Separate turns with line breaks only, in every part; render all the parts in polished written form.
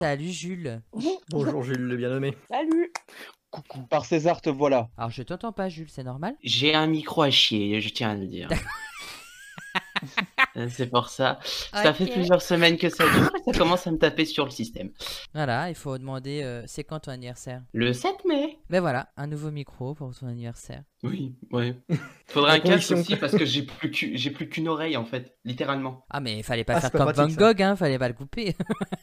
Salut Jules.
Bonjour Jules, le bien nommé.
Salut.
Coucou. Par César, te voilà.
Alors je t'entends pas Jules, c'est normal?
J'ai un micro à chier, je tiens à le dire. C'est pour ça. Ça fait
Ok.
plusieurs semaines que ça dure et ça commence à me taper sur le système.
Voilà, il faut demander c'est quand ton anniversaire?
Le 7 mai.
Ben voilà, un nouveau micro pour ton anniversaire.
Oui, ouais. Faudrait
La
un casque
conviction.
aussi parce que j'ai plus qu'une oreille en fait, littéralement.
Ah mais il fallait pas
Ah,
faire
c'est pas
comme Van
pratique, ça.
Gogh, hein, fallait pas le couper.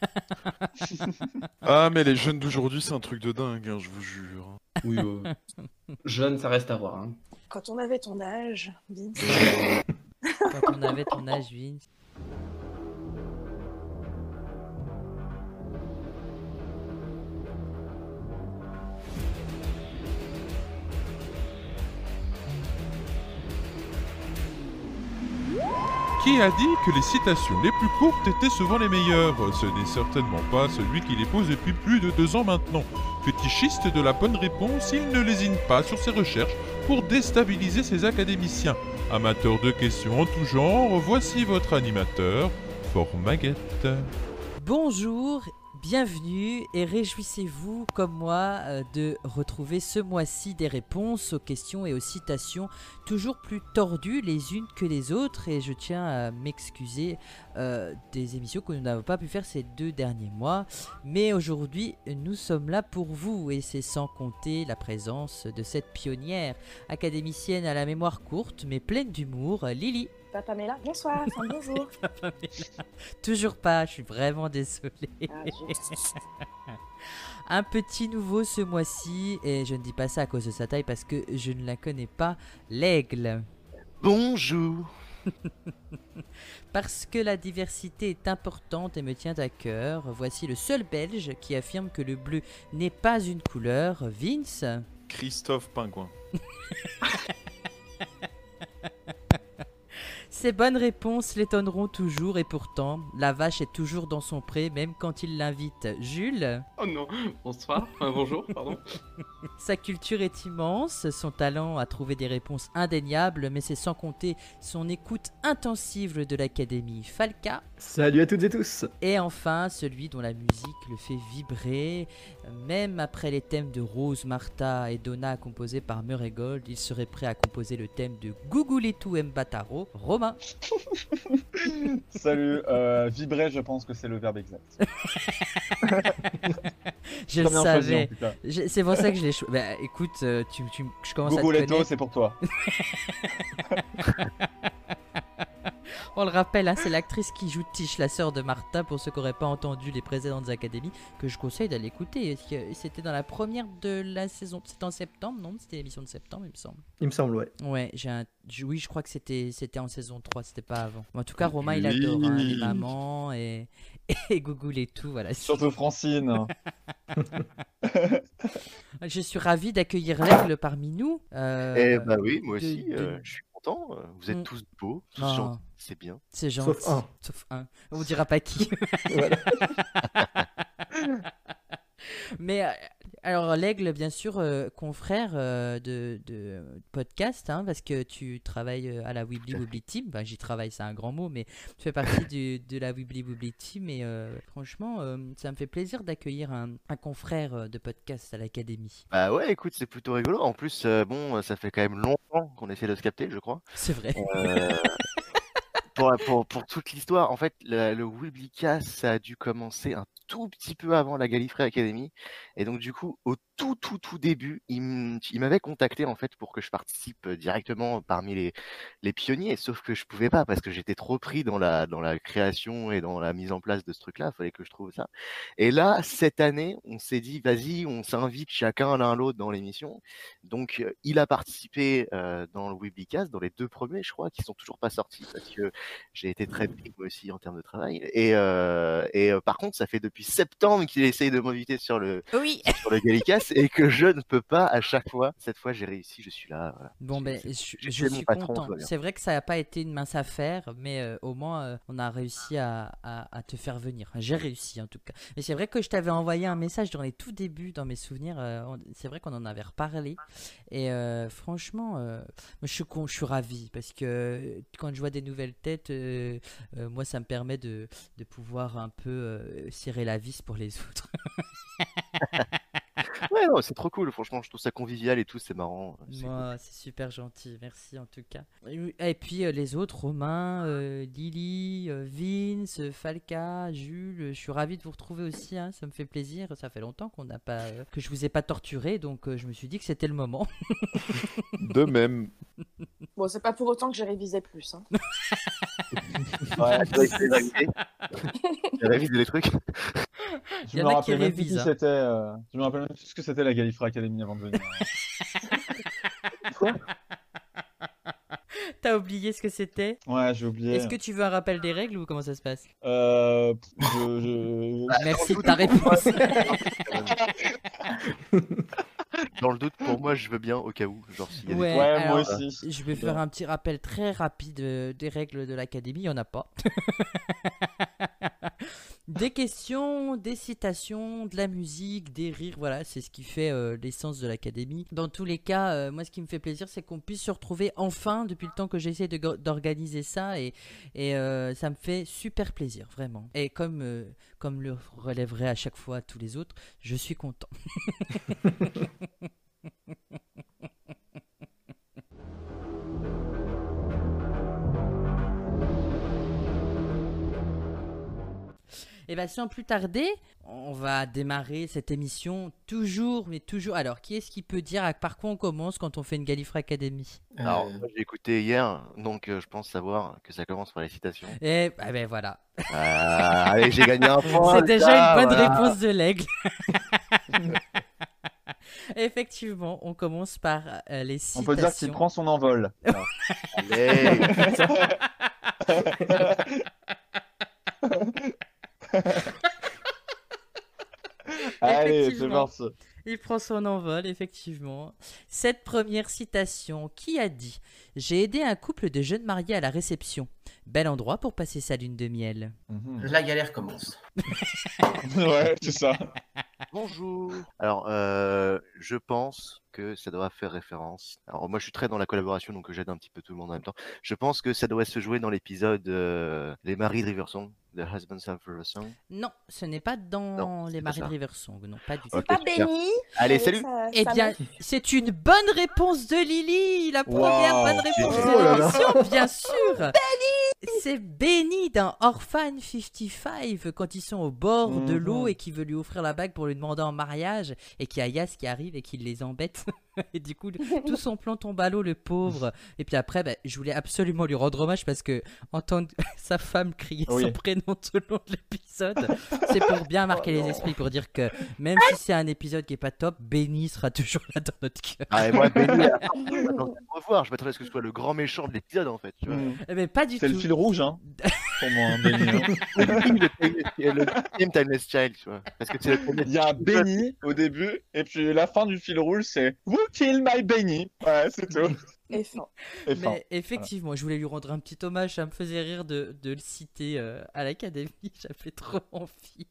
Ah, mais les jeunes d'aujourd'hui, c'est un truc de dingue, hein, je vous jure.
Oui, jeune, ça reste à voir. Hein.
Quand on avait ton âge, Vince.
Quand on avait ton âge, Vince.
Qui a dit que les citations les plus courtes étaient souvent les meilleures? Ce n'est certainement pas celui qui les pose depuis plus de 2 ans maintenant. Fétichiste de la bonne réponse, il ne lésine pas sur ses recherches pour déstabiliser ses académiciens. Amateur de questions en tout genre, voici votre animateur, Formaguette.
Bonjour, bienvenue et réjouissez-vous comme moi de retrouver ce mois-ci des réponses aux questions et aux citations toujours plus tordues les unes que les autres, et je tiens à m'excuser des émissions que nous n'avons pas pu faire ces 2 derniers mois, mais aujourd'hui nous sommes là pour vous, et c'est sans compter la présence de cette pionnière académicienne à la mémoire courte mais pleine d'humour, Lily.
Papa Mela, bonsoir, enfin bonjour.
Toujours pas, je suis vraiment désolé.
Ah, zut.
Un petit nouveau ce mois-ci, et je ne dis pas ça à cause de sa taille parce que je ne la connais pas, l'aigle.
Bonjour.
Parce que la diversité est importante et me tient à cœur, voici le seul Belge qui affirme que le bleu n'est pas une couleur, Vince.
Christophe Pingouin.
Ces bonnes réponses l'étonneront toujours, et pourtant, la vache est toujours dans son pré, même quand il l'invite. Jules.
Oh non, bonsoir, bonjour, pardon.
Sa culture est immense, son talent à trouver des réponses indéniables, mais c'est sans compter son écoute intensive de l'Académie, Falca.
Salut à toutes et tous.
Et enfin, celui dont la musique le fait vibrer. Même après les thèmes de Rose, Martha et Donna composés par Murray Gold, il serait prêt à composer le thème de Guguletu Mbataro, Romain.
Salut. Vibrer, je pense que c'est le verbe exact.
Je le
Très bien choisi, en
savais.
tout cas.
C'est pour ça que je l'ai choisi. Bah écoute, je commence à te
Guguletto,
connaître.
c'est pour toi.
On le rappelle, hein, c'est l'actrice qui joue Tish, la sœur de Martha, pour ceux qui n'auraient pas entendu les précédentes académies, que je conseille d'aller écouter. C'était dans la première de la saison. C'était en septembre, non? C'était l'émission de septembre, il me semble.
Il me semble, ouais.
Ouais, oui, je crois que c'était en saison 3, c'était pas avant. En tout cas, Romain, il adore hein, les mamans et Gougoul et tout, voilà.
Surtout Francine.
Je suis ravi d'accueillir l'aigle parmi nous.
Eh bah oui, moi
de-
aussi,
de-
je suis content. Vous êtes
Mm.
tous beaux, tous
Oh.
gentils, c'est bien.
C'est gentil.
Sauf un.
On dira pas qui.
Voilà.
Mais alors l'aigle, bien sûr, confrère de podcast, hein, parce que tu travailles à la Wibbly Wobbly Team. Enfin, j'y travaille, c'est un grand mot, mais tu fais partie de la Wibbly Wobbly Team, et franchement, ça me fait plaisir d'accueillir un confrère de podcast à l'académie.
Bah ouais, écoute, c'est plutôt rigolo. En plus, bon, ça fait quand même longtemps qu'on essaie de se capter, je crois.
C'est vrai.
Euh, pour toute l'histoire, en fait, le Weeblycast, ça a dû commencer un tout petit peu avant la Gallifrey Academy. Et donc, du coup, au tout début, il m'avait contacté, en fait, pour que je participe directement parmi les pionniers. Sauf que je pouvais pas parce que j'étais trop pris dans la création et dans la mise en place de ce truc-là. Il fallait que je trouve ça. Et là, cette année, on s'est dit, vas-y, on s'invite chacun l'un l'autre dans l'émission. Donc, il a participé dans le Weeblycast, dans les 2 premiers, je crois, qui sont toujours pas sortis parce que j'ai été très pris moi aussi en termes de travail. Et par contre, ça fait depuis septembre qu'il essaye de m'inviter sur le Gallicast et que je ne peux pas à chaque fois. Cette fois, j'ai réussi, je suis là. Voilà.
Bon, ben, je
C'est mon
suis
patron,
content.
tout va bien.
C'est vrai que ça n'a pas été une mince affaire, mais au moins, on a réussi à te faire venir. J'ai réussi, en tout cas. Mais c'est vrai que je t'avais envoyé un message dans les tout débuts, dans mes souvenirs. C'est vrai qu'on en avait reparlé. Et franchement, moi, je suis ravi, parce que quand je vois des nouvelles têtes tête, moi ça me permet de pouvoir un peu serrer la vis pour les autres.
Ouais, non, c'est trop cool, franchement, je trouve ça convivial et tout, c'est marrant. C'est cool.
Moi, c'est super gentil, merci en tout cas. Et puis les autres, Romain, Lily, Vince, Falca, Jules, je suis ravi de vous retrouver aussi, hein, ça me fait plaisir. Ça fait longtemps qu'on n'a pas, que je vous ai pas torturé, donc je me suis dit que c'était le moment.
De même.
Bon, c'est pas pour autant que j'ai révisé plus. Hein.
Ouais, tu vas essayer de réviser. Tu vas réviser les trucs.
Il y en a qui
même plus
révisent,
qui
hein.
c'était. Je me rappelle même plus ce que c'était la Gallifrey Academy avant de venir.
T'as oublié ce que c'était?
Ouais, j'ai oublié.
Est-ce que tu veux un rappel des règles ou comment ça se passe?
Dans
Merci de
le
ta
doute, pour moi,
réponse.
Dans le doute, pour moi, je veux bien au cas où. Genre, s'il y a des
Ouais,
Ouais,
alors,
moi aussi.
je vais faire un petit rappel très rapide des règles de l'académie, il n'y en a pas. Des questions, des citations, de la musique, des rires, voilà, c'est ce qui fait l'essence de l'académie. Dans tous les cas, moi ce qui me fait plaisir, c'est qu'on puisse se retrouver enfin depuis le temps que j'essaie d'organiser ça et ça me fait super plaisir, vraiment. Et comme le relèverait à chaque fois tous les autres, je suis content. Et bien sans plus tarder, on va démarrer cette émission toujours, mais toujours. Alors, qui est-ce qui peut dire par quoi on commence quand on fait une Gallifrey Academy?
Alors, moi, j'ai écouté hier, donc je pense savoir que ça commence par les citations.
Et ben voilà.
Allez, j'ai gagné un point.
C'est
les
déjà
gars,
une bonne
voilà.
réponse de l'aigle. Effectivement, on commence par les citations.
On peut dire qu'il prend son envol.
Allez.
Allez, c'est
Effectivement.
parti.
Il prend son envol, effectivement. Cette première citation, qui a dit « J'ai aidé un couple de jeunes mariés à la réception. Bel endroit pour passer sa lune de miel.
Mhm.
La galère commence.
Ouais, c'est ça.
Bonjour. Alors, je pense que ça doit faire référence. Alors, moi, je suis très dans la collaboration, donc j'aide un petit peu tout le monde en même temps. Je pense que ça doit se jouer dans l'épisode Les maris de Riversong, The Husbands of Riversong. »
Non, ce n'est pas dans
Non,
les
c'est pas
maris de
ça.
Riversong, non, pas du tout.
Ok,
Pas
super.
béni.
Allez,
mais
salut.
ça-
Eh
ça
bien,
m'aide.
c'est une bonne réponse de Lily, la première
Wow.
bonne réponse
Oh
de
là là.
l'émission, bien sûr. C'est Benny dans Orphan 55 quand ils sont au bord de l'eau et qui veut lui offrir la bague pour lui demander en mariage et qu'il y a Yas qui arrive et qui les embête. Et du coup, tout son plan tombe à l'eau, le pauvre. Et puis après, je voulais absolument lui rendre hommage parce que entendre sa femme crier son prénom tout le long de l'épisode, c'est pour bien marquer les esprits, pour dire que même si c'est un épisode qui est pas top, Benny sera toujours là dans notre cœur.
Ah, et moi, Benny, je m'attendais à le revoir. Je m'attendais à ce que ce soit le grand méchant de l'épisode, en fait. Tu vois.
Mais pas du tout.
C'est le fil rouge, hein. Pour moi, hein, Benny, hein.
Le deuxième Timeless Child, tu vois. Parce que c'est le premier.
Il y a un Benny au début, et puis la fin du fil rouge, c'est Who killed my Benny? Ouais, c'est tout.
Et fin.
Et fin.
Mais effectivement, je voulais lui rendre un petit hommage, ça me faisait rire de le citer à l'académie, j'avais trop envie.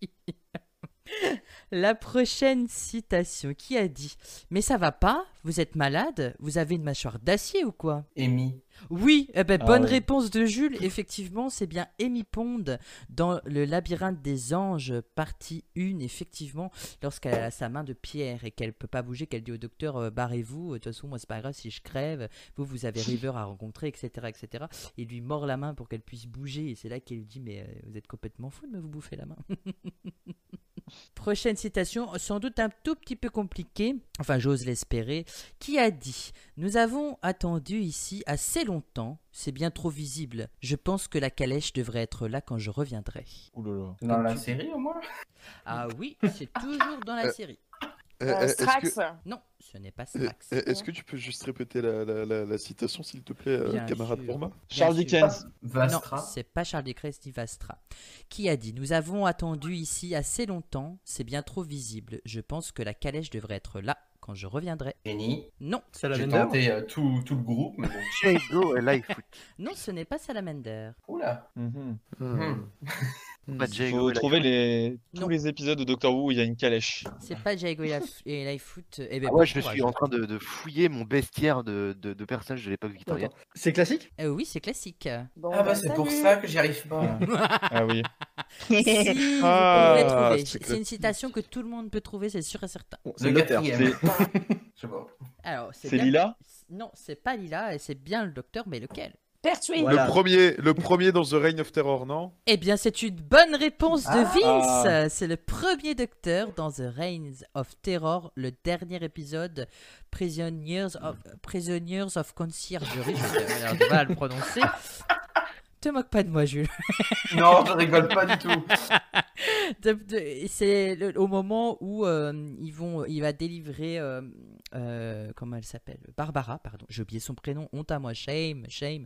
La prochaine citation, qui a dit « Mais ça va pas? Vous êtes malade? Vous avez une mâchoire d'acier ou quoi ?»
Amy.
Oui, bonne
oui.
réponse de Jules. Effectivement, c'est bien Amy Pond dans Le labyrinthe des anges, partie 1. Effectivement, lorsqu'elle a sa main de pierre et qu'elle peut pas bouger, qu'elle dit au docteur barrez-vous, de toute façon, moi, c'est pas grave si je crève. Vous avez River à rencontrer, etc. etc. Il lui mord la main pour qu'elle puisse bouger. Et c'est là qu'elle lui dit mais vous êtes complètement fou de me vous bouffer la main. Prochaine citation, sans doute un tout petit peu compliquée, enfin j'ose l'espérer, qui a dit « Nous avons attendu ici assez longtemps, c'est bien trop visible. Je pense que la calèche devrait être là quand je reviendrai. »
Oulala.
Dans la série, au moins.
Ah oui, c'est toujours dans la série.
Strax.
Non, ce n'est pas Strax.
Est-ce que tu peux juste répéter la citation, s'il te plaît,
Bien
camarade
sûr.
Bourma?
Charles
Bien sûr.
Dickens.
Vastra.
Non, c'est pas Charles Dickens ni Vastra. Qui a dit « Nous avons attendu ici assez longtemps, c'est bien trop visible. Je pense que la calèche devrait être là quand je reviendrai.
Benny. »
Non,
Ça la
J'ai
vient
tenté tout le groupe, mais bon.
Shade Go et Lightfoot.
non, ce n'est pas Salamander.
Oula.
Mhm.
Hmm.
Pas Jago
Faut
et
trouver tous
Non.
les épisodes de Doctor Who où il y a une calèche.
C'est pas Jago et Lightfoot. Eh ben,
Ah
bon
ouais, je
courage.
suis en train de fouiller mon bestiaire de personnages de l'époque victorienne.
Attends, c'est classique?
Oui, c'est classique.
Bon,
Ah bah c'est pour
salut.
ça que j'y arrive pas.
Ah oui.
Si, vous
Ah,
pourrez trouver.
c'est
C'est une citation que tout le monde peut trouver, c'est sûr et certain.
Bon,
Le
le docteur.
quatrième. Je sais pas.
Alors,
C'est
bien-
Lila?
Non, c'est pas Lila, et c'est bien le docteur, mais lequel?
Persuade.
Voilà.
Le premier dans The Reign of Terror, non?
Eh bien, c'est une bonne réponse de
Ah.
Vince. C'est le premier docteur dans The Reigns of Terror, le dernier épisode, Prisoners of Conciergerie. J'ai l'air de mal le prononcer. Te moque pas de moi, Jules.
Non, je rigole pas du tout.
C'est au moment où il va délivrer comment elle s'appelle, Barbara, pardon, j'ai oublié son prénom, honte à moi, shame.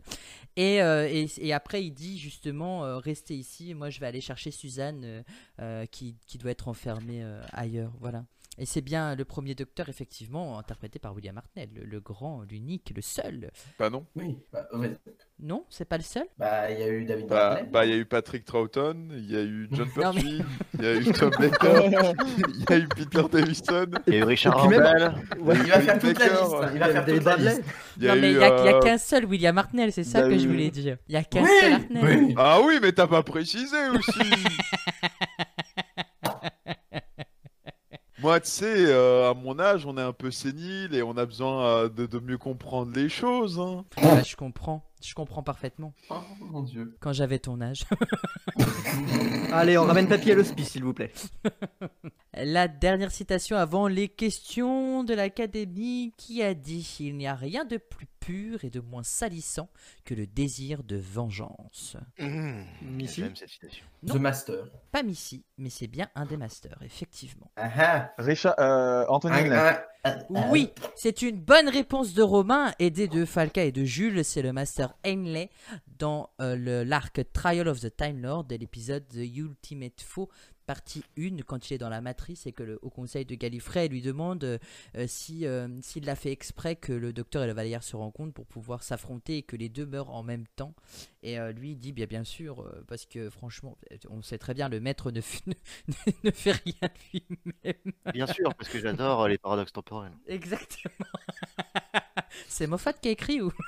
Et après il dit justement restez ici, moi je vais aller chercher Suzanne qui doit être enfermée ailleurs, voilà. Et c'est bien le premier docteur, effectivement, interprété par William Hartnell, le grand, l'unique, le seul.
Bah non.
Oui, ouais.
Non, c'est pas le seul.
Bah il y a eu David
Bah,
Barclay.
il y a eu Patrick Troughton, il y a eu John
Non, mais-
Pertwee, il y a eu Tom Baker, il y a eu Peter Davison,
Il y a eu Richard
Et puis même-
Rambal.
Ouais.
Il va faire toute la
Baker,
liste. Il va faire
David
toute la
Bradley.
liste.
il y a
Non, mais
eu,
il y a qu'un seul William Hartnell, c'est ça
il y a
que je
eu-
voulais dire. Il y a qu'un
Oui,
seul Hartnell.
oui.
Ah oui, mais t'as pas précisé aussi. Moi, tu sais, à mon âge, on est un peu sénile et on a besoin de mieux comprendre les choses. Hein.
Ouais, je comprends parfaitement.
Oh mon dieu.
Quand j'avais ton âge.
Allez, on ramène papy à l'hospice, s'il vous plaît.
La dernière citation avant les questions de l'académie qui a dit: il n'y a rien de plus pur et de moins salissant que le désir de vengeance.
Missy.
J'aime cette citation.
Non.
The Master.
Pas Missy, mais c'est bien un des masters, effectivement.
Ah
Richard, Anthony
ah.
Henley.
Oui, c'est une bonne réponse de Romain, aidé de Falca et de Jules. C'est le Master Henley dans l'arc Trial of the Time Lord de l'épisode The Ultimate Foe, partie 1, quand il est dans la matrice et que le Haut Conseil de Gallifrey lui demande s'il l'a fait exprès que le docteur et le Valeyard se rencontrent pour pouvoir s'affronter et que les deux meurent en même temps. Et lui il dit bien sûr, parce que franchement, on sait très bien, le maître ne fait rien lui-même.
Bien sûr, parce que j'adore les paradoxes temporels.
Exactement. C'est Moffat qui a écrit ou?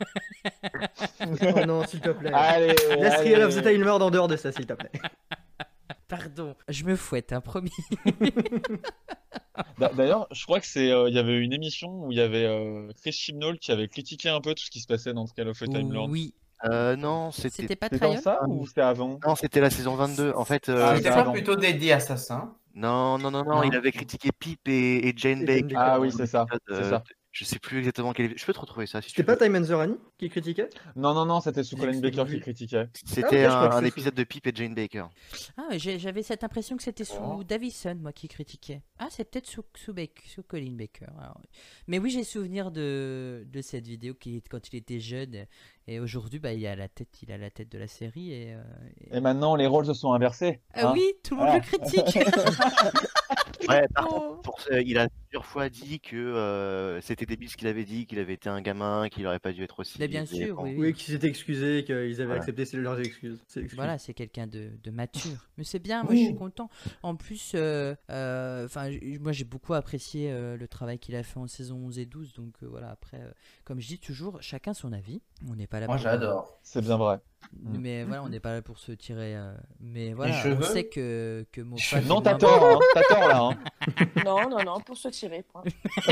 Oh non, s'il te plaît.
Allez,
Laisse
allez.
Real of the Time Lord en dehors de ça, s'il te plaît.
Pardon, je me fouette, promis.
D'ailleurs, je crois que il y avait une émission où il y avait Chris Chibnall qui avait critiqué un peu tout ce qui se passait dans Trial of the Time Lord.
Oui,
Non,
c'était pas
C'est dans
Trial.
ça ou c'était avant?
Non, c'était la saison 22. En fait,
Ah,
C'était
c'est
pas
avant.
plutôt dédié Assassin.
non, il avait critiqué Pip et Jane
Et
Baker.
Jane Baker.
Ah oui, c'est ça.
l'épisode,
C'est ça.
Je sais plus exactement quel. Je peux te retrouver ça si tu
C'était
veux.
pas Time and the Rani qui critiquait?
Non, c'était sous
J'ai
Colin
que c'était
Baker
vu.
qui critiquait.
C'était
ok, je crois que
un
c'est
épisode de Pip et Jane Baker.
Ah, j'avais cette impression que c'était sous
Oh.
Davison, moi, qui critiquait. Ah, c'est peut-être sous Colin Baker. Alors, mais oui, j'ai souvenir de cette vidéo quand il était jeune. Et aujourd'hui, il a la tête de la série.
Et maintenant, les rôles se sont inversés.
Ah
hein.
oui, tout le monde le critique.
Ouais, par
Oh.
contre, il a plusieurs fois dit que c'était débile ce qu'il avait dit, qu'il avait été un gamin, qu'il aurait pas dû être aussi.
Mais bien
et
sûr,
bon.
oui.
Oui, qu'ils s'étaient excusés, qu'ils avaient
Voilà.
accepté leurs excuses.
Voilà, c'est quelqu'un de mature. Mais c'est bien, moi
Oui.
je suis content. En plus, moi j'ai beaucoup apprécié le travail qu'il a fait en saison 11 et 12. Donc voilà, après, comme je dis toujours, chacun son avis. On n'est pas là
Moi
pour...
j'adore.
C'est bien vrai.
Mais voilà, on n'est pas là pour se tirer. Mais voilà, on
cheveux
sait que Moffat.
cheveux.
Non,
est
t'as
vraiment-
tort, hein. T'as tort là. Hein.
Non, pour se tirer. Point.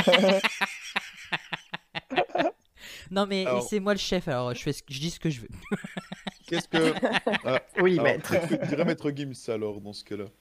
Non, mais
Alors-
c'est moi le chef, alors je dis ce que je veux.
Qu'est-ce que.
Oui,
Alors,
maître.
je dirais Maître Gims alors dans ce cas-là.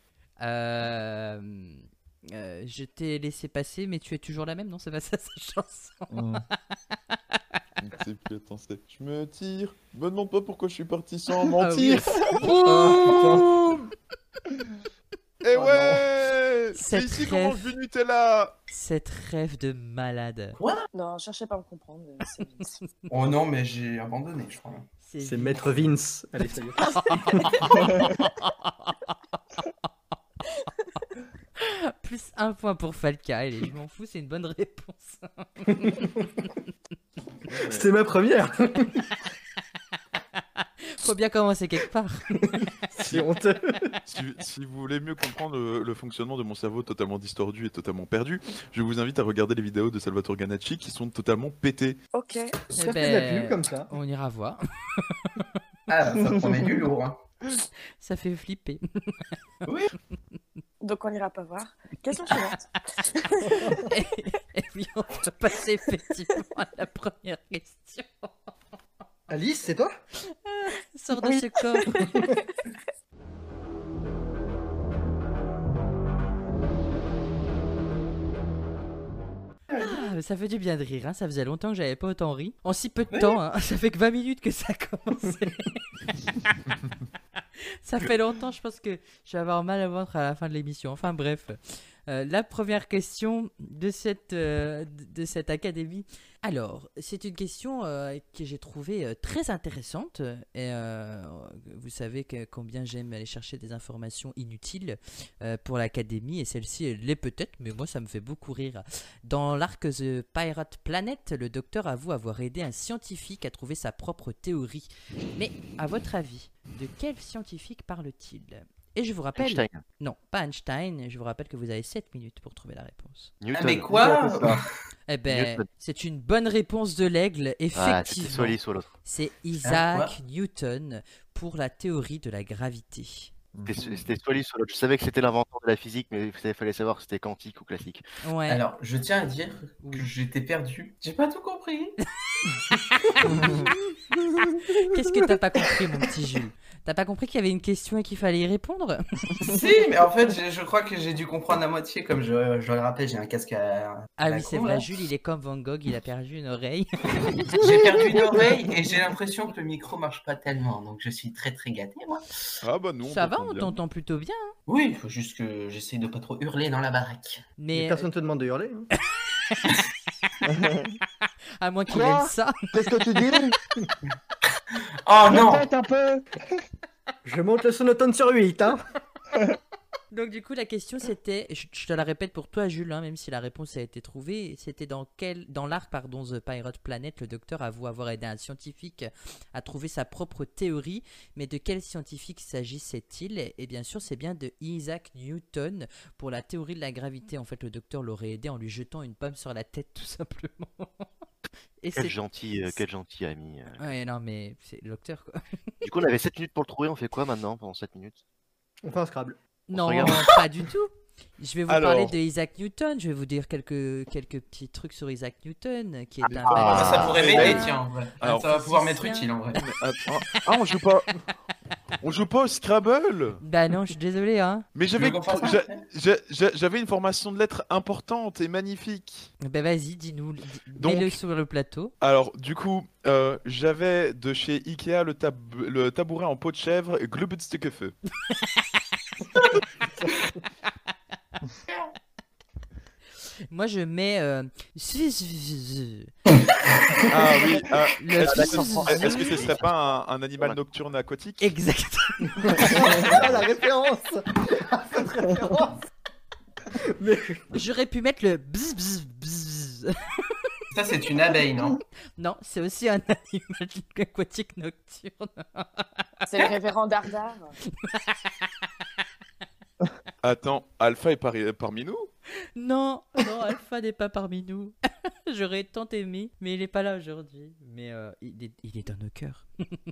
Je t'ai laissé passer, mais tu es toujours la même, non? C'est pas ça sa chanson.
Mm.
Je ne sais plus, attends, c'est. Je me tire. Me demande pas pourquoi je suis parti sans
Ah oui.
mentir.
Boum.
Eh
Oh
ouais. C'est
Cette
ici qu'on mange
rêve.
du Nutella.
Cette rêve de malade.
Non, cherchez pas à me comprendre. C'est Vince.
Oh non, mais j'ai abandonné, je crois.
C'est Maître Vince. Allez, ça y est.
Plus un point pour Falca, allez, je m'en fous, c'est une bonne réponse.
C'était ma première.
Faut bien commencer quelque part.
C'est honteux.
Si vous voulez mieux comprendre le fonctionnement de mon cerveau totalement distordu et totalement perdu, je vous invite à regarder les vidéos de Salvatore Ganacci qui sont totalement pétées.
Ok.
Ça
Eh
fait de la
ben,
pub comme ça.
On ira voir.
Ah, ça promet du lourd. Hein.
Ça fait flipper.
Donc on n'ira pas voir. Question suivante.
Et puis on va passer effectivement à la première question.
Alice, c'est toi?
Sors de
Oui.
ce corps. Ah, ça fait du bien de rire, hein. Ça faisait longtemps que j'avais pas autant ri. En si peu de
Oui.
temps, hein. Ça fait que 20 minutes que ça a commencé. Ça fait longtemps, je pense que je vais avoir mal au ventre à la fin de l'émission. Enfin bref. La première question de cette académie. Alors, c'est une question que j'ai trouvée très intéressante. Et vous savez combien j'aime aller chercher des informations inutiles pour l'académie. Et celle-ci, elle l'est peut-être, mais moi, ça me fait beaucoup rire. Dans l'arc The Pirate Planet, le docteur avoue avoir aidé un scientifique à trouver sa propre théorie. Mais, à votre avis, de quel scientifique parle-t-il ? Et je vous rappelle...
Einstein.
Non, pas Einstein. Je vous rappelle que vous avez 7 minutes pour trouver la réponse.
Ah,
Newton.
mais quoi?
Eh ben,
Newton.
c'est une bonne réponse de l'aigle,
Ah, c'était
effectivement.
soit l'un, soit l'autre.
C'est
quoi
Isaac Newton pour la théorie de la gravité.
C'était soit l'un, soit l'autre. Je savais que c'était l'inventeur de la physique, mais il fallait savoir si c'était quantique ou classique.
Ouais.
Alors, je tiens à dire
Oui.
que j'étais perdu. J'ai pas tout compris.
Qu'est-ce que t'as pas compris, mon petit Jules? T'as pas compris qu'il y avait une question et qu'il fallait y répondre?
Si, mais en fait, je crois que j'ai dû comprendre à moitié. Comme je le rappelle, j'ai un casque à.
Ah
la
oui, c'est
con,
vrai,
là.
Jules, il est comme Van Gogh, il a perdu une oreille.
J'ai perdu une oreille et j'ai l'impression que le micro marche pas tellement. Donc, je suis très très gâté, moi.
Ah bah non.
Ça va, on
bien.
t'entend plutôt bien. Hein.
Oui, il faut juste que j'essaye de pas trop hurler dans la baraque.
Mais
Personne te demande de hurler. Hein.
à moins qu'il
Quoi
aime ça.
Qu'est-ce que tu dis?
Oh non!
Répète un peu.
Je monte le sonotone sur 8, hein.
Donc du coup la question c'était, je te la répète pour toi Jules, hein, même si la réponse a été trouvée, c'était dans l'arc pardon The Pirate Planet, le docteur avoue avoir aidé un scientifique à trouver sa propre théorie, mais de quel scientifique s'agissait-il? Et bien sûr c'est bien de Isaac Newton pour la théorie de la gravité. En fait le docteur l'aurait aidé en lui jetant une pomme sur la tête tout simplement. Et
Quel gentil ami.
Ouais non mais c'est le docteur quoi.
Du coup, on avait 7 minutes pour le trouver. On fait quoi maintenant pendant 7 minutes?
On fait un Scrabble.
Non,
regarde.
pas du tout. Je vais vous
Alors.
parler de Isaac Newton. Je vais vous dire quelques petits trucs sur Isaac Newton, qui est un
Ah,
ça pourrait
ouais.
m'aider, tiens, en vrai.
Alors,
Ça va pouvoir m'être
physicien.
utile, en vrai.
On joue pas. On joue pas au Scrabble.
Bah non, je suis désolé, hein.
Mais
Tu veux qu'on fasse ça,
j'avais une formation de lettres importante et magnifique.
Bah vas-y, dis-nous,
Donc-
mets-le sur le plateau.
Alors, du coup, j'avais de chez Ikea le tabouret en peau de chèvre Glubbedstickefe.
Moi, je mets
Ah oui, est-ce que ce serait pas un animal nocturne aquatique?
Exactement.
Ah, la référence. Cette référence. Mais
J'aurais pu mettre le bzz bzz bzz.
Ça, c'est une abeille, non?
Non, c'est aussi un animal aquatique nocturne.
C'est le révérend Dardar.
Attends, Alpha est parmi nous?
Non, non, Alpha n'est pas parmi nous. J'aurais tant aimé, mais il est pas là aujourd'hui. Mais il est dans nos cœurs.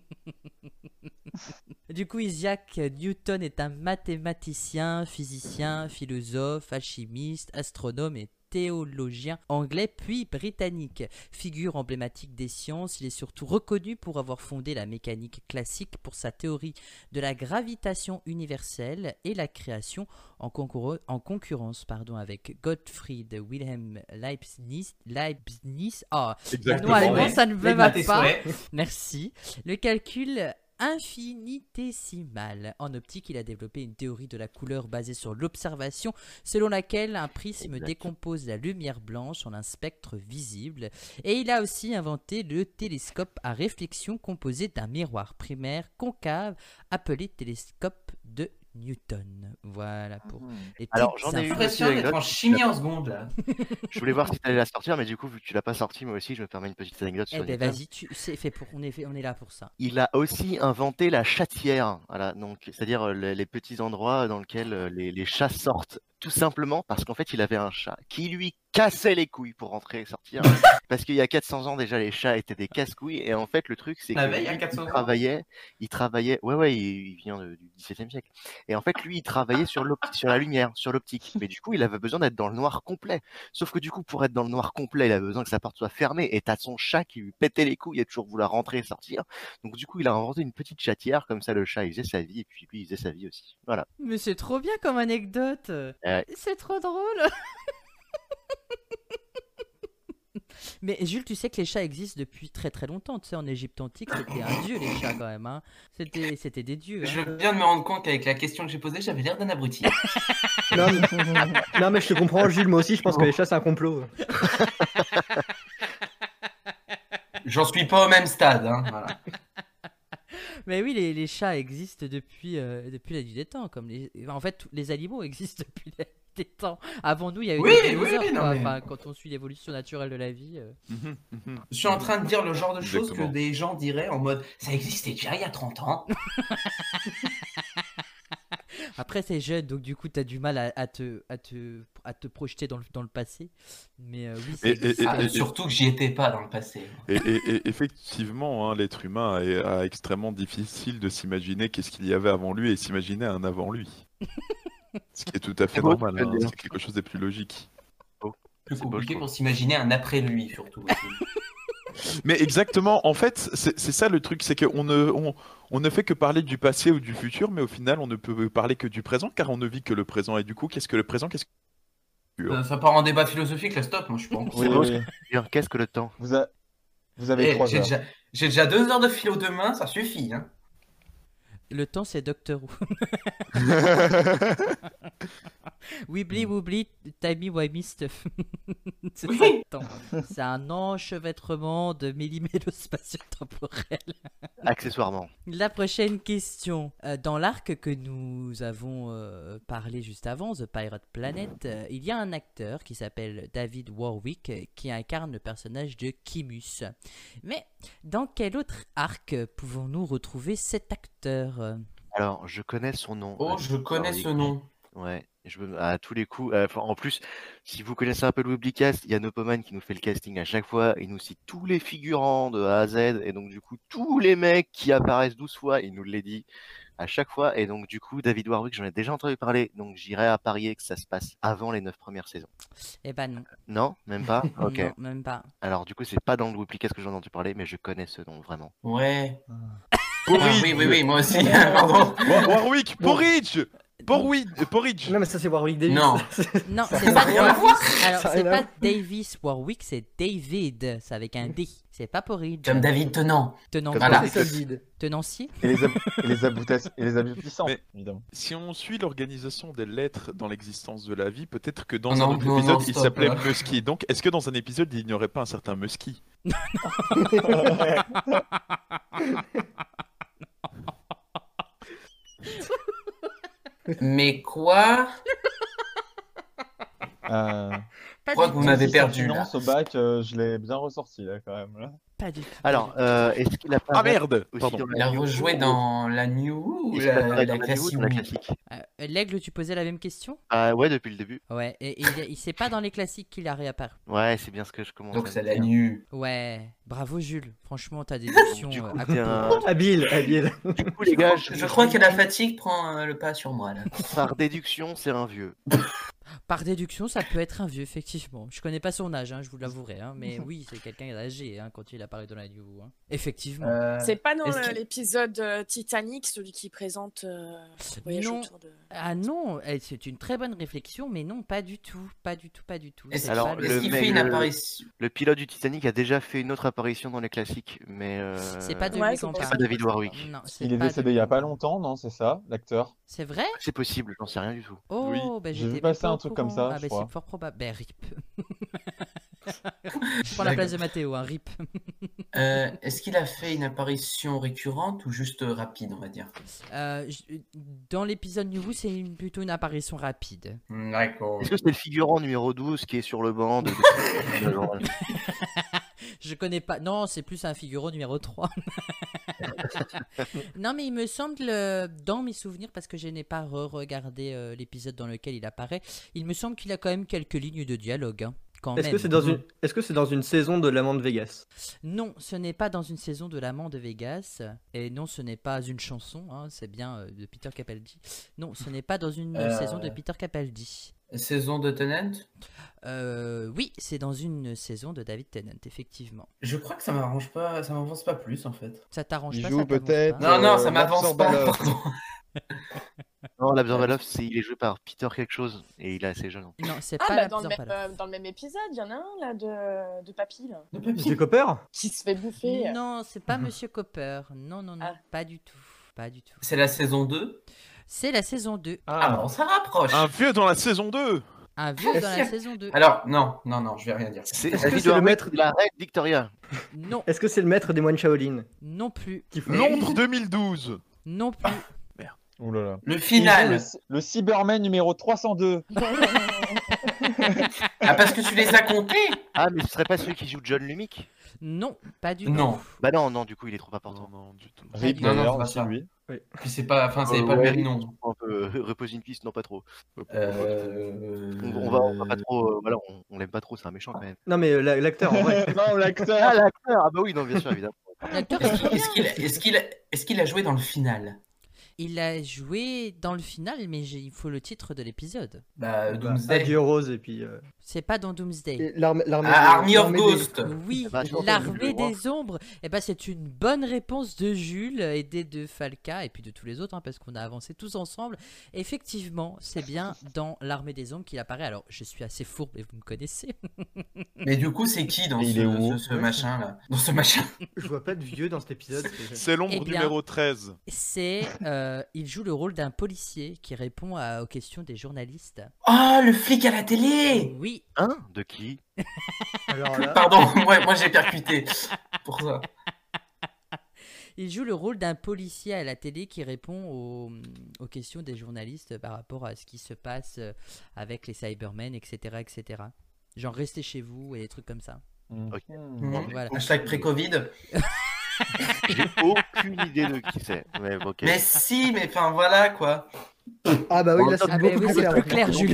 Du coup, Isaac Newton est un mathématicien, physicien, philosophe, alchimiste, astronome et théologien anglais puis britannique. Figure emblématique des sciences, il est surtout reconnu pour avoir fondé la mécanique classique pour sa théorie de la gravitation universelle et la création en concurrence avec Gottfried Wilhelm Leibniz. Ah,
Exactement.
non, allemand, ça ne me va
tes
pas.
souhaits.
Merci. Le calcul infinitésimal. En optique, il a développé une théorie de la couleur basée sur l'observation, selon laquelle un prisme
Exact.
décompose la lumière blanche en un spectre visible. Et il a aussi inventé le télescope à réflexion composé d'un miroir primaire concave appelé télescope de Newton. Voilà pour les
Alors,
petites
j'en ai une
infos.
petite
L'impression d'être
anecdote.
en chimie en seconde là.
Je voulais voir si tu allais la sortir, mais du coup, vu que tu l'as pas sortie, moi aussi, je me permets une petite anecdote
Eh
sur
ben
Newton.
vas-y, c'est fait pour. On est là pour ça.
Il a aussi inventé la chatière, voilà, donc c'est-à-dire les petits endroits dans lesquels les chats sortent, tout simplement parce qu'en fait il avait un chat qui lui cassait les couilles pour rentrer et sortir, parce qu'il y a 400 ans déjà les chats étaient des casse-couilles, et en fait le truc c'est
La
que
veille, il y a
lui,
400 ans.
il travaillait, ouais, il vient du XVIIe siècle, et en fait lui il travaillait sur la lumière, sur l'optique, mais du coup il avait besoin d'être dans le noir complet, sauf que du coup pour être dans le noir complet il avait besoin que sa porte soit fermée, et t'as son chat qui lui pétait les couilles et toujours vouloir rentrer et sortir. Donc du coup, il a inventé une petite chatière, comme ça le chat il faisait sa vie, et puis lui il faisait sa vie aussi. Voilà.
Mais c'est trop bien comme anecdote.
Ouais.
C'est trop drôle. Mais Jules, tu sais que les chats existent depuis très très longtemps. Tu sais, en Égypte antique, c'était un dieu les chats quand même. Hein. C'était des dieux.
Je
Hein.
viens de me rendre compte qu'avec la question que j'ai posée, j'avais l'air d'un abruti.
Non, mais je te comprends, Jules, moi aussi, je pense que les chats, c'est un complot.
J'en suis pas au même stade. Hein, voilà.
Mais oui, les chats existent depuis la nuit des temps. En fait, les animaux existent depuis la nuit des temps. Avant nous, il y avait
Oui,
des dinosaures.
oui, non,
quoi.
mais-
Enfin, quand on suit l'évolution naturelle de la vie.
Je suis en train de dire le genre de choses
Exactement.
que des gens diraient en mode ça existait déjà il y a 30 ans.
Après, c'est jeune, donc du coup, t'as du mal à te projeter dans le passé. Mais oui, ça
Et-
existe.
Surtout que j'y étais pas dans le passé.
Et effectivement, hein, l'être humain a extrêmement difficile de s'imaginer qu'est-ce qu'il y avait avant lui et s'imaginer un avant lui. Ce qui est tout à fait
C'est beau,
normal,
tu peux
hein,
le dire.
c'est quelque chose des plus logiques.
Plus
C'est beau,
compliqué
je
pour s'imaginer un après lui surtout. aussi.
Mais exactement, en fait, c'est ça le truc, c'est qu'on ne fait que parler du passé ou du futur, mais au final, on ne peut parler que du présent, car on ne vit que le présent. Et du coup, qu'est-ce que le présent, qu'est-ce que le futur?
Ça part en débat philosophique, là stop, moi je suis pas en cours.
C'est beau, D'ailleurs, qu'est-ce que le temps?
Vous avez
Eh,
3 heures.
j'ai déjà 2 heures de philo demain, ça suffit. Hein.
Le temps, c'est Doctor Who. Wibbly wobbly, timey wimey stuff. C'est ça le temps. C'est un enchevêtrement de millimélos spatio-temporels.
Accessoirement.
La prochaine question. Dans l'arc que nous avons parlé juste avant, The Pirate Planet, il y a un acteur qui s'appelle David Warwick qui incarne le personnage de Kimus. Mais dans quel autre arc pouvons-nous retrouver cet acteur?
Alors, je connais son nom.
Oh, je connais ce nom.
Ouais, à tous les coups. En plus, si vous connaissez un peu le Webcast, il y a Nopoman qui nous fait le casting à chaque fois. Il nous cite tous les figurants de A à Z. Et donc, du coup, tous les mecs qui apparaissent 12 fois, il nous les dit à chaque fois. Et donc, du coup, David Warwick, j'en ai déjà entendu parler. Donc, j'irai à parier que ça se passe avant les 9 premières saisons.
Eh ben non.
Non, même pas. Ok.
Non, même pas.
Alors, du coup, c'est pas dans le Webcast que j'en ai entendu parler, mais je connais ce nom vraiment.
Ouais. Ah,
Porridge.
oui, moi aussi. Pardon.
Warwick, Porridge, Porridge.
Non, mais ça, c'est Warwick Davis.
Non.
Non,
Ça
c'est
n'a
pas
rien à
Davis. Alors,
Ça a
c'est
rien à
pas Davis Warwick, c'est David. C'est avec un D. C'est pas Porridge.
Comme David Tennant.
Tenant.
Comme
Voilà.
C'est ça, le vide.
Tenancier.
Et les aboutissants,
Mais-
évidemment.
Si on suit l'organisation des lettres dans l'existence de la vie, peut-être que dans
Non,
un autre
non,
épisode,
non,
il
stop,
s'appelait
là.
Musky. Donc, est-ce que dans un épisode, il n'y aurait pas un certain Musky?
Mais quoi?
Pas
Je crois
du
que vous
tout.
m'avez perdu. Là.
Finance au bac, je l'ai bien ressorti là quand même. Là.
Pas du tout.
Alors, est-ce qu'il a pas
Ah merde,
aussi
pardon.
dans
Il a
New
rejoué
ou-
dans la New ou
Est-ce qu'il apparaît dans
la
la New ou dans la
classique?
classique?
L'aigle, tu posais la même question?
Ah ouais, depuis le début.
Ouais, et il c'est pas dans les classiques qu'il a réapparu.
Ouais, c'est bien ce que je commence
Donc
à
c'est
me
la
dire.
New.
Ouais, bravo Jules. Franchement, t'as des notions
Du coup,
à
t'es
couper.
Habile.
Du coup, les gars,
Je crois que la fatigue prend le pas sur moi là.
par déduction, c'est un vieux.
Par déduction, ça peut être un vieux, effectivement. Je connais pas son âge, hein, je vous l'avouerai. Hein, mais oui, c'est quelqu'un âgé hein, quand il apparaît dans la New. Hein. Effectivement.
C'est pas dans
est-ce qu'il-
l'épisode Titanic, celui qui présente Voyage
Non.
autour de...
Ah non, c'est une très bonne réflexion, mais non, pas du tout. Pas du tout, pas du tout.
Est-ce
C'est
Alors,
pas le-
est-ce qu'il
mec,
fait une
le-
apparition?
Le pilote du Titanic a déjà fait une autre apparition dans les classiques, mais
C'est pas de
Ouais,
lui
c'est
qu'on
pas
parle.
pas David Warwick.
Non, c'est
Il est
pas de
décédé
lui
il y a
qu'on
pas
parle.
longtemps, non, c'est ça, l'acteur?
C'est vrai?
C'est possible, j'en sais rien du tout.
Oh,
Oui.
bah
J'ai
j'étais
vu passer
pas
un
au
truc comme
courant.
ça,
Ah,
je
bah
crois.
c'est fort probable. Ben, RIP. Je prends la place de Mathéo, hein, RIP.
Est-ce qu'il a fait une apparition récurrente ou juste rapide, on va dire?
Dans l'épisode New Who, c'est plutôt une apparition rapide.
D'accord.
Est-ce que c'est le figurant numéro 12 qui est sur le banc de...
Je connais pas. Non, c'est plus un figurant numéro 3. Non, mais il me semble, dans mes souvenirs, parce que je n'ai pas re-regardé l'épisode dans lequel il apparaît, il me semble qu'il a quand même quelques lignes de dialogue. Hein, quand
Est-ce
même.
que c'est dans une saison de l'amant de Vegas?
Non, ce n'est pas dans une saison de l'amant de Vegas. Et non, ce n'est pas une chanson. Hein, c'est bien de Peter Capaldi. Non, ce n'est pas dans une saison de Peter Capaldi.
Saison de Tennant?
Oui, c'est dans une saison de David Tennant, effectivement.
Je crois que ça m'arrange pas, ça m'avance pas plus en fait.
Ça t'arrange
Il
pas,
joue
ça t'avance
peut-être.
pas
Non, ça m'avance pas,
l'Absorbalov.
pardon.
Non, l'Absorbalov, il est joué par Peter quelque chose et il est assez jeune.
Non, c'est
Ah,
pas
bah,
l'Absorbalov.
dans le même épisode, il y en a un là de Papy là,
Monsieur Copper?
qui se fait bouffer.
Non, c'est pas Monsieur Copper. Non, non, non,
Ah.
pas du tout. Pas du tout.
C'est la saison 2?
C'est la saison 2.
Ah bon, ça rapproche.
Un vieux dans la saison 2.
Un vieux dans la saison 2.
Alors, non, je vais rien dire.
C'est
Est-ce que
David
c'est le
Warwick
maître
de la reine Victoria.
Non,
Est-ce que c'est le maître des moines Shaolin
non plus.
qui fait...
Londres 2012.
Non plus.
Ouh là là.
Le
Il
final.
joue le Cyberman numéro 302.
Ah, parce que tu les as comptés?
Ah, mais ce serait pas celui qui joue John Lumick?
Non, pas du
Non.
tout.
Bah non, du coup, il est trop important.
Non, du tout.
Rip
Non,
d'ailleurs,
c'est pas
aussi
ça.
lui.
Puis c'est pas, enfin, c'est pas le
Ouais,
même nom.
On peut reposer une piste, non pas trop.
Euh...
On va pas trop, voilà, on l'aime pas trop, c'est un méchant quand même.
Non mais l'acteur en vrai.
Non,
Ah,
l'acteur.
l'acteur, ah bah oui, non, bien sûr, évidemment.
L'acteur est très bien.
Est-ce qu'il a joué dans le final?
Il a joué dans le final, mais il faut le titre de l'épisode.
Bah, Doomsday.
Adieu Rose et puis...
C'est pas dans Doomsday.
l'armée
Army of
l'armée
Ghosts.
Oui,
Bah, je pense
l'armée
que-
des ombres. Eh ben, c'est une bonne réponse de Jules, aidé de Falca et puis de tous les autres, hein, parce qu'on a avancé tous ensemble. Effectivement, c'est bien dans l'armée des ombres qu'il apparaît. Alors, je suis assez fourbe et vous me connaissez.
Mais du coup, c'est qui dans
Et il est où
ce machin là? Dans ce machin.
Je vois pas de vieux dans cet épisode.
C'est l'ombre
Eh bien-
numéro 13.
Il joue le rôle d'un policier qui répond aux questions des journalistes.
Oh, le flic à la télé!
Oui,
Hein? De qui?
Alors là...
Pardon, moi j'ai percuté. Pour ça.
il joue le rôle d'un policier à la télé qui répond aux questions des journalistes par rapport à ce qui se passe avec les Cybermen, etc., etc. Genre, restez chez vous et des trucs comme ça.
Ok.
Voilà.
Hashtag pré-Covid.
J'ai aucune idée de qui c'est. Mais ok.
Mais si, mais enfin voilà quoi.
Ah bah oui, là c'est
Ah ben
beaucoup
oui,
plus
c'est
clair.
plus clair, Jules.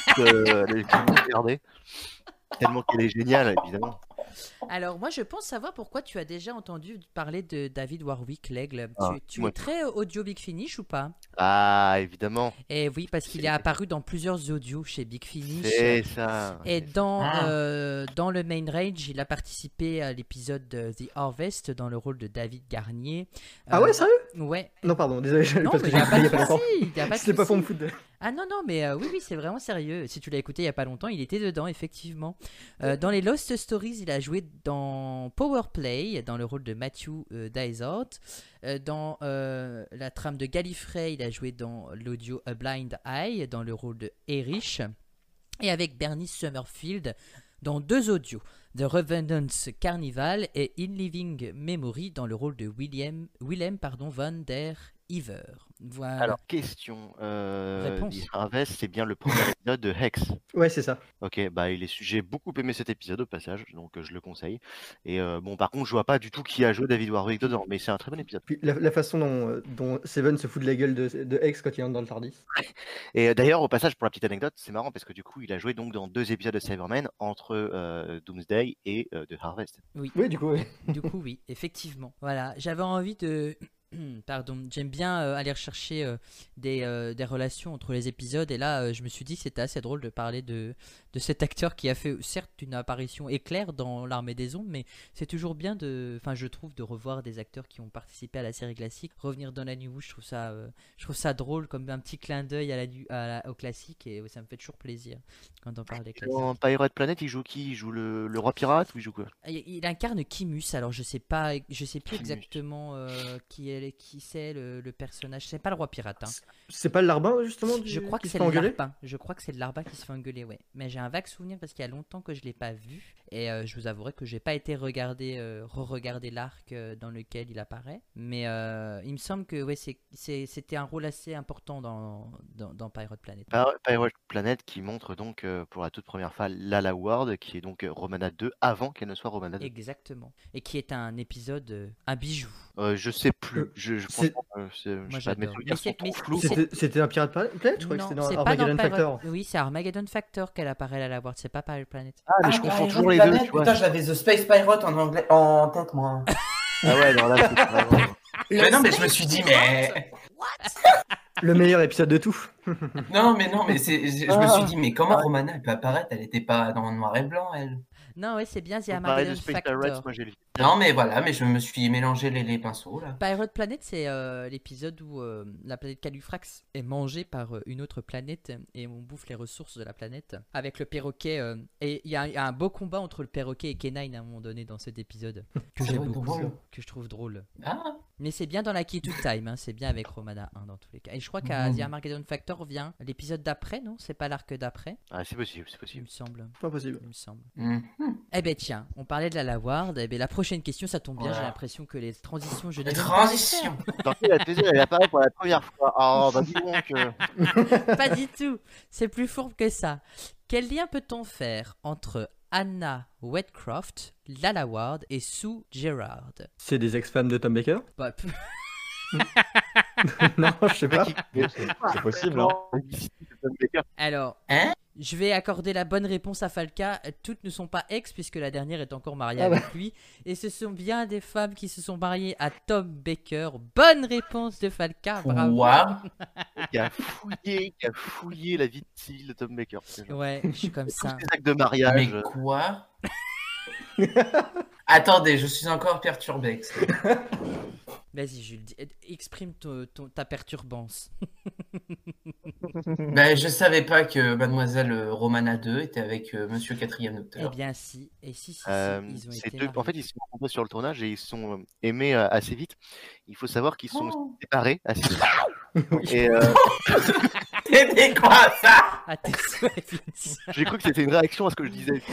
Les films regardés. Tellement qu'elle est géniale, évidemment.
Alors, moi, je pense savoir pourquoi tu as déjà entendu parler de David Warwick, l'aigle.
Ah,
Tu
moi.
es très audio Big Finish ou pas?
Ah, évidemment.
Eh oui, parce qu'il est
C'est-
apparu dans plusieurs audios chez Big Finish.
C'est ça.
Et dans,
Ah.
dans le Main Range, il a participé à l'épisode de The Harvest dans le rôle de David Garnier.
Ah ouais, sérieux?
Ouais.
Non pardon, désolé,
Non,
parce
mais
que
il
j'ai
n'y a pas
écouté il y
de
a pas longtemps.
souci, y a pas de
C'était pas pour me
souci.
foutre de...
Ah non, non, mais oui, oui, c'est vraiment sérieux. Si tu l'as écouté il n'y a pas longtemps, il était dedans, effectivement. Dans les Lost Stories, il a joué dans Power Play, dans le rôle de Matthew Dysart. Dans la trame de Gallifrey, il a joué dans l'audio A Blind Eye, dans le rôle de Erich. Et avec Bernie Summerfield, dans 2 audios, The Revenant's Carnival et In Living Memory, dans le rôle de Willem van der Iver. Voilà.
Alors, question.
Réponse.
The Harvest, c'est bien le premier épisode de Hex.
Ouais, c'est ça.
Ok, bah j'ai beaucoup aimé cet épisode au passage, donc je le conseille. Et bon, par contre, je vois pas du tout qui a joué David Warwick dedans, mais c'est un très bon épisode.
Puis la façon dont Seven se fout de la gueule de X quand il entre dans le Tardis.
Et d'ailleurs, au passage, pour la petite anecdote, c'est marrant parce que du coup, il a joué donc dans 2 épisodes de Cybermen entre Doomsday et The Harvest.
Oui, du coup, ouais.
Du coup, oui, effectivement. Voilà, j'avais envie de... Pardon, j'aime bien aller rechercher des relations entre les épisodes et là je me suis dit que c'était assez drôle de parler de cet acteur qui a fait certes une apparition éclair dans l'Armée des Ombres, mais c'est toujours bien je trouve de revoir des acteurs qui ont participé à la série classique revenir dans la New Who. Je trouve ça drôle comme un petit clin d'œil au classique et ça me fait toujours plaisir quand on parle des classiques.
Dans Pirate Planet, il joue qui? Il joue le roi pirate ou il joue quoi?
Il incarne Kimus, alors je sais plus
Kimus.
exactement qui est qui c'est le personnage. C'est pas le roi pirate. Hein.
C'est pas le larbin justement
Je crois que
qui se
c'est
fait
le
engueuler
larbin. Je crois que c'est le larbin qui se fait engueuler, ouais. Mais j'ai un vague souvenir parce qu'il y a longtemps que je l'ai pas vu. Et je vous avouerai que j'ai pas été re-regarder l'arc dans lequel il apparaît. Mais il me semble que ouais, c'était un rôle assez important dans Pirate Planet.
Pirate Planet qui montre donc pour la toute première fois Lala Ward, qui est donc Romana 2 avant qu'elle ne soit Romana 2.
Exactement. Et qui est un épisode, un bijou.
Je sais plus.
c'est-
Franchement,
Moi,
je sais pas, mes
j'adore.
souvenirs sont trop flous.
C'était un Pirate Planet, je crois que
Non,
c'était dans
c'est pas
Armageddon
Pirate-
Factor.
Oui, c'est Armageddon Factor qu'elle apparaît à la Ward, c'est pas Pirate Planet.
Ah, mais je confonds
Pirate
toujours les deux,
Planet,
tu vois.
Putain, j'avais The Space Pirate en anglais en tête, moi.
Ah ouais, non, là, c'est pas vraiment-
Mais non, mais je me suis dit, mais.
Le meilleur épisode de tout.
Non, mais je me suis dit, mais comment Romana elle peut apparaître? Elle était pas dans le noir et blanc, elle.
Non, ouais, c'est bien The
Faut parler de
Armageddon
Space
Factor.
Pirates, moi j'ai lu.
Non, mais voilà, mais je me suis mélangé les pinceaux, là.
Pirate Planet, c'est l'épisode où la planète Calufrax est mangée par une autre planète et on bouffe les ressources de la planète avec le perroquet. Et il y a un beau combat entre le perroquet et Kenine à un moment donné dans cet épisode que
C'est
j'aime beaucoup,
drôle.
que je trouve drôle.
Ah,
Mais c'est bien dans la Key to Time, hein, c'est bien avec Romana 1 dans tous les cas. Et je crois qu'à The Armageddon Factor vient l'épisode d'après, non? C'est pas l'arc d'après,
Ah, c'est possible, c'est
il
possible.
me semble.
Pas possible.
Il me semble.
mhm.
Eh ben tiens, on parlait de la Laward. Eh ben la prochaine question, ça tombe bien.
Voilà.
J'ai l'impression que les transitions, je
Les
n'ai même pas les
transitions.
Dans quel plaisir, elle apparaît pour la première fois. Oh, bah dis donc.
faire. Pas du tout. C'est plus fourbe que ça. Quel lien peut-on faire entre Anna Whitcroft, Lala Ward et Sue Gerard?
C'est des ex-femmes de Tom Baker.
Bah,
Non, je sais pas.
C'est possible, hein.
alors,
Hein?
je vais accorder la bonne réponse à Falca. Toutes ne sont pas ex puisque la dernière est encore mariée
Ah bah.
avec lui. Et ce sont bien des femmes qui se sont mariées à Tom Baker. Bonne réponse de Falca. Bravo.
Waouh.
Qui a fouillé la vie civile de Tom Baker. C'est genre
Ouais, je suis comme
tous
ça.
ces actes de mariage.
Mais quoi? Attendez, je suis encore perturbé.
Vas-y, Jules, exprime ta perturbance.
Ben, je savais pas que Mademoiselle Romana 2 était avec Monsieur Quatrième
Eh
Docteur.
bien, si. Et si, ils ont
Ces
été
deux, en
mariés.
fait, ils se sont rencontrés sur le tournage et ils se sont aimés assez vite. Il faut savoir qu'ils sont
Oh.
séparés assez vite.
Oui.
Et
C'était quoi ça?
À tes souhaits, Vince.
j'ai cru que c'était une réaction à ce que je disais.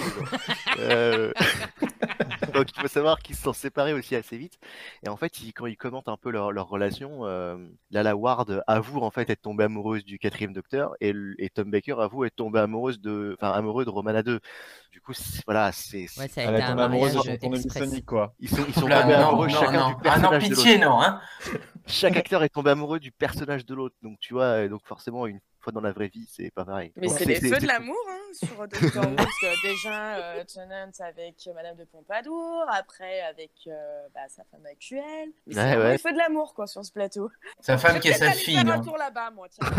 Donc il faut savoir qu'ils se sont séparés aussi assez vite. Et en fait, quand ils commentent un peu leur relation, Lala Ward avoue en fait être tombée amoureuse du Quatrième Docteur et Tom Baker avoue être tombé amoureux de Romana 2. Du coup, voilà, c'est
Ouais, ça a
Elle
été
est
un
tombée amoureuse
mariage
de ton ami
express.
Sonic, quoi.
ils sont
Oula,
tombés
non,
amoureux
non,
chacun
non.
du
Ah
personnage
non,
de
pitié,
l'autre.
non, hein.
Chaque acteur est tombé amoureux du personnage de l'autre. Donc tu vois, donc forcément une fois dans la vraie vie, c'est pas pareil.
Mais
Donc,
c'est les feux de
c'est-
l'amour hein, sur Doctor Who, parce que déjà, Tennant avec Madame de Pompadour, après avec sa femme actuelle. Mais c'est
Ouais,
vraiment
ouais.
les feux de l'amour quoi sur ce plateau.
Sa femme
Je
qui est
vais
sa
peut-être aller
fille.
faire un
Hein.
tour là-bas, moi, tiens.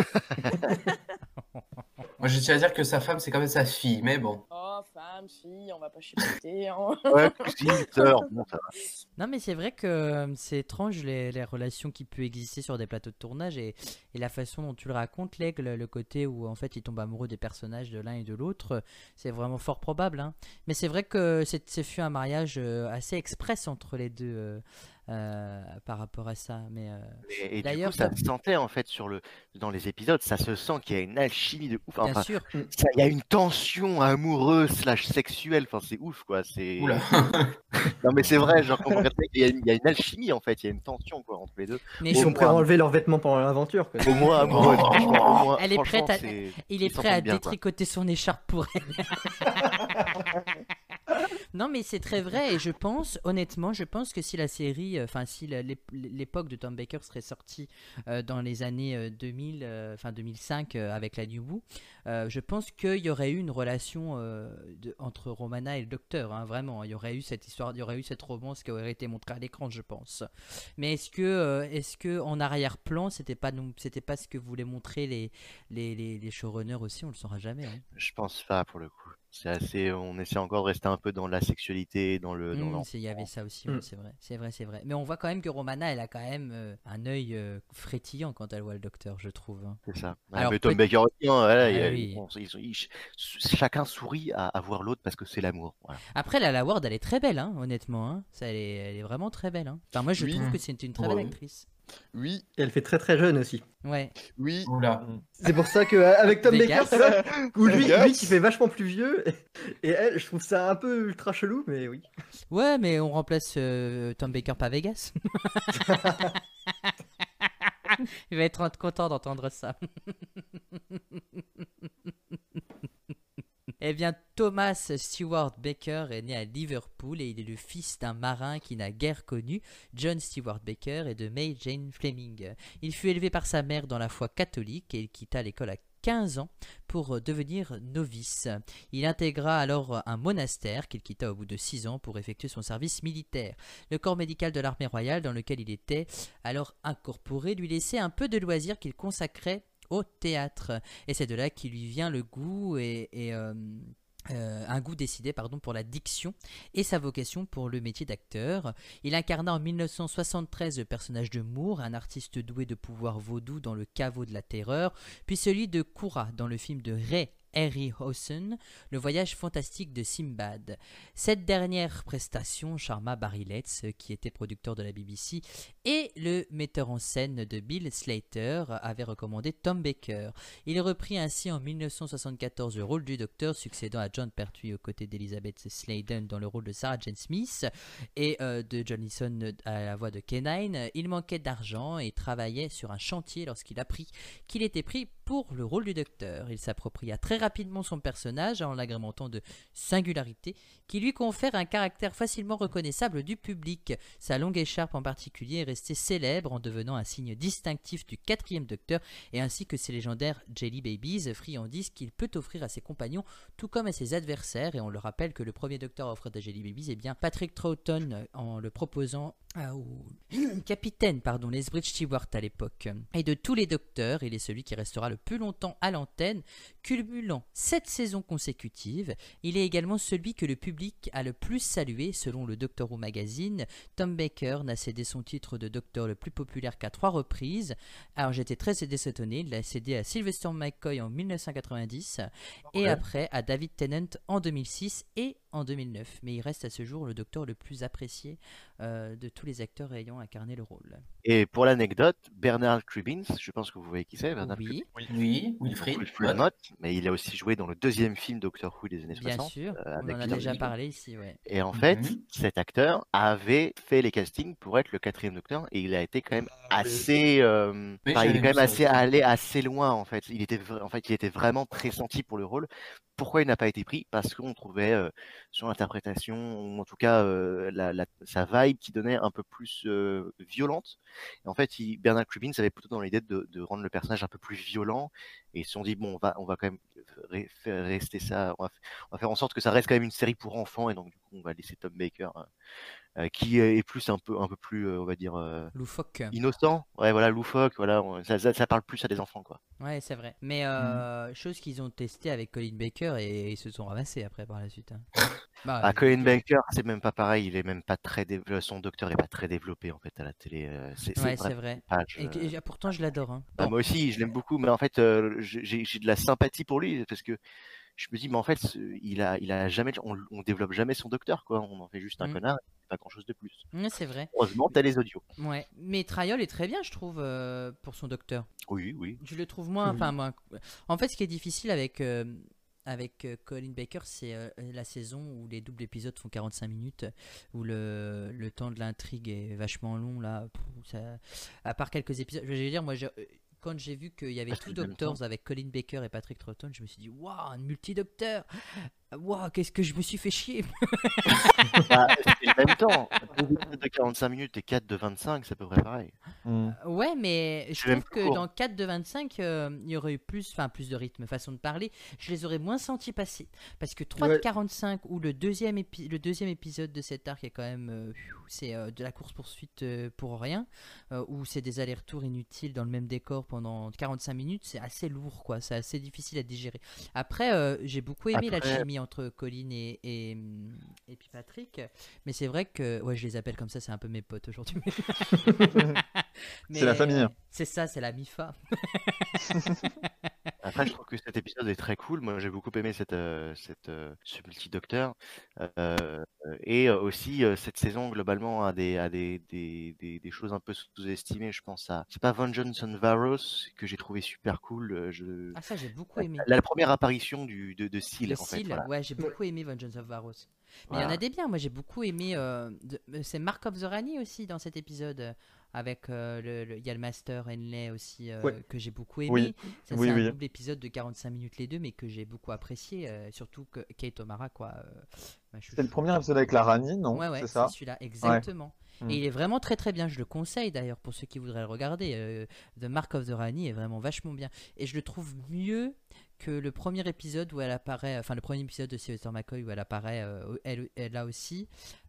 Moi, je tiens à dire que sa femme, c'est quand même sa fille, mais bon.
Oh, femme, fille, on va pas chipoter. Hein.
Ouais, cousine, sœur, bon, ça va.
Non, mais c'est vrai que c'est étrange les relations qui peuvent exister sur des plateaux de tournage et la façon dont tu le racontes, l'aigle, le côté où en fait il tombe amoureux des personnages de l'un et de l'autre, c'est vraiment fort probable. Hein. Mais c'est vrai que c'est fut un mariage assez express entre les deux par rapport à ça. Mais
Et du
d'ailleurs,
coup, ça se sentait en fait dans les épisodes, ça se sent qu'il y a une alchimie de ouf.
bien
Enfin,
sûr.
il y a une tension amoureuse / sexuelle. Enfin, c'est ouf quoi. C'est.
Oula.
Non mais c'est vrai, genre quand on regarde ça, il y a une alchimie en fait, il y a une tension quoi entre les deux.
Mais
Ils
je-
sont prêts à enlever leurs vêtements pendant l'aventure. quoi.
Au moins amoureux.
Oh.
Franchement, au moins,
Elle est
franchement,
prête à-
c'est-
il est
ils
prêt à
s'entendent bien, quoi.
détricoter son écharpe pour elle. Non, mais c'est très vrai et je pense, honnêtement, je pense que si la série, enfin si l'époque de Tom Baker serait sortie dans les années 2000, enfin 2005 avec la New Who, je pense qu'il y aurait eu une relation entre Romana et le Docteur, hein, vraiment. Il y aurait eu cette histoire, il y aurait eu cette romance qui aurait été montrée à l'écran, je pense. Mais est-ce que en arrière-plan, c'était pas ce que voulaient montrer les showrunners aussi, on le saura jamais. Hein.
Je pense pas pour le coup. C'est assez. On essaie encore de rester un peu dans la sexualité, dans le. Dans
Il y avait ça aussi, ouais, c'est vrai. Mais on voit quand même que Romana, elle a quand même un œil frétillant quand elle voit le Docteur, je trouve. Hein.
C'est ça.
Alors,
Mais Tom
peut-
Baker aussi, hein, voilà,
Ah
il y a-
oui.
bon, chacun sourit à voir l'autre parce que c'est l'amour. Voilà.
Après, Lala Ward, elle est très belle, hein, honnêtement. Hein. Ça, elle est vraiment très belle. Hein. Enfin, moi, je
Oui.
trouve que c'est une très belle
Ouais.
actrice.
Oui,
Et elle fait très très jeune aussi.
Ouais.
oui.
Oula.
C'est pour ça qu'avec Tom Baker,
Vegas.
tu vois, où lui
Vegas.
qui fait vachement plus vieux, et elle, je trouve ça un peu ultra chelou, mais oui.
Ouais, mais on remplace Tom Baker par Vegas. Il va être content d'entendre ça. Eh bien, Thomas Stewart Baker est né à Liverpool et il est le fils d'un marin qui n'a guère connu John Stewart Baker et de May Jane Fleming. Il fut élevé par sa mère dans la foi catholique et il quitta l'école à 15 ans pour devenir novice. Il intégra alors un monastère qu'il quitta au bout de 6 ans pour effectuer son service militaire. Le corps médical de l'armée royale dans lequel il était alors incorporé lui laissait un peu de loisirs qu'il consacrait au théâtre. Et c'est de là qu'il lui vient le goût un goût décidé pour la diction et sa vocation pour le métier d'acteur. Il incarna en 1973 le personnage de Moore, un artiste doué de pouvoirs vaudous dans Le Caveau de la Terreur, puis celui de Koura dans le film de Ray Harryhausen, Le Voyage fantastique de Simbad. Cette dernière prestation charma Barry Letts, qui était producteur de la BBC, et le metteur en scène de Bill Slater avait recommandé Tom Baker. Il reprit ainsi en 1974 le rôle du docteur, succédant à John Pertwee aux côtés d'Elizabeth Sladen dans le rôle de Sarah Jane Smith et de John Leeson à la voix de K9. Il manquait d'argent et travaillait sur un chantier lorsqu'il apprit qu'il était pris pour le rôle du docteur. Il s'appropria très rapidement son personnage en l'agrémentant de singularités qui lui confèrent un caractère facilement reconnaissable du public. Sa longue écharpe en particulier est restée célèbre en devenant un signe distinctif du 4e docteur et ainsi que ses légendaires Jelly Babies, friandises qu'il peut offrir à ses compagnons tout comme à ses adversaires. Et on le rappelle que le premier docteur à offrir des Jelly Babies est bien Patrick Troughton en le proposant au capitaine Lethbridge Stewart à l'époque. Et de tous les docteurs, il est celui qui restera le plus longtemps à l'antenne, cumulant 7 saisons consécutives. Il est également celui que le public a le plus salué selon le Doctor Who Magazine. Tom Baker n'a cédé son titre de docteur le plus populaire qu'à 3 reprises. Alors j'étais très étonné, il l'a cédé à Sylvester McCoy en 1990 et après à David Tennant en 2006 et en 2009. Mais il reste à ce jour le docteur le plus apprécié de tous les acteurs ayant incarné le rôle.
Et pour l'anecdote, Bernard Cribbins, je pense que vous voyez qui c'est, Bernard
Oui,
Oui, Wilfried.
Mott, mais il a aussi joué dans le 2e film Doctor Who des années
bien
60.
sûr, on
avec
en a
Peter
déjà
Capaldi.
parlé ici, ouais.
Et en fait,
Mhm.
cet acteur avait fait les castings pour être le 4e docteur et il a été quand même assez,
Oui,
il est
j'avais
quand même
vu ça
assez
aussi.
allé assez loin en fait. Il était vraiment pressenti pour le rôle. Pourquoi il n'a pas été pris? Parce qu'on trouvait son interprétation, ou en tout cas sa vibe qui donnait un peu plus violente. Et en fait, Bernard Cribbins avait plutôt dans l'idée de rendre le personnage un peu plus violent. Et ils se sont dit, bon, on va quand même faire rester ça, on va faire en sorte que ça reste quand même une série pour enfants. Et donc, du coup, on va laisser Tom Baker, qui est plus un peu plus, on va dire,
Loufoque.
innocent. Ouais, voilà, loufoque, voilà, ça parle plus à des enfants, quoi.
Ouais, c'est vrai. Mais chose qu'ils ont testé avec Colin Baker et ils se sont ramassés après par la suite. Hein. Bah,
Colin Baker, c'est même pas pareil, il est même pas très son docteur est pas très développé en fait à la télé.
ouais, c'est vrai. Et pourtant, je l'adore. Hein.
Bah, moi aussi, je l'aime beaucoup, mais en fait, j'ai de la sympathie pour lui parce que je me dis, mais en fait, il a jamais, on développe jamais son docteur, quoi. On en fait juste un connard, et pas grand chose de plus.
Ouais, c'est vrai.
Heureusement, t'as les audios.
Ouais, mais Trial est très bien, je trouve, pour son docteur.
Oui, oui.
Je le trouve moins. En fait, ce qui est difficile avec Colin Baker, c'est la saison où les doubles épisodes font 45 minutes, où le temps de l'intrigue est vachement long là. À part quelques épisodes, je vais dire, moi, quand j'ai vu qu'il y avait Two Doctors avec Colin Baker et Patrick Troughton, je me suis dit, waouh, un multi-docteur! Waouh, qu'est-ce que je me suis fait chier!
Bah, c'est le même temps. 2 épisodes de 45 minutes et 4 de 25, c'est à peu près pareil.
Ouais, mais je
C'est même
trouve
plus
que
court.
dans 4 de 25, il y aurait eu plus de rythme, façon de parler. Je les aurais moins sentis passer. Parce que 3 de 45, où le deuxième épisode de cet arc est quand même. C'est de la course-poursuite pour rien, où c'est des allers-retours inutiles dans le même décor pendant 45 minutes, c'est assez lourd, quoi. C'est assez difficile à digérer. Après, j'ai beaucoup aimé la chimie entre Colin et puis Patrick, mais c'est vrai que. Ouais, je les appelle comme ça, c'est un peu mes potes aujourd'hui.
C'est la famille.
C'est ça, c'est la MIFA.
Après, je trouve que cet épisode est très cool. Moi, j'ai beaucoup aimé ce multi-docteur. Et aussi, cette saison, globalement, a des choses un peu sous-estimées. Je pense à. C'est pas Vengeance on Varos que j'ai trouvé super cool.
Ah, ça, j'ai beaucoup aimé.
La première apparition de Seal,
Le
en fait.
Seal,
Voilà.
ouais, j'ai beaucoup aimé Vengeance of Varos. Mais il y en
Voilà.
a des biens, moi j'ai beaucoup aimé. C'est Mark of the Rani aussi dans cet épisode. Avec il y a le Master Henley aussi
Ouais.
que j'ai beaucoup aimé.
Oui.
Ça,
Oui,
c'est
oui.
un double épisode de 45 minutes les deux, mais que j'ai beaucoup apprécié. Surtout que Kate O'Mara, quoi. Ma
C'était le
chouchou.
premier épisode avec la Rani, non?
Ouais,
C'est
c'est
ça?
celui-là, exactement.
Mm.
Et il est vraiment très très bien. Je le conseille d'ailleurs pour ceux qui voudraient le regarder. The Mark of the Rani est vraiment vachement bien. Et je le trouve mieux que le premier épisode où elle apparaît, enfin le premier épisode de Sylvester McCoy où elle apparaît, elle a aussi,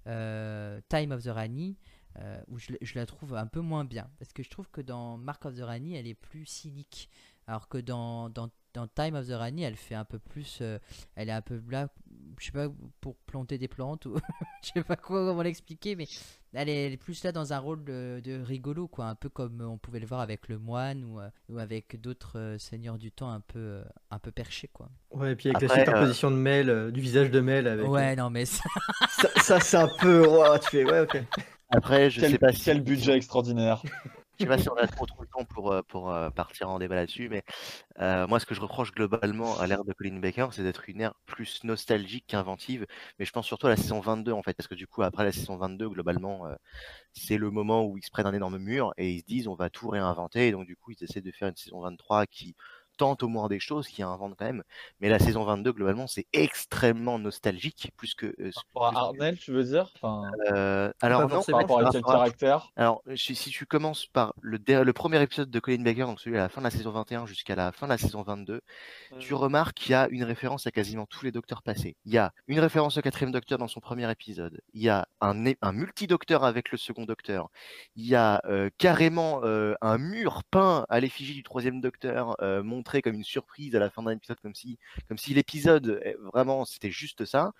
Time of the Rani, où je la trouve un peu moins bien. Parce que je trouve que dans Mark of the Rani, elle est plus cynique. Alors que dans Time of the Rani, elle fait un peu plus. Elle est un peu là, je sais pas, pour planter des plantes ou je sais pas comment l'expliquer, mais elle est plus là dans un rôle de rigolo, quoi. Un peu comme on pouvait le voir avec le moine ou avec d'autres seigneurs du temps un peu perchés, quoi.
Ouais, et puis avec la
Après,
superposition de Mel, du visage de Mel avec.
Ouais, non, mais ça.
Ça, c'est un peu. Ouah, tu fais. Ouais, ok.
Après, je sais pas si.
Quel budget extraordinaire.
Je sais pas si on a trop le temps pour partir en débat là-dessus, mais moi, ce que je reproche globalement à l'ère de Colin Baker, c'est d'être une ère plus nostalgique qu'inventive. Mais je pense surtout à la saison 22, en fait, parce que du coup, après la saison 22, globalement, c'est le moment où ils se prennent un énorme mur et ils se disent on va tout réinventer. Et donc, du coup, ils essaient de faire une saison 23 qui tente au moins des choses, qui invente quand même. Mais la saison 22, globalement, c'est extrêmement nostalgique, plus que.
Par rapport à Arnel, tu veux dire? Enfin,
Alors,
Pas
non,
forcément.
par rapport à quel caractère?
alors, si tu commences par le premier épisode de Colin Baker, donc celui à la fin de la saison 21 jusqu'à la fin de la saison 22, tu remarques qu'il y a une référence à quasiment tous les docteurs passés. Il y a une référence au 4e docteur dans son premier épisode. Il y a un multi-docteur avec le second docteur. Il y a carrément un mur peint à l'effigie du 3e docteur, montré comme une surprise à la fin d'un épisode, comme si l'épisode, vraiment, c'était juste ça.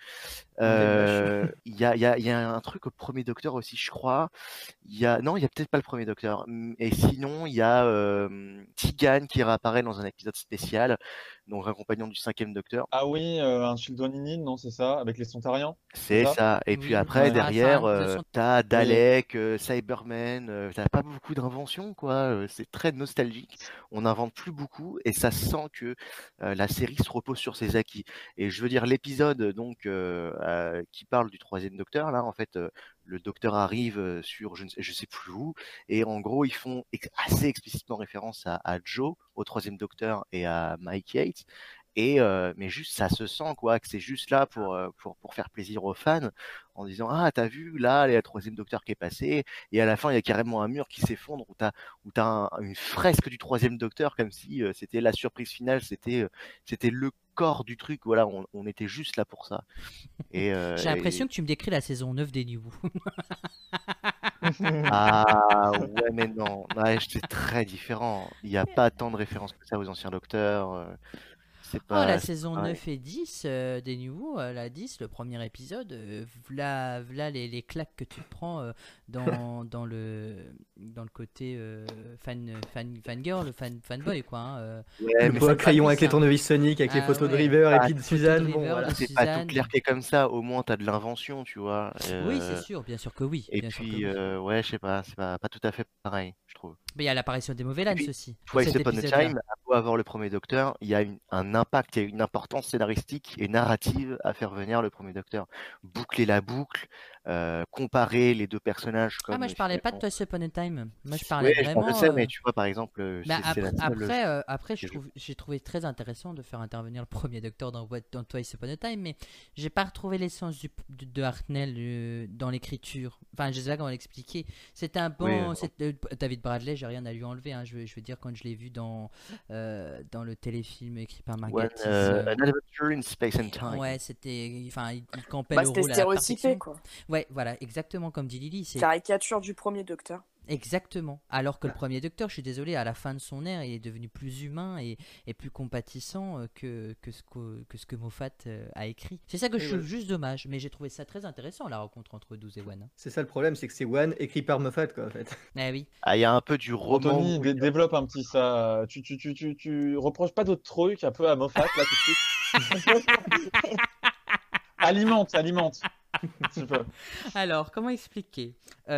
Il y a un truc au premier docteur aussi, je crois. Non, il y a peut-être pas le premier docteur. Et sinon, il y a Tegan qui réapparaît dans un épisode spécial, donc un compagnon du 5e docteur.
Ah oui, un Suldoninin, non, c'est ça? Avec les Sontarians?
C'est ça. Et
Oui,
puis après,
ouais.
derrière,
Enfin, de son-
t'as Dalek, Cyberman, t'as pas beaucoup d'inventions, quoi. C'est très nostalgique. On n'invente plus beaucoup et ça sent que la série se repose sur ses acquis. Et je veux dire, l'épisode donc qui parle du 3e docteur, là, en fait, le docteur arrive sur je sais plus où, et en gros, ils font assez explicitement référence à Joe, au 3e docteur, et à Mike Yates. Mais juste, ça se sent, quoi, que c'est juste là pour faire plaisir aux fans, en disant ah, t'as vu, là, il y a le 3e docteur qui est passé, et à la fin, il y a carrément un mur qui s'effondre, où t'as une fresque du 3e docteur, comme si c'était la surprise finale, c'était le corps du truc, voilà, on était juste là pour ça.
J'ai l'impression que tu me décris la saison 9 des New Who.
Ah ouais, mais non, ouais, c'est très différent. Il n'y a pas tant de références que ça aux anciens docteurs. C'est
Oh, la
pas
saison
pareil.
9 et 10 des New Who, la 10, le premier épisode, v'là les claques que tu prends dans le côté fangirl, fanboy, quoi. Hein,
Ouais,
Le
mais
pot à
c'est
crayon avec les
ça.
tournevis Sonic, avec les
Ah
photos de
ouais.
River et
Ah,
puis de
photos de
Suzanne. Bon,
River,
voilà.
de
c'est pas tout
Suzanne.
clair comme ça. Au moins, t'as de l'invention, tu vois.
Oui, c'est sûr, bien sûr que oui.
Et
Bien sûr que
puis,
oui.
ouais, je sais pas, c'est pas tout à fait pareil, je trouve.
Mais il y a l'apparition des mauvais
Et
Lance
puis,
aussi. Dans
Twice
cet
Upon a
épisode-là.
Time, à beau avoir le premier docteur, il y a un impact, il y a une importance scénaristique et narrative à faire venir le premier docteur. Boucler la boucle, comparer les deux personnages
Ah,
comme
moi je parlais pas de
finalement.
Twice Upon a Time. Moi je parlais
Ouais,
vraiment.
je sais, mais tu vois, par exemple,
Bah,
c'est la seule.
après
que je-
j'ai trouvé très intéressant de faire intervenir le premier docteur dans Twice Upon a Time, mais j'ai pas retrouvé l'essence de Hartnell dans l'écriture. Enfin, je sais pas comment l'expliquer. C'était un bon.
Oui,
David Bradley, j'ai rien à lui enlever. Hein, je veux dire, quand je l'ai vu dans le téléfilm écrit par Mark Gatiss.
An Adventure in Space and Time.
Ouais, c'était. Enfin, il campait
Bah,
le
c'était
rôle à la
stéréotypé,
perfection.
quoi.
Ouais, voilà, exactement comme dit Lily. C'est
Caricature du premier docteur.
Exactement. Alors que le premier Docteur, je suis désolé, à la fin de son ère, il est devenu plus humain et plus compatissant que ce que Moffat a écrit. C'est ça que je trouve juste dommage, mais j'ai trouvé ça très intéressant, la rencontre entre 12 et One.
C'est ça le problème, c'est que c'est One écrit par Moffat, quoi, en fait.
Eh oui.
Ah, il y a un peu du roman.
Anthony, développe un petit ça. Tu reproches pas d'autres trucs un peu à Moffat, là, tout de suite? Alimente. Un petit peu.
Alors, comment expliquer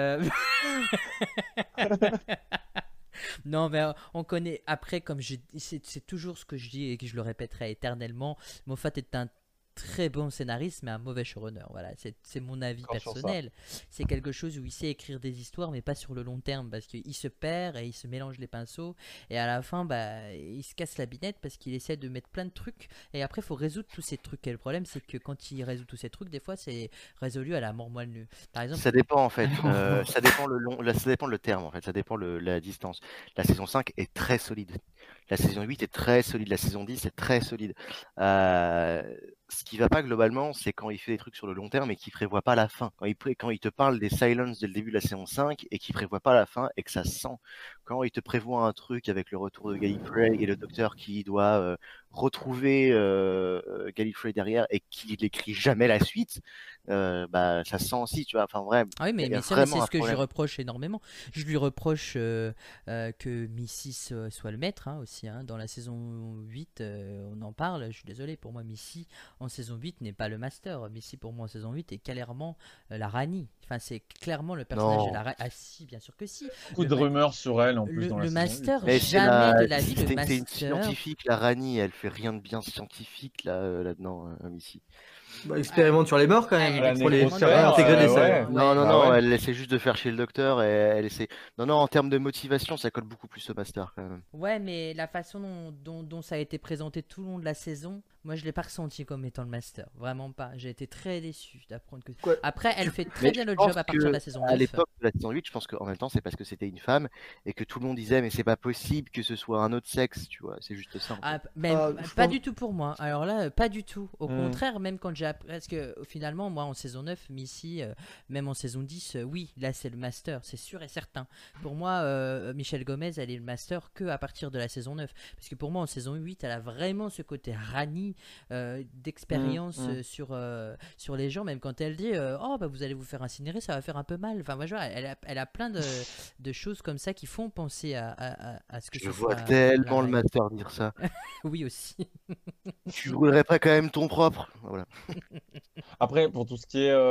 Non, mais on connaît. Après, c'est toujours ce que je dis et que je le répéterai éternellement. Moffat est un très bon scénariste, mais un mauvais showrunner. Voilà, c'est mon avis
Encore sur ça.
personnel. C'est quelque chose où il sait écrire des histoires, mais pas sur le long terme, parce qu'il se perd et il se mélange les pinceaux. Et à la fin, il se casse la binette parce qu'il essaie de mettre plein de trucs. Et après, il faut résoudre tous ces trucs. Et le problème, c'est que quand il résout tous ces trucs, des fois, c'est résolu à la mort moelle. Par exemple,
Ça dépend en fait, ça dépend ça dépend le terme en fait, ça dépend la distance. La saison 5 est très solide. La saison 8 est très solide, la saison 10 est très solide. Ce qui va pas globalement, c'est quand il fait des trucs sur le long terme et qu'il prévoit pas la fin. Quand il te parle des Silence dès le début de la saison 5 et qu'il prévoit pas la fin et que ça se sent. Quand il te prévoit un truc avec le retour de Gallifrey et le Docteur qui doit retrouver Gallifrey derrière et qu'il écrit jamais la suite, ça se sent aussi, tu vois. Enfin, vrai.
Ah oui, mais
il y a
c'est
vraiment un
ce que je lui
problème.
reproche énormément. Je lui reproche que Missy soit le maître aussi. Dans la saison 8, on en parle. Je suis désolé, pour moi, Missy en saison 8 n'est pas le master. Missy, pour moi, en saison 8 est clairement la Rani. Enfin, c'est clairement le personnage
Non.
de la Rani. Ah si, bien sûr que si.
Beaucoup de rumeurs sur elle en plus
Le,
dans la
le
saison
master,
8.
Mais c'est
jamais de la vie, le
c'est une
master.
scientifique, la Rani, elle fait rien de bien scientifique là-dedans, ici.
Bah, expérimente sur les morts quand même,
Elle
pour les
expérimente
faire
sur-
intégrer des
ouais.
salles.
Non,
Bah
non,
ouais.
elle essaie juste de faire chier le Docteur et elle essaie. Non, en termes de motivation, ça colle beaucoup plus au master quand même.
Ouais, mais la façon dont ça a été présenté tout le long de la saison, moi je l'ai pas ressenti comme étant le master. Vraiment pas. J'ai été très déçu d'apprendre que.
Quoi
Après, elle fait très
Mais
bien
je
le
pense
job à partir de la
que,
saison
à
9.
l'époque de la saison 8, je pense qu'en même temps, c'est parce que c'était une femme et que tout le monde disait, mais c'est pas possible que ce soit un autre sexe, tu vois. C'est juste ça. En fait.
Ah, mais
je
pas
pense-
du tout pour moi. Alors là, pas du tout. Au
Mm.
contraire, même quand j'ai appris. Parce que finalement, moi en saison 9, Missy, même en saison 10, oui, là c'est le master, c'est sûr et certain. Pour moi, Michelle Gomez, elle est le master que à partir de la saison 9. Parce que pour moi, en saison 8, elle a vraiment ce côté Rani d'expérience sur les gens. Même quand elle dit oh, bah, vous allez vous faire incinérer, ça va faire un peu mal. Enfin, moi, je vois, elle a plein de choses comme ça qui font penser à ce que
Je
ce
vois
soit
tellement
la
le
reine.
master dire ça.
Oui, aussi.
Tu brûlerais pas quand même ton propre. Voilà.
Après, pour tout ce qui est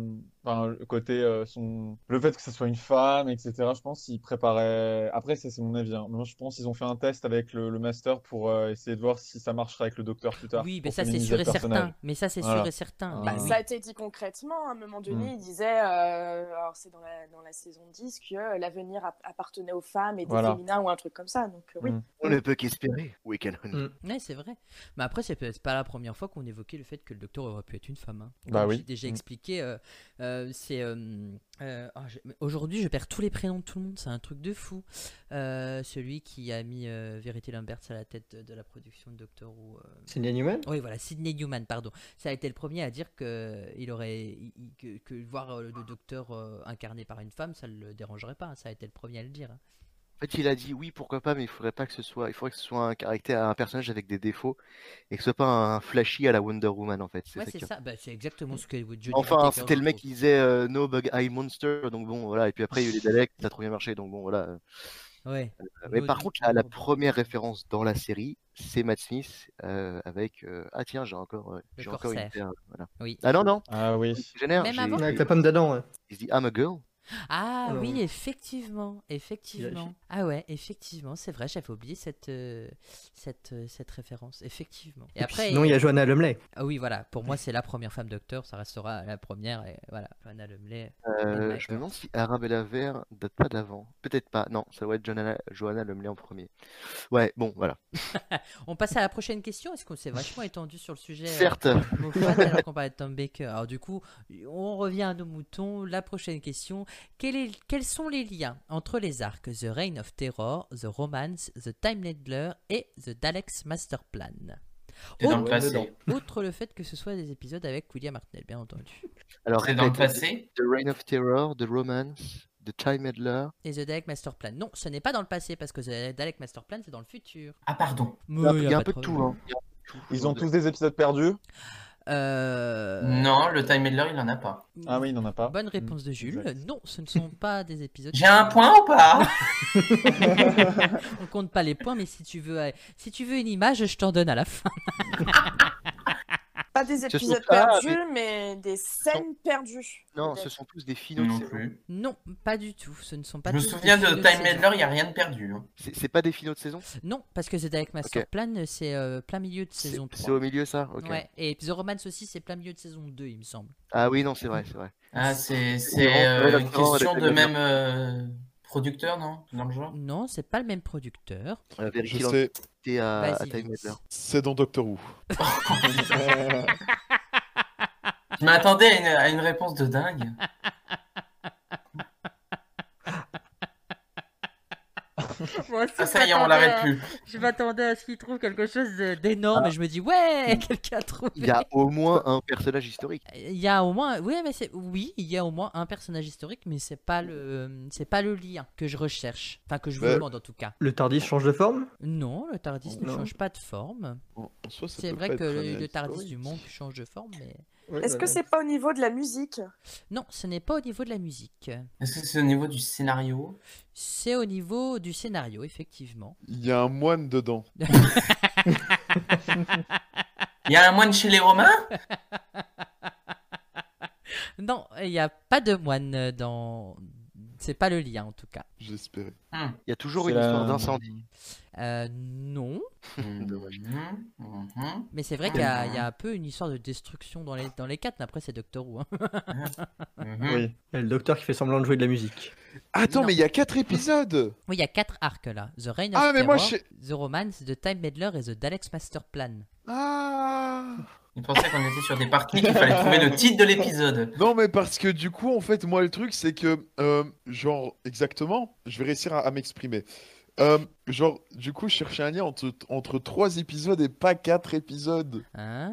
le côté le fait que ce soit une femme, etc., je pense qu'ils préparaient. Après, ça c'est mon avis. Moi, je pense qu'ils ont fait un test avec le master pour essayer de voir si ça marcherait avec le docteur plus tard.
Oui, mais
pour
ça c'est
féminiser
sûr
le
et
personnage.
certain. Mais ça c'est
Voilà.
sûr et certain.
Bah,
Mais oui.
Ça a été dit concrètement, à un moment donné, il disait, alors c'est dans la saison 10, que l'avenir appartenait aux femmes et des
Voilà.
féminins ou un truc comme ça. Donc oui.
On ne peut qu'espérer. We can only.
Ouais, c'est vrai. Mais après, c'est pas la première fois qu'on évoquait le fait que le docteur aurait pu être une femme.
Bah
Comme
oui.
j'ai déjà expliqué, aujourd'hui, je perds tous les prénoms de tout le monde. C'est un truc de fou. Celui qui a mis Verity Lambert à la tête de la production de Doctor Who.
Sidney Newman.
Oui, voilà, Sidney Newman, pardon. Ça a été le premier à dire que voir le docteur incarné par une femme, ça ne le dérangerait pas. Ça a été le premier à le dire.
En fait, il a dit oui, pourquoi pas, mais il faudrait pas que ce soit. Il faudrait que ce soit un personnage avec des défauts et que ce soit pas un flashy à la Wonder Woman en fait.
Ouais,
ça
c'est
qui-
ça. Bah, c'est exactement ce que Jodie
Enfin,
Whittaker,
c'était le
je
mec
trouve.
qui disait No Bug Eye Monster, donc bon, voilà. Et puis après, il y a eu les Daleks, ça a trop bien marché, donc bon, voilà.
Ouais.
Mais par
Maudit
contre, la
pauvre.
première référence dans la série, c'est Matt Smith avec. Ah tiens, j'ai encore une
corsaire.
paire. Voilà.
Oui.
Ah non,
Ah oui.
Génère,
Même avant.
Avec la pomme d'Adam, ouais.
il se dit I'm a girl.
Ah
Alors,
oui, effectivement. Ah ouais, effectivement, c'est vrai, j'avais oublié cette référence. Effectivement.
Et puis sinon, il y a Joanna Lumley.
Ah oui, voilà, pour moi, c'est la première femme docteur, ça restera la première. Et voilà, Joanna Lumley.
Je me demande si Arabella Vert date pas d'avant. Peut-être pas. Non, ça doit être Joanna Lumley en premier. Ouais, bon, voilà.
On passe à la prochaine question. Est-ce qu'on s'est vachement étendu sur le sujet
Certes.
Moffat, alors qu'on parlait de Tom Baker. Alors du coup, on revient à nos moutons. La prochaine question. Quels sont les liens entre les arcs The Reign of Terror, The Romance, The Time Needler et The Daleks Master Plan?
C'est dans le
Autre,
passé.
outre le fait que ce soit des épisodes avec William Hartnell, bien entendu.
Alors,
C'est dans le
répète,
passé.
The Reign of Terror, The Romance, The Time Adler.
Et The Dalek Master Plan. Non, ce n'est pas dans le passé parce que The Dalek Master Plan, c'est dans le futur.
Ah, pardon.
Il y a un peu de
problème.
tout. Hein.
Ils ont tous des épisodes perdus?
Non, le Time Adler, il en a pas.
Ah oui, il n'en a pas.
Bonne réponse de Jules.
Exact.
Non, ce ne sont pas des épisodes.
J'ai un point ou pas?
On compte pas les points, mais si tu veux une image, je t'en donne à la fin.
Pas des
sont
épisodes
pas-
perdus, mais des scènes perdues.
Non,
peut-être.
ce sont tous des finaux de
Non
saison.
plus.
Non, pas du tout. Ce ne sont pas
Je me
tous des
souviens de
finaux
Time
saison.
Adler, il n'y a rien de perdu. Hein.
C'est pas des finaux de saison?
Non, parce que The Dalek Master
Ok.
Plan, c'est plein milieu de saison
C'est
3.
au milieu ça? Ok.
Ouais, et The Romance aussi, c'est plein milieu de saison 2, il me semble.
Ah oui, non, c'est vrai, c'est vrai.
Ah, c'est
vraiment
une
très
question
avec
de
le
même producteur, non? Dans le genre?
Non, c'est pas le même producteur.
On a vérifié
Je sais,
l'identité à
Vas-y,
Time
Vince.
Adler.
c'est dans Doctor Who.
Je m'attendais à une réponse de dingue. Ah, ça y est, on l'arrête plus.
Je m'attendais à ce qu'il trouve quelque chose d'énorme et je me dis, ouais, quelqu'un a trouvé.
Il y a au moins un personnage historique.
Il y a au moins, oui, il y a au moins un personnage historique, mais c'est pas le lien que je recherche, enfin que je vous
Ouais.
demande en tout cas.
Le Tardis change de forme?
Non, le Tardis ne
Non.
change pas de forme.
En soi, ça
C'est
peut
vrai
pas
que
être un
le Tardis
historique.
du Monk change de forme, mais
Est-ce que c'est pas au niveau de la musique?
non, ce n'est pas au niveau de la musique.
Est-ce que c'est au niveau du scénario?
C'est au niveau du scénario, effectivement.
Il y a un moine dedans.
Il y a un moine chez les Romains?
Non, il n'y a pas de moine dans. C'est pas le lien en tout cas.
J'espérais.
Hmm.
Il y a toujours
C'est
une histoire
la-
d'incendie.
Non,
Dommage.
Mhm.
mais c'est vrai qu'il y a un peu une histoire de destruction dans les quatre, mais après c'est Doctor Who. Hein.
Mhm.
Oui.
Il y a le docteur qui fait semblant de jouer de la musique.
Attends,
Non.
mais il y a 4 épisodes.
Oui, il y a 4 arcs là. The Reign of
Ah, mais moi,
Terror, The Romance, The Time Meddler et The Dalek's Master Plan.
Ah.
Il pensait qu'on était sur des parties qu'il fallait trouver le titre de l'épisode.
Non, mais parce que du coup, en fait, moi, le truc, c'est que, genre, exactement, je vais réussir à m'exprimer. Genre, du coup, je cherchais un lien entre 3 épisodes et pas 4 épisodes.
Ah.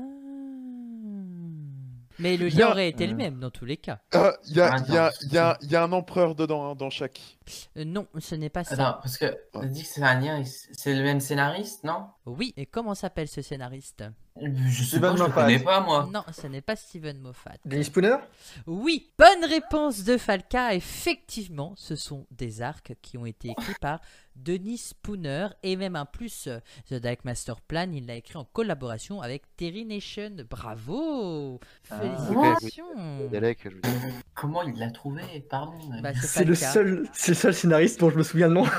Mais le
Il y a-
lien aurait été le même dans tous les cas.
Il y a,
Attends,
il y a- il y a- il y a un empereur dedans, hein, dans chaque.
Non, ce n'est pas ça.
Attends, parce que on dit que c'est un lien, c'est le même scénariste, non?
Oui, et comment s'appelle ce scénariste?
Je sais
Steven
pas, je le
Moffat.
connais pas, moi.
Non, ce n'est pas Steven Moffat.
Denis Spooner?
Oui, bonne réponse de Falca. Effectivement, ce sont des arcs qui ont été écrits par Denis Spooner et même un plus The Dalek Master Plan, il l'a écrit en collaboration avec Terry Nation. Bravo, félicitations.
Dalek, je veux dire.
Comment il l'a trouvé? Pardon.
Bah,
C'est le
Falca.
seul scénariste dont je me souviens le nom.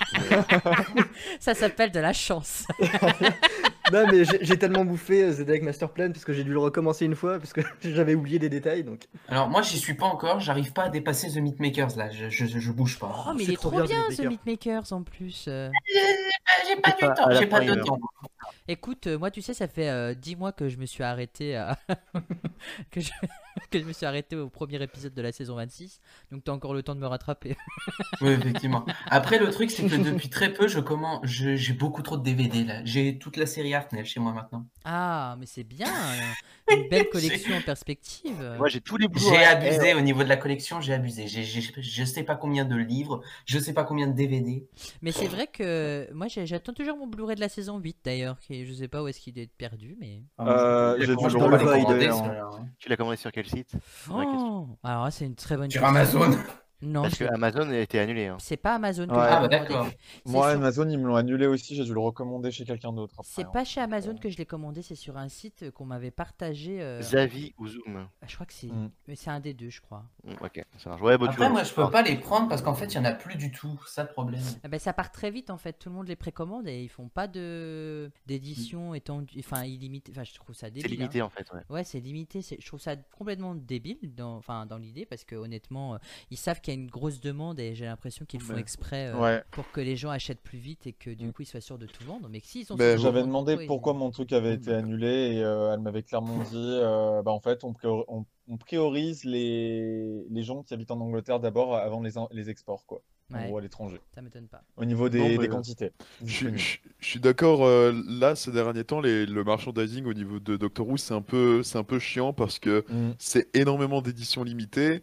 Ça s'appelle de la chance.
Non mais j'ai tellement bouffé The Dalek Master Plan parce que j'ai dû le recommencer une fois parce que j'avais oublié des détails donc.
Alors, moi, j'y suis pas encore, j'arrive pas à dépasser The Mythmakers, là. Je bouge pas.
Oh, mais
c'est
il est
trop
trop
bien,
bien
The
ce
Meatmakers.
Meatmakers en plus.
J'ai pas du
pas
temps,
à la
j'ai pas
fin,
de
il
temps.
Écoute, moi tu sais, ça fait 10 mois que je me suis arrêté à... que, je... que je me suis arrêté au premier épisode de la saison 26, donc t'as encore le temps de me rattraper.
Oui, effectivement. Après, le truc, c'est que depuis très peu, j'ai beaucoup trop de DVD, là. J'ai toute la série Hartnell chez moi maintenant.
Ah, mais c'est bien, une belle collection en perspective.
Moi, j'ai tous les boulots.
J'ai abusé au niveau de la collection, j'ai abusé. Je sais pas combien de livres, je sais pas combien de DVD.
Mais c'est vrai que moi j'attends toujours mon Blu-ray de la saison 8 d'ailleurs, qui je sais pas où est-ce qu'il est perdu, mais...
J'ai dû
Moi, je
le
peux pas les
recommander,
commander,
hein.
ceux-là, hein.
Tu l'as commandé sur quel site? Vraie question.
Oh, alors là, c'est une très bonne
Sur
question.
Amazon.
Non,
Parce que Amazon a été annulé. Hein.
c'est pas Amazon que
Ouais.
je l'ai
Ah, bah,
commandé.
d'accord.
C'est
Moi,
sur-
Amazon, ils me l'ont annulé aussi, j'ai dû le recommander chez quelqu'un d'autre après.
C'est
hein.
pas chez Amazon que je l'ai commandé, c'est sur un site qu'on m'avait partagé.
Zavi ou Zoom.
Je crois que c'est
Mm.
mais c'est un des deux, je crois.
Ok, ça marche. Ouais, bah, tu
Après,
vois,
moi, je peux pas les prendre parce qu'en fait, il y en a plus du tout. C'est ça le problème.
Ah ben, ça part très vite en fait, tout le monde les précommande et ils font pas de d'édition étendue, enfin illimité. Enfin, je trouve ça
c'est
débile.
limité en fait. Ouais.
Ouais, c'est limité. Je trouve ça complètement débile dans l'idée parce que honnêtement, ils savent qu'il y a une grosse demande et j'ai l'impression qu'ils font
Mais-
exprès
Ouais.
pour que les gens achètent plus vite et que du coup ils soient sûrs de tout vendre. Mais s'ils ont
Mais
su
J'avais
vendre,
demandé
ils-
pourquoi mon truc avait été annulé et elle m'avait clairement dit bah en fait on priorise les gens qui habitent en Angleterre d'abord avant les exports quoi. En
Ouais,
gros à l'étranger.
ça m'étonne pas.
Au niveau
Non,
des
mais-
quantités.
Je suis d'accord, là, ces derniers temps, le merchandising au niveau de Doctor Who, c'est un peu chiant parce que
Mm.
c'est énormément d'éditions limitées.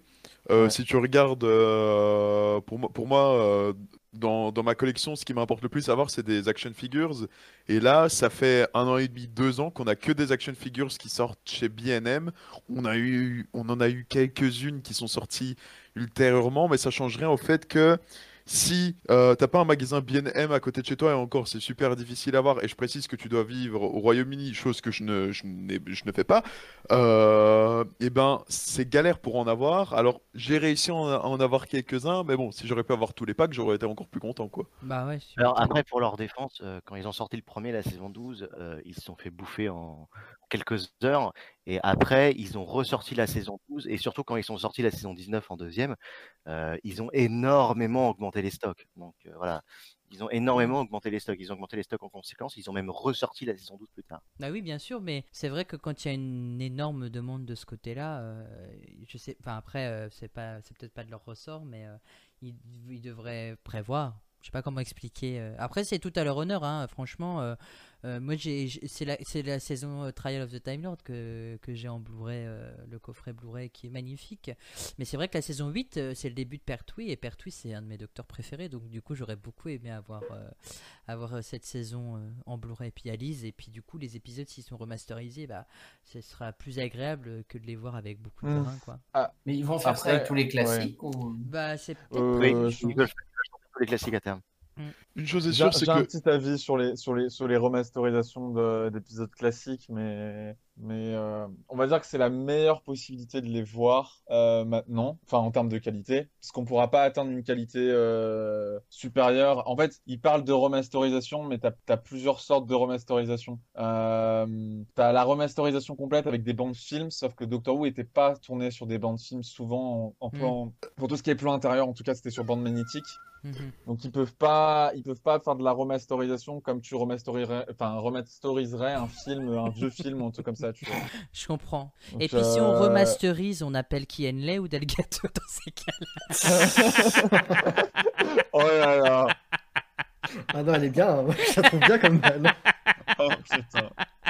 Ouais.
Si tu regardes, pour moi dans ma collection, ce qui m'importe le plus à voir, c'est des action figures. Et là, ça fait 1 an et demi, 2 ans qu'on a que des action figures qui sortent chez B&M. On en a eu quelques-unes qui sont sorties ultérieurement, mais ça change rien au fait que si t'as pas un magasin B&M à côté de chez toi, et encore, c'est super difficile à voir, et je précise que tu dois vivre au Royaume-Uni, chose que je ne fais pas, et ben c'est galère pour en avoir. Alors j'ai réussi à en avoir quelques-uns, mais bon, si j'aurais pu avoir tous les packs, j'aurais été encore plus content, quoi.
Bah ouais, tu
Alors
m'étonnes.
après, pour leur défense, quand ils ont sorti le premier, la saison 12, ils se sont fait bouffer en quelques heures. Et après, ils ont ressorti la saison 12. Et surtout, quand ils sont sortis la saison 19 en deuxième, ils ont énormément augmenté les stocks. Donc voilà, ils ont énormément augmenté les stocks. Ils ont augmenté les stocks en conséquence. Ils ont même ressorti la saison 12 plus tard.
Bah oui, bien sûr, mais c'est vrai que quand il y a une énorme demande de ce côté-là, je sais, enfin après, c'est peut-être pas de leur ressort, mais ils devraient prévoir. Je sais pas comment expliquer. Après, c'est tout à leur honneur, hein, franchement. Moi, c'est la saison Trial of the Time Lord que j'ai en Blu-ray, le coffret Blu-ray qui est magnifique. Mais c'est vrai que la saison 8, c'est le début de Pertwee, et Pertwee, c'est un de mes docteurs préférés. Donc, du coup, j'aurais beaucoup aimé avoir cette saison en Blu-ray. Et puis Alice, et puis du coup, les épisodes, s'ils sont remasterisés, bah, ce sera plus agréable que de les voir avec beaucoup de grains, quoi.
Mais ils vont faire ça avec tous les classiques ou...
Bah, c'est peut-être
Oui,
prévu,
ils
je pense.
veulent faire tous les classiques à terme.
Une chose est
J'ai
sûre, c'est
j'ai un
que
petit avis sur les remasterisations d'épisodes classiques, mais on va dire que c'est la meilleure possibilité de les voir maintenant, enfin en termes de qualité, parce qu'on pourra pas atteindre une qualité supérieure. En fait, ils parlent de remasterisation, mais t'as plusieurs sortes de remasterisation. T'as la remasterisation complète avec des bandes films, sauf que Doctor Who était pas tourné sur des bandes films, souvent en plan, pour tout ce qui est plan intérieur, en tout cas c'était sur bande magnétique. Donc ils peuvent pas faire de la remasterisation comme tu remasteriserais un film, un vieux film ou un truc comme ça, tu vois.
Je comprends.
Donc,
Et puis si on remasterise, on appelle qui Henley ou Delgato dans ces cas-là.
Oh là là.
Ah non, elle est bien, hein. Moi, je la trouve bien comme balle.
Oh putain.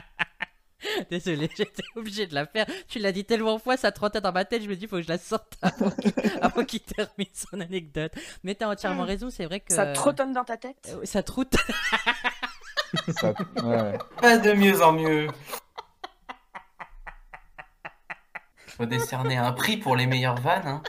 Désolé, j'étais obligé de la faire. Tu l'as dit tellement de fois, ça trottait dans ma tête. Je me dis, faut que je la sorte avant qu'il termine son anecdote. Mais t'as entièrement raison, c'est vrai que.
Ça trotonne dans ta tête.
Ça troute.
Ouais.
Pas de mieux en mieux. Faut décerner un prix pour les meilleures vannes, hein.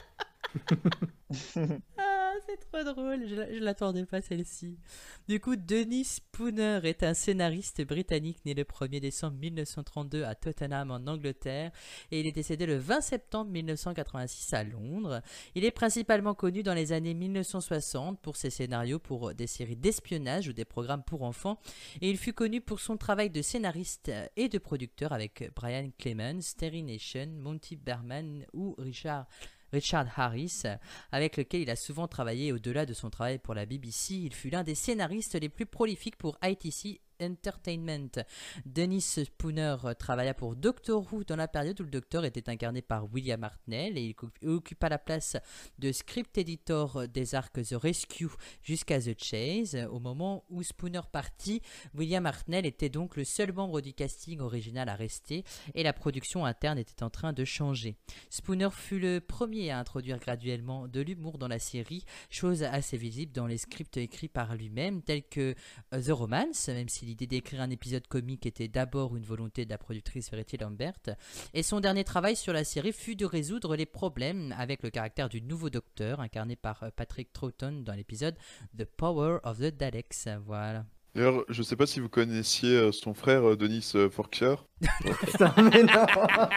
Ah, c'est trop drôle, je l'attendais pas celle-ci. Du coup, Denis Spooner est un scénariste britannique né le 1er décembre 1932 à Tottenham en Angleterre et il est décédé le 20 septembre 1986 à Londres. Il est principalement connu dans les années 1960 pour ses scénarios pour des séries d'espionnage ou des programmes pour enfants et il fut connu pour son travail de scénariste et de producteur avec Brian Clemens, Terry Nation, Monty Berman ou Richard Harris, avec lequel il a souvent travaillé au-delà de son travail pour la BBC. Il fut l'un des scénaristes les plus prolifiques pour ITC Entertainment. Dennis Spooner travailla pour Doctor Who dans la période où le Docteur était incarné par William Hartnell et il occupa la place de script editor des arcs The Rescue jusqu'à The Chase. Au moment où Spooner partit, William Hartnell était donc le seul membre du casting original à rester et la production interne était en train de changer. Spooner fut le premier à introduire graduellement de l'humour dans la série, chose assez visible dans les scripts écrits par lui-même tels que The Romance, même si l'idée d'écrire un épisode comique était d'abord une volonté de la productrice Verity Lambert, et son dernier travail sur la série fut de résoudre les problèmes avec le caractère du nouveau docteur, incarné par Patrick Troughton dans l'épisode The Power of the Daleks. Voilà.
D'ailleurs, je sais pas si vous connaissiez son frère Denis Forkshire.
Putain, mais non.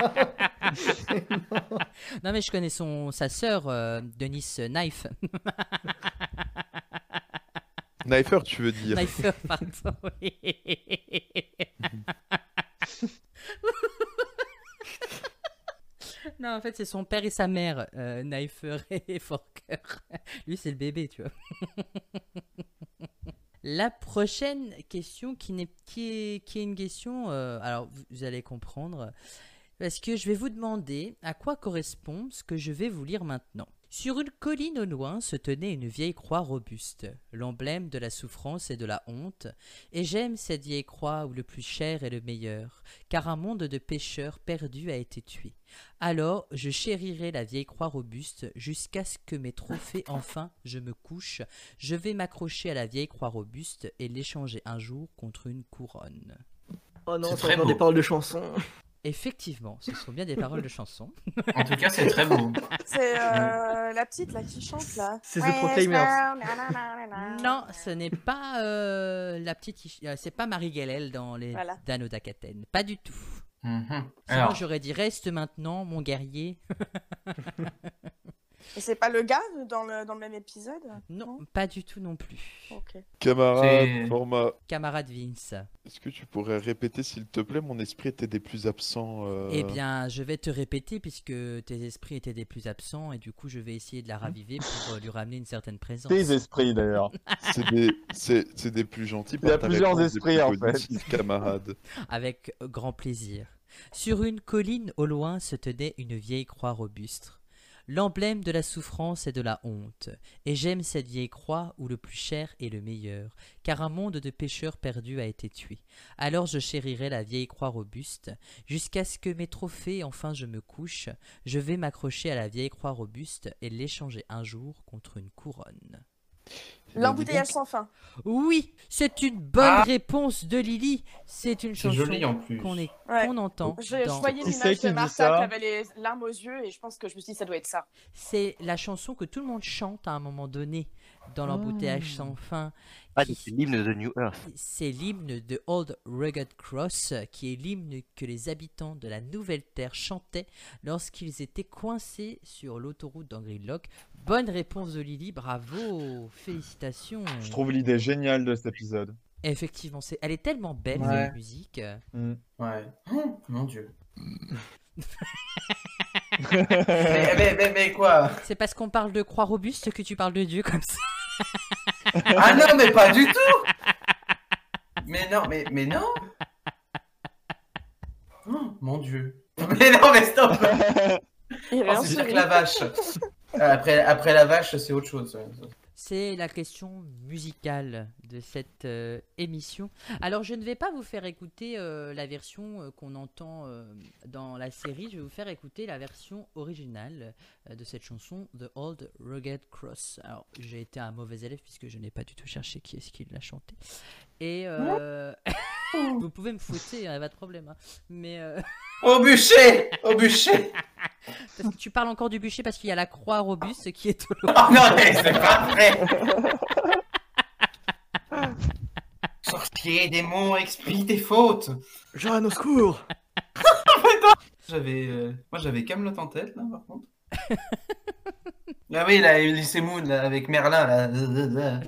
Non mais je connais sa sœur, Denis Knife.
Knifer, tu veux dire.
Knifer, pardon. Oui. Non, en fait, c'est son père et sa mère, Knifer et Forker. Lui, c'est le bébé, tu vois. La prochaine question qui est une question, alors vous allez comprendre, parce que je vais vous demander à quoi correspond ce que je vais vous lire maintenant. Sur une colline au loin se tenait une vieille croix robuste, l'emblème de la souffrance et de la honte, et j'aime cette vieille croix où le plus cher est le meilleur, car un monde de pécheurs perdus a été tué. Alors je chérirai la vieille croix robuste jusqu'à ce que mes trophées enfin je me couche, je vais m'accrocher à la vieille croix robuste et l'échanger un jour contre une couronne.
Oh non,
C'est
c'est
très
encore
beau.
des paroles de chansons.
Effectivement, ce sont bien des paroles de chansons.
En tout cas, c'est très beau.
C'est la petite là qui chante là.
C'est The Proclaimers.
Non, ce n'est pas la petite, c'est pas Marie Galel dans les
Voilà.
Dano d'Akaten, pas du tout.
Mhm.
Sinon,
Alors,
j'aurais dit reste maintenant, mon guerrier.
Et c'est pas le gars dans le même épisode?
Non, pas du tout non plus.
Ok.
Camarade,
C'est-
Format,
Camarade Vince.
est-ce que tu pourrais répéter s'il te plaît? Mon esprit était des plus absents.
Eh bien, je vais te répéter puisque tes esprits étaient des plus absents et du coup, je vais essayer de la raviver pour lui ramener une certaine présence.
Tes esprits d'ailleurs.
C'est des plus gentils.
Il y a
par ta
plusieurs
réponse, des
esprits,
plus
en fait.
cognitifs, camarade.
Avec grand plaisir. Sur une colline au loin se tenait une vieille croix robuste, l'emblème de la souffrance et de la honte. Et j'aime cette vieille croix où le plus cher est le meilleur, car un monde de pécheurs perdus a été tué. Alors je chérirai la vieille croix robuste, jusqu'à ce que mes trophées enfin je me couche, je vais m'accrocher à la vieille croix robuste et l'échanger un jour contre une couronne.
L'embouteillage sans fin.
Oui, c'est une bonne réponse de Lily. C'est une
c'est
chanson
joli en plus.
Ouais.
qu'on entend.
Je
dans-
voyais
Qui c'est
l'image
qui
de
dit
Martha
ça
qui avait les larmes aux yeux et je pense que je me suis dit ça doit être ça.
C'est la chanson que tout le monde chante à un moment donné dans l'embouteillage sans fin.
Ah,
qui-
c'est l'hymne de New Earth.
C'est l'hymne de Old Rugged Cross, qui est l'hymne que les habitants de la Nouvelle Terre chantaient lorsqu'ils étaient coincés sur l'autoroute d'Angry-Lock. Bonne réponse de Lily, bravo, félicitations.
Je trouve l'idée géniale de cet épisode.
Effectivement, elle est tellement belle
Ouais.
cette musique.
Mm.
Ouais. Oh, mon dieu. mais quoi?
C'est parce qu'on parle de croix robuste que tu parles de Dieu comme ça.
Ah non, mais pas du tout. Mais non, mais non. Oh, mon dieu. Mais non, mais stop.
Il
Oh, c'est pire que la vache. Après la vache, c'est autre chose.
C'est la question musicale de cette émission. Alors, je ne vais pas vous faire écouter la version qu'on entend dans la série. Je vais vous faire écouter la version originale de cette chanson, The Old Rugged Cross. Alors, j'ai été un mauvais élève puisque je n'ai pas du tout cherché qui est-ce qui l'a chanté. Et vous pouvez me fouetter, il n'y a pas de problème. Hein. Mais
Au bûcher. Au bûcher.
parce que tu parles encore du bûcher parce qu'il y a la croix robuste qui est au
Oh non, mais c'est pas vrai. Sorcier, démon, expie tes fautes.
Jeanne, au secours!
Moi j'avais Camelot en tête là par contre. Ah oui, là, Lycée Moon là, avec Merlin là.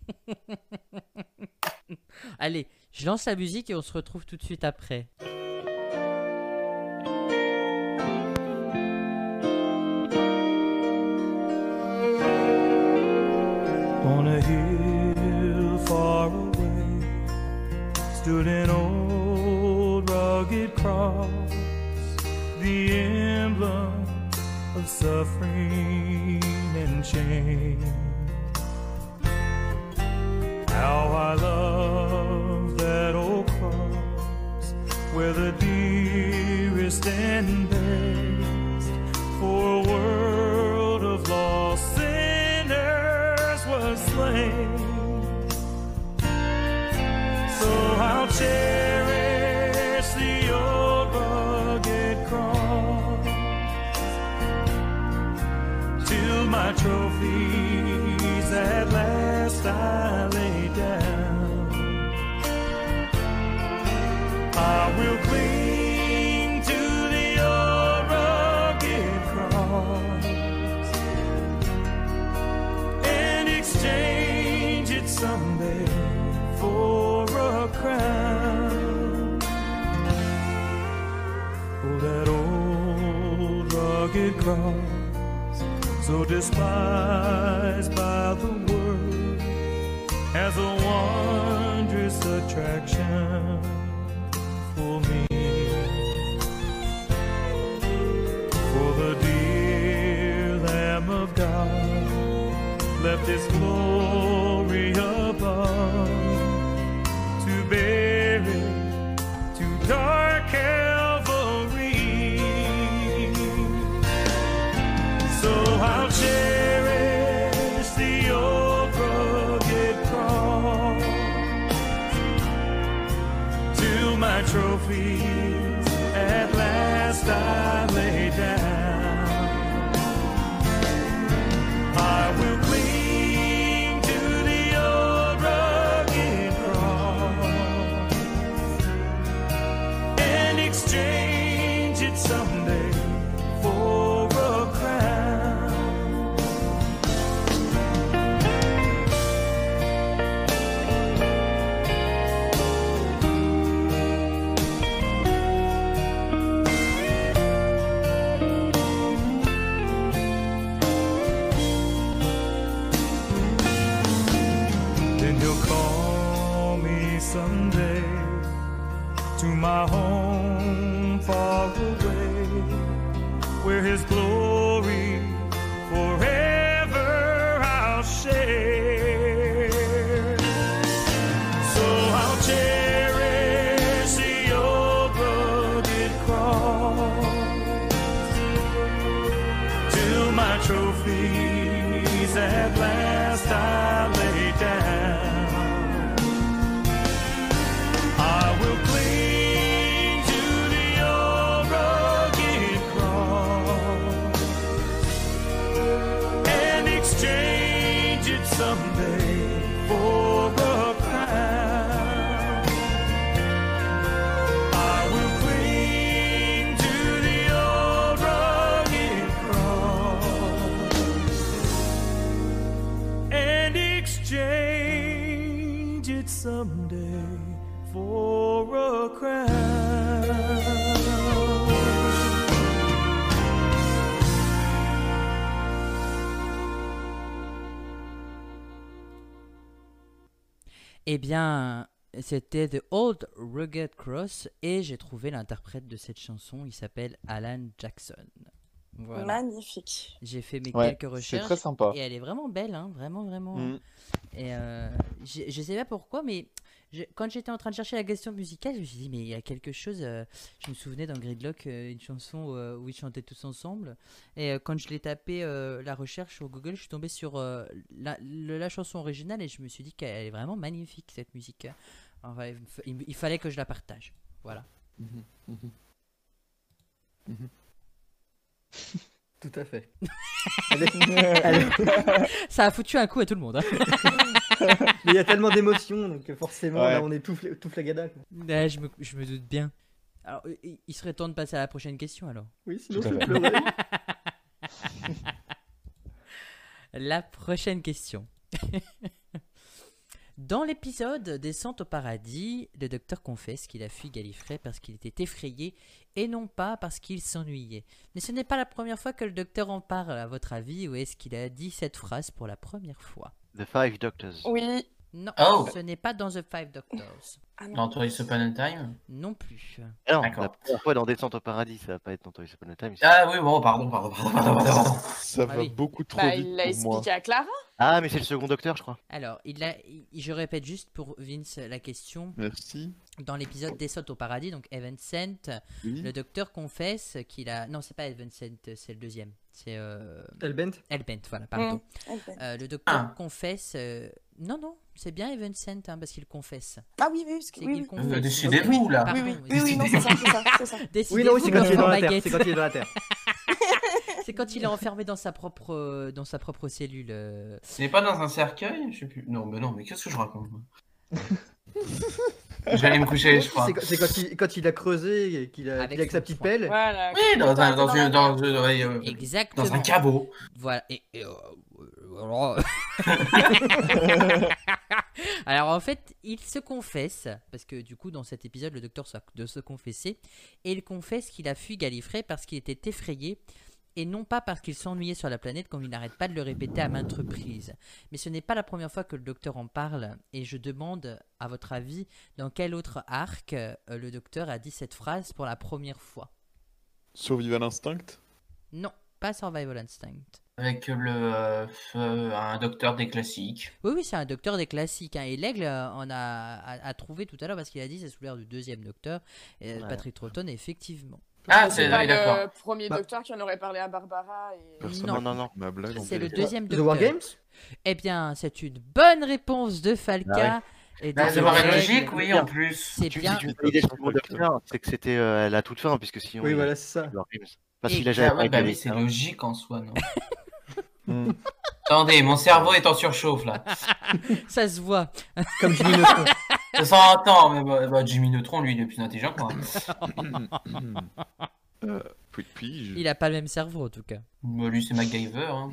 Allez, je lance la musique et on se retrouve tout de suite après.
On a hill far away stood an old rugged cross, the emblem of suffering and shame. How I love that old cross, where the dearest and best for a world of lost sinners was slain. So I'll cherish the old rugged cross till my trophies at last I lay down. I will cling to the old rugged cross and exchange it someday for a crown. Oh, that old rugged cross, so despised by the world, has a wondrous attraction for me. For the dear Lamb of God left His glory above to bear it to dark Calvary. So I'll cherish the old rugged cross till my trophies at last I lay down. I will cling to the old rugged cross and exchange it someday for a crown. Then He'll call me someday to my home far away, where His glory forever I'll share. So I'll cherish the old rugged cross till my trophies at last I lay down. I will cling to the old rugged cross and exchange it someday for a crown. I will cling to the old rugged cross and exchange it someday for a crown.
Eh bien, c'était The Old Rugged Cross et j'ai trouvé l'interprète de cette chanson. Il s'appelle Alan Jackson. Voilà.
Magnifique.
J'ai fait mes
Ouais,
quelques
c'est
recherches.
très sympa.
Et elle est vraiment belle, hein, vraiment, vraiment.
Mm.
Et je sais pas pourquoi, mais quand j'étais en train de chercher la question musicale, je me suis dit, mais il y a quelque chose. Je me souvenais dans Gridlock, une chanson où ils chantaient tous ensemble. Et quand je l'ai tapé la recherche sur Google, je suis tombé sur la chanson originale et je me suis dit qu'elle est vraiment magnifique, cette musique. Enfin, il fallait que je la partage. Voilà.
Tout à fait.
Ça a foutu un coup à tout le monde. Hein.
Mais il y a tellement d'émotions, donc forcément,
Ouais.
là, on est tout flagada. Quoi.
Ouais, je me doute bien. Alors, il serait temps de passer à la prochaine question alors.
Oui, sinon
Tout à
je
fait.
pleurais.
La prochaine question. Dans l'épisode Descente au paradis, le docteur confesse qu'il a fui Gallifrey parce qu'il était effrayé et non pas parce qu'il s'ennuyait. Mais ce n'est pas la première fois que le docteur en parle, à votre avis, ou est-ce qu'il a dit cette phrase pour la première fois?
The Five Doctors.
Oui.
Non,
Oh.
ce n'est pas dans The Five Doctors.
Ah non.
Dans Twice Upon a Time.
Non plus.
Ah non,
D'accord.
la première fois dans Descente au paradis, ça va pas être dans Toy Upon a Time.
Ah oui, bon, pardon.
Ça
Ah
va
oui.
beaucoup trop
Bah,
vite
il l'a
pour moi.
expliqué à Clara.
Ah, mais c'est le second docteur, je crois.
Alors, je répète juste pour Vince la question.
Merci.
Dans l'épisode Descente au paradis, donc Heaven Sent,
Oui.
le docteur confesse qu'il a... Non, c'est pas Heaven Sent, c'est le deuxième. C'est
Elbent.
Hellbent, voilà, pardon. Le docteur
Ah.
confesse... Non, c'est bien Heaven Sent, hein, parce qu'il confesse.
Ah oui, parce que
C'est
oui,
qu'il
oui.
confesse.
Décidez-vous, là.
Pardon,
Oui, non, c'est ça, c'est ça.
Oui,
Décidez-vous,
non, oui, c'est quand il est dans la
Laurent
terre.
Baguette.
C'est quand il est dans la terre.
C'est quand il est enfermé dans sa propre cellule.
Ce n'est pas dans un cercueil? Je sais plus. Non, mais qu'est-ce que je raconte, moi? J'allais me coucher, je crois.
C'est quand il a creusé et qu'il a
Avec
avec sa
son
petite
poing.
pelle.
Voilà.
Oui, dans
Exactement.
un caveau.
Voilà. Voilà. Alors en fait, il se confesse, parce que du coup dans cet épisode le docteur doit se confesser, et il confesse qu'il a fui Gallifrey parce qu'il était effrayé, et non pas parce qu'il s'ennuyait sur la planète comme il n'arrête pas de le répéter à maintes reprises. Mais ce n'est pas la première fois que le docteur en parle, et je demande à votre avis dans quel autre arc le docteur a dit cette phrase pour la première fois.
Survival Instinct.
Non, pas Survival Instinct.
avec un docteur des classiques.
Oui, c'est un docteur des classiques, hein. Et l'aigle, on a trouvé tout à l'heure parce qu'il a dit c'est sous l'air du deuxième docteur, Patrick Troughton, effectivement.
Ah,
C'est pas
d'accord.
le premier docteur qui en aurait parlé à Barbara. Et...
Personne
Non.
n'a ma blague.
C'est le
The
deuxième
The
docteur.
War Games?
Eh bien, c'est une bonne réponse de Falca. Et
Ça
de
paraît
l'aigle.
logique, oui, en plus.
C'est
Tu
bien.
dis une validation de mon docteur, c'est que c'était la toute fin, puisque sinon.
Oui, voilà, c'est ça.
Parce
Et-
qu'il a
Ah
jamais
ouais,
été
bah oui,
avec
c'est
ça.
logique en soi, non? Attendez, mon cerveau est en surchauffe là.
Ça se voit.
Comme Jimmy Neutron.
Ça s'entend, mais Jimmy Neutron, lui, il est plus intelligent que moi.
Puis
Il a pas le même cerveau en tout cas.
Lui, c'est MacGyver. Hein.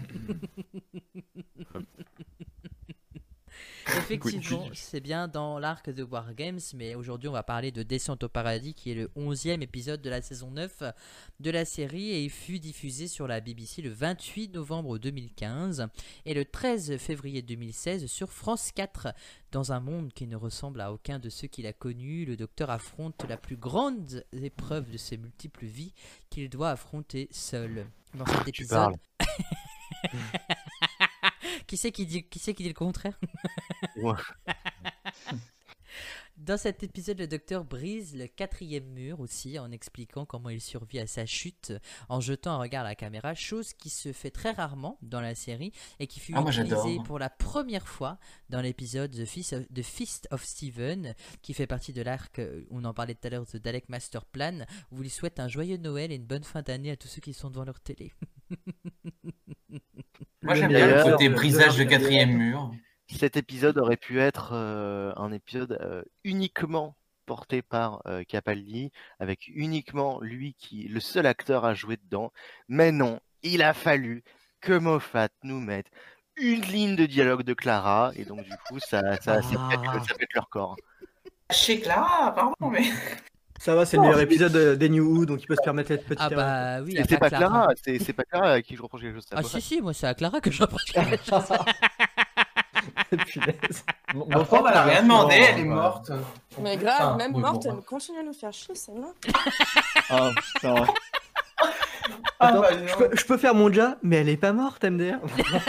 Effectivement, c'est bien dans l'arc de War Games, mais aujourd'hui on va parler de Descente au paradis qui est le 11e épisode de la saison 9 de la série et il fut diffusé sur la BBC le 28 novembre 2015 et le 13 février 2016 sur France 4. Dans un monde qui ne ressemble à aucun de ceux qu'il a connus, le docteur affronte la plus grande épreuve de ses multiples vies qu'il doit affronter seul. Dans cet
Tu
épisode...
parles.
Qui c'est qui dit le contraire?
Ouais.
Dans cet épisode, le docteur brise le 4e mur aussi en expliquant comment il survit à sa chute en jetant un regard à la caméra, chose qui se fait très rarement dans la série et qui fut
moi,
utilisée
j'adore.
pour la première fois dans l'épisode The Fist of Steven, qui fait partie de l'arc, on en parlait tout à l'heure, de Dalek Master Plan, où il souhaite un joyeux Noël et une bonne fin d'année à tous ceux qui sont devant leur télé.
Moi, j'aime bien le
D'ailleurs,
côté brisage de 4e mur.
Cet épisode aurait pu être un épisode uniquement porté par Capaldi, avec uniquement lui qui le seul acteur à jouer dedans. Mais non, il a fallu que Moffat nous mette une ligne de dialogue de Clara, et donc du coup ça pète leur corps.
Chez Clara, pardon, mais.
Ça va, c'est le meilleur épisode des New Who, donc il peut se permettre cette petite
Ah
erreur.
bah oui,
C'est pas Clara, c'est pas Clara à qui je reproche quelque chose. c'est à
Ah
Moffat.
si, moi c'est à Clara que je reproche quelque chose.
Punaise.
Enfin, elle a rien demandé, elle est morte.
Mais grave,
Enfin,
même
oui,
morte,
bon,
elle continue à nous faire chier, c'est marrant.
Ah, putain.
Attends,
bah,
je peux faire mon ja, mais elle est pas morte, MDR.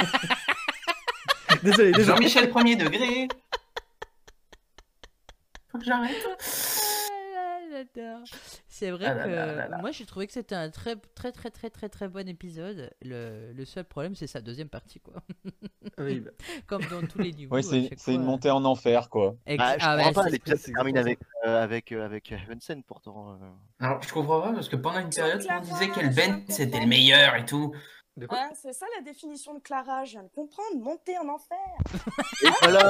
Désolé.
Jean-Michel premier degré. Faut que j'arrête.
J'adore. C'est vrai
Ah là
que
là là là.
moi j'ai trouvé que c'était un très bon épisode. Le seul problème c'est sa deuxième partie quoi.
Oui, bah.
Comme dans tous les niveaux.
Oui, c'est une montée en enfer, quoi.
Je
Ah
comprends
ouais,
pas,
c'est-
l'épisode se
c'est
termine
exactement
avec Heavensen pourtant.
Alors, je comprends pas parce que pendant une période,
Clara,
on disait
je
qu'Elben
comprends.
c'était le meilleur et tout.
De quoi?
Ouais, c'est ça la définition de Clara, je viens de comprendre, monter en enfer.
Et voilà.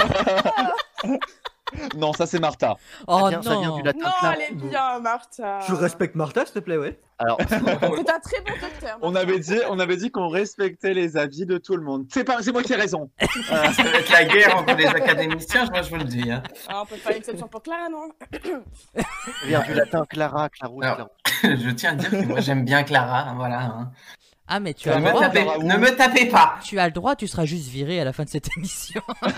Non, ça c'est Martha.
Oh
ça vient
non.
du latin
Non,
Clara.
elle est bien, Martha.
Je respecte Martha, s'il te plaît, ouais.
Alors,
C'est un très bon docteur.
On avait dit qu'on respectait les avis de tout le monde. C'est moi qui ai raison.
Ça va être la guerre entre les académiciens, moi je vous le dis. Hein.
Ah, on peut faire une exception pour Clara, non?
ça vient du latin Clara, Clarus,
Alors, je tiens à dire que moi j'aime bien Clara, hein, voilà. Hein.
Ah mais tu as
Ne
le droit.
ne me tapez pas.
Tu as le droit, tu seras juste viré à la fin de cette émission.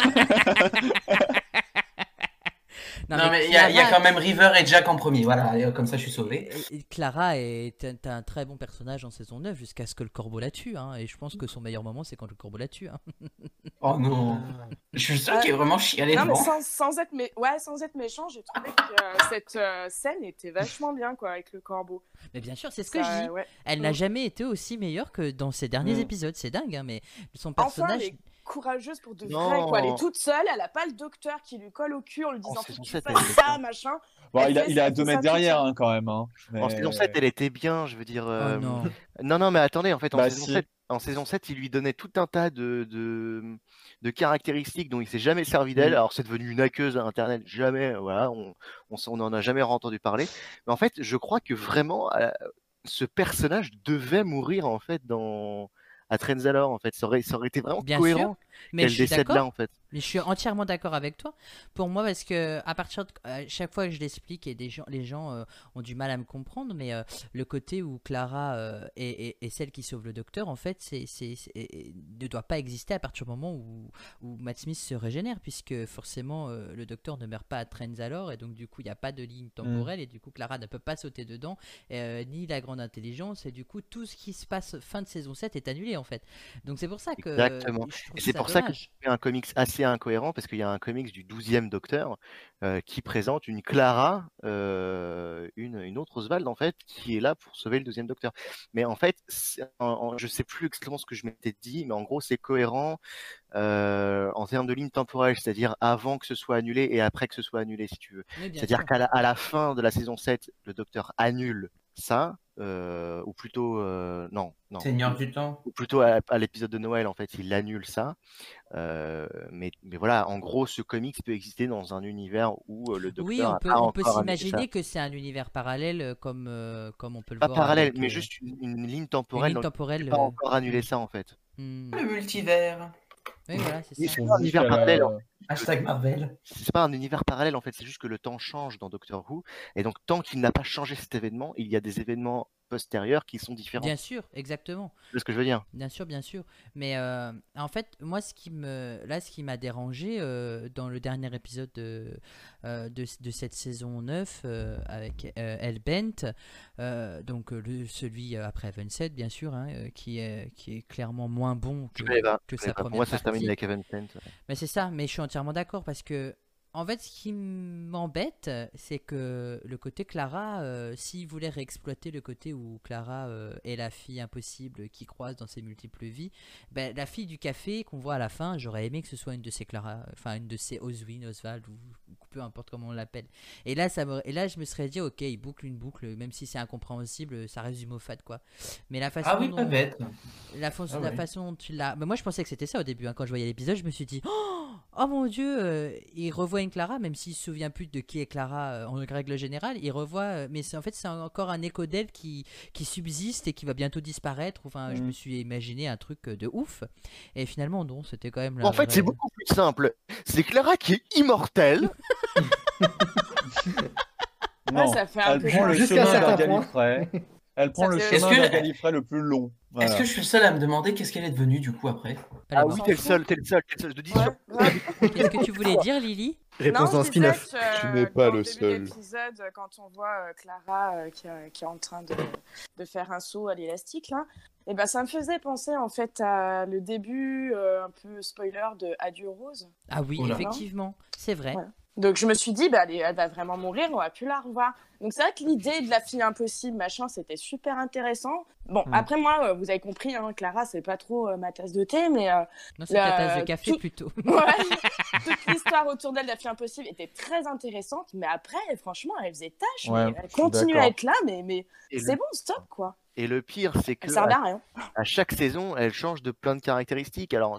Non, mais il y a quand même River et Jack en premier, voilà, et comme ça je suis sauvé.
Clara est un très bon personnage en saison 9 jusqu'à ce que le corbeau la tue. Hein, et je pense que son meilleur moment c'est quand le corbeau la tue. Hein.
Oh non. Je suis le seul qui est vraiment chialé
Non, mais
devant.
sans être méchant, j'ai trouvé que cette scène était vachement bien, quoi, avec le corbeau.
Mais bien sûr, c'est ce que je dis.
Ouais.
Elle n'a jamais été aussi meilleure que dans ses derniers épisodes. C'est dingue, hein, mais son personnage...
Enfin, elle est courageuse pour de
Non.
vrai, quoi. Elle est toute seule, elle a pas le docteur qui lui colle au cul en lui disant
saison
faut que tu
7,
fasses
elle
ça,
était
machin.
Bon,
Elle
il
fait
a
ça,
2
tout
mètres
ça,
derrière
tout ça.
hein, quand même. Hein.
En saison 7, elle était bien, je veux dire.
Oh non.
Non, mais attendez, en fait,
Bah, si.
en saison 7, il lui donnait tout un tas de caractéristiques dont il s'est jamais servi d'elle. Alors, c'est devenu une aqueuse à Internet, jamais, voilà, on n'en a jamais entendu parler. Mais en fait, je crois que vraiment, ce personnage devait mourir, en fait, à Trenzalore, en fait. Ça aurait été vraiment
Bien
cohérent.
sûr. Mais je
qu'elle
suis
décède là
d'accord.
en fait.
Mais je suis entièrement d'accord avec toi. Pour moi, parce que à partir de chaque fois que je l'explique, et les gens ont du mal à me comprendre, mais le côté où Clara est celle qui sauve le docteur, en fait, ne doit pas exister à partir du moment où Matt Smith se régénère, puisque forcément le docteur ne meurt pas à Trenzalore, et donc du coup il n'y a pas de ligne temporelle, et du coup Clara ne peut pas sauter dedans, ni la grande intelligence, et du coup tout ce qui se passe fin de saison 7 est annulé en fait. Donc c'est pour ça que
Exactement.
je trouve
Et c'est
ça
pour ça que
dommage.
c'est un comics assez incohérent, parce qu'il y a un comics du 12e Docteur qui présente une Clara, une autre Oswald en fait, qui est là pour sauver le 12e Docteur. Mais en fait, je sais plus exactement ce que je m'étais dit, mais en gros c'est cohérent en termes de ligne temporelle, c'est-à-dire avant que ce soit annulé et après que ce soit annulé, si tu veux.
Oui, bien
C'est-à-dire
sûr.
à la fin de la saison 7, le Docteur annule ça, ou plutôt non,
Seigneur du temps.
ou plutôt à l'épisode de Noël en fait, il annule ça. Mais voilà, en gros, ce comics peut exister dans un univers où le
Oui,
Docteur a
on peut
encore annulé ça.
s'imaginer que c'est un univers parallèle comme on peut le
Pas
voir
parallèle,
avec
mais juste une ligne
une
temporelle
ligne
dans laquelle
temporelle.
il n'a pas encore annulé ça en fait.
Hmm.
Le multivers.
Oui, voilà, c'est
Mais
ça.
c'est pas un univers parallèle. En fait.
Hashtag Marvel.
C'est pas un univers parallèle en fait, c'est juste que le temps change dans Doctor Who, et donc tant qu'il n'a pas changé cet événement, il y a des événements postérieurs qui sont différents.
Bien sûr, exactement.
C'est ce que je veux dire.
Bien sûr, bien sûr. Mais en fait, moi, ce qui m'a dérangé dans le dernier épisode de cette saison 9 avec Elle Bent, donc celui après Evan7, bien sûr, hein, qui est clairement moins bon
Je connais pas,
que
je connais
sa
pas. Pour
première
moi, ça se termine
partie.
avec Evan Tent.
Mais c'est ça, mais je suis entièrement d'accord parce que, en fait, ce qui m'embête, c'est que le côté Clara, s'il voulait réexploiter le côté où Clara est la fille impossible qui croise dans ses multiples vies, ben, la fille du café qu'on voit à la fin, j'aurais aimé que ce soit une de ces Clara, enfin une de ces Oswin, Oswald ou peu importe comment on l'appelle. Et là, je me serais dit, ok, il boucle une boucle, même si c'est incompréhensible, ça reste du Moffat, quoi. Mais la façon
Ah oui, pas bête.
la
ouais.
façon dont tu l'as. Mais moi, je pensais que c'était ça au début. Hein. Quand je voyais l'épisode, je me suis dit, oh mon Dieu, il revoit une Clara, même s'il se souvient plus de qui est Clara en règle générale. Il revoit, mais en fait, c'est encore un écho d'elle qui subsiste et qui va bientôt disparaître. Enfin, je me suis imaginé un truc de ouf. Et finalement, non, c'était quand même.
En fait, c'est beaucoup plus simple. C'est Clara qui est immortelle.
Non,
ça fait un
elle
peu
prend le
Jusqu'à un
chemin d'un
certain point.
Gallifrey. Elle prend le
fait-
chemin
Est-ce que-
d'un Gallifrey le plus long. Voilà.
Est-ce que je suis le seul à me demander qu'est-ce qu'elle est devenue du coup après?
Elle est
Ah
morte.
oui, t'es le seul, t'es le seul. Je te dis
Ouais, grave.
Qu'est-ce que tu voulais dire, Lily?
Réponse
Non,
dans
je
un
disais
spin-off.
que,
Tu n'es pas
dans
le
début
seul.
d'épisode, quand on voit Clara qui est en train de faire un saut à l'élastique, là, et ben, ça me faisait penser en fait à le début un peu spoiler de Adieu Rose.
Ah oui,
Oula.
effectivement, c'est vrai.
Ouais. Donc je me suis dit, bah, elle va vraiment mourir, on va plus la revoir. Donc c'est vrai que l'idée de la fille impossible, machin, c'était super intéressant. Bon, après moi, vous avez compris, hein, Clara, c'est pas trop ma tasse de thé, mais
Non, c'est ta
La-
tasse de café
tout-
plutôt.
ouais, toute l'histoire autour d'elle, de la fille impossible, était très intéressante. Mais après, franchement, elle faisait tâche,
Ouais,
mais elle
je suis
continue à
d'accord.
être là, mais
Et
c'est
le,
bon, stop, quoi.
et le pire, c'est que
Elle servait à rien.
à chaque saison, elle change de plein de caractéristiques. Alors,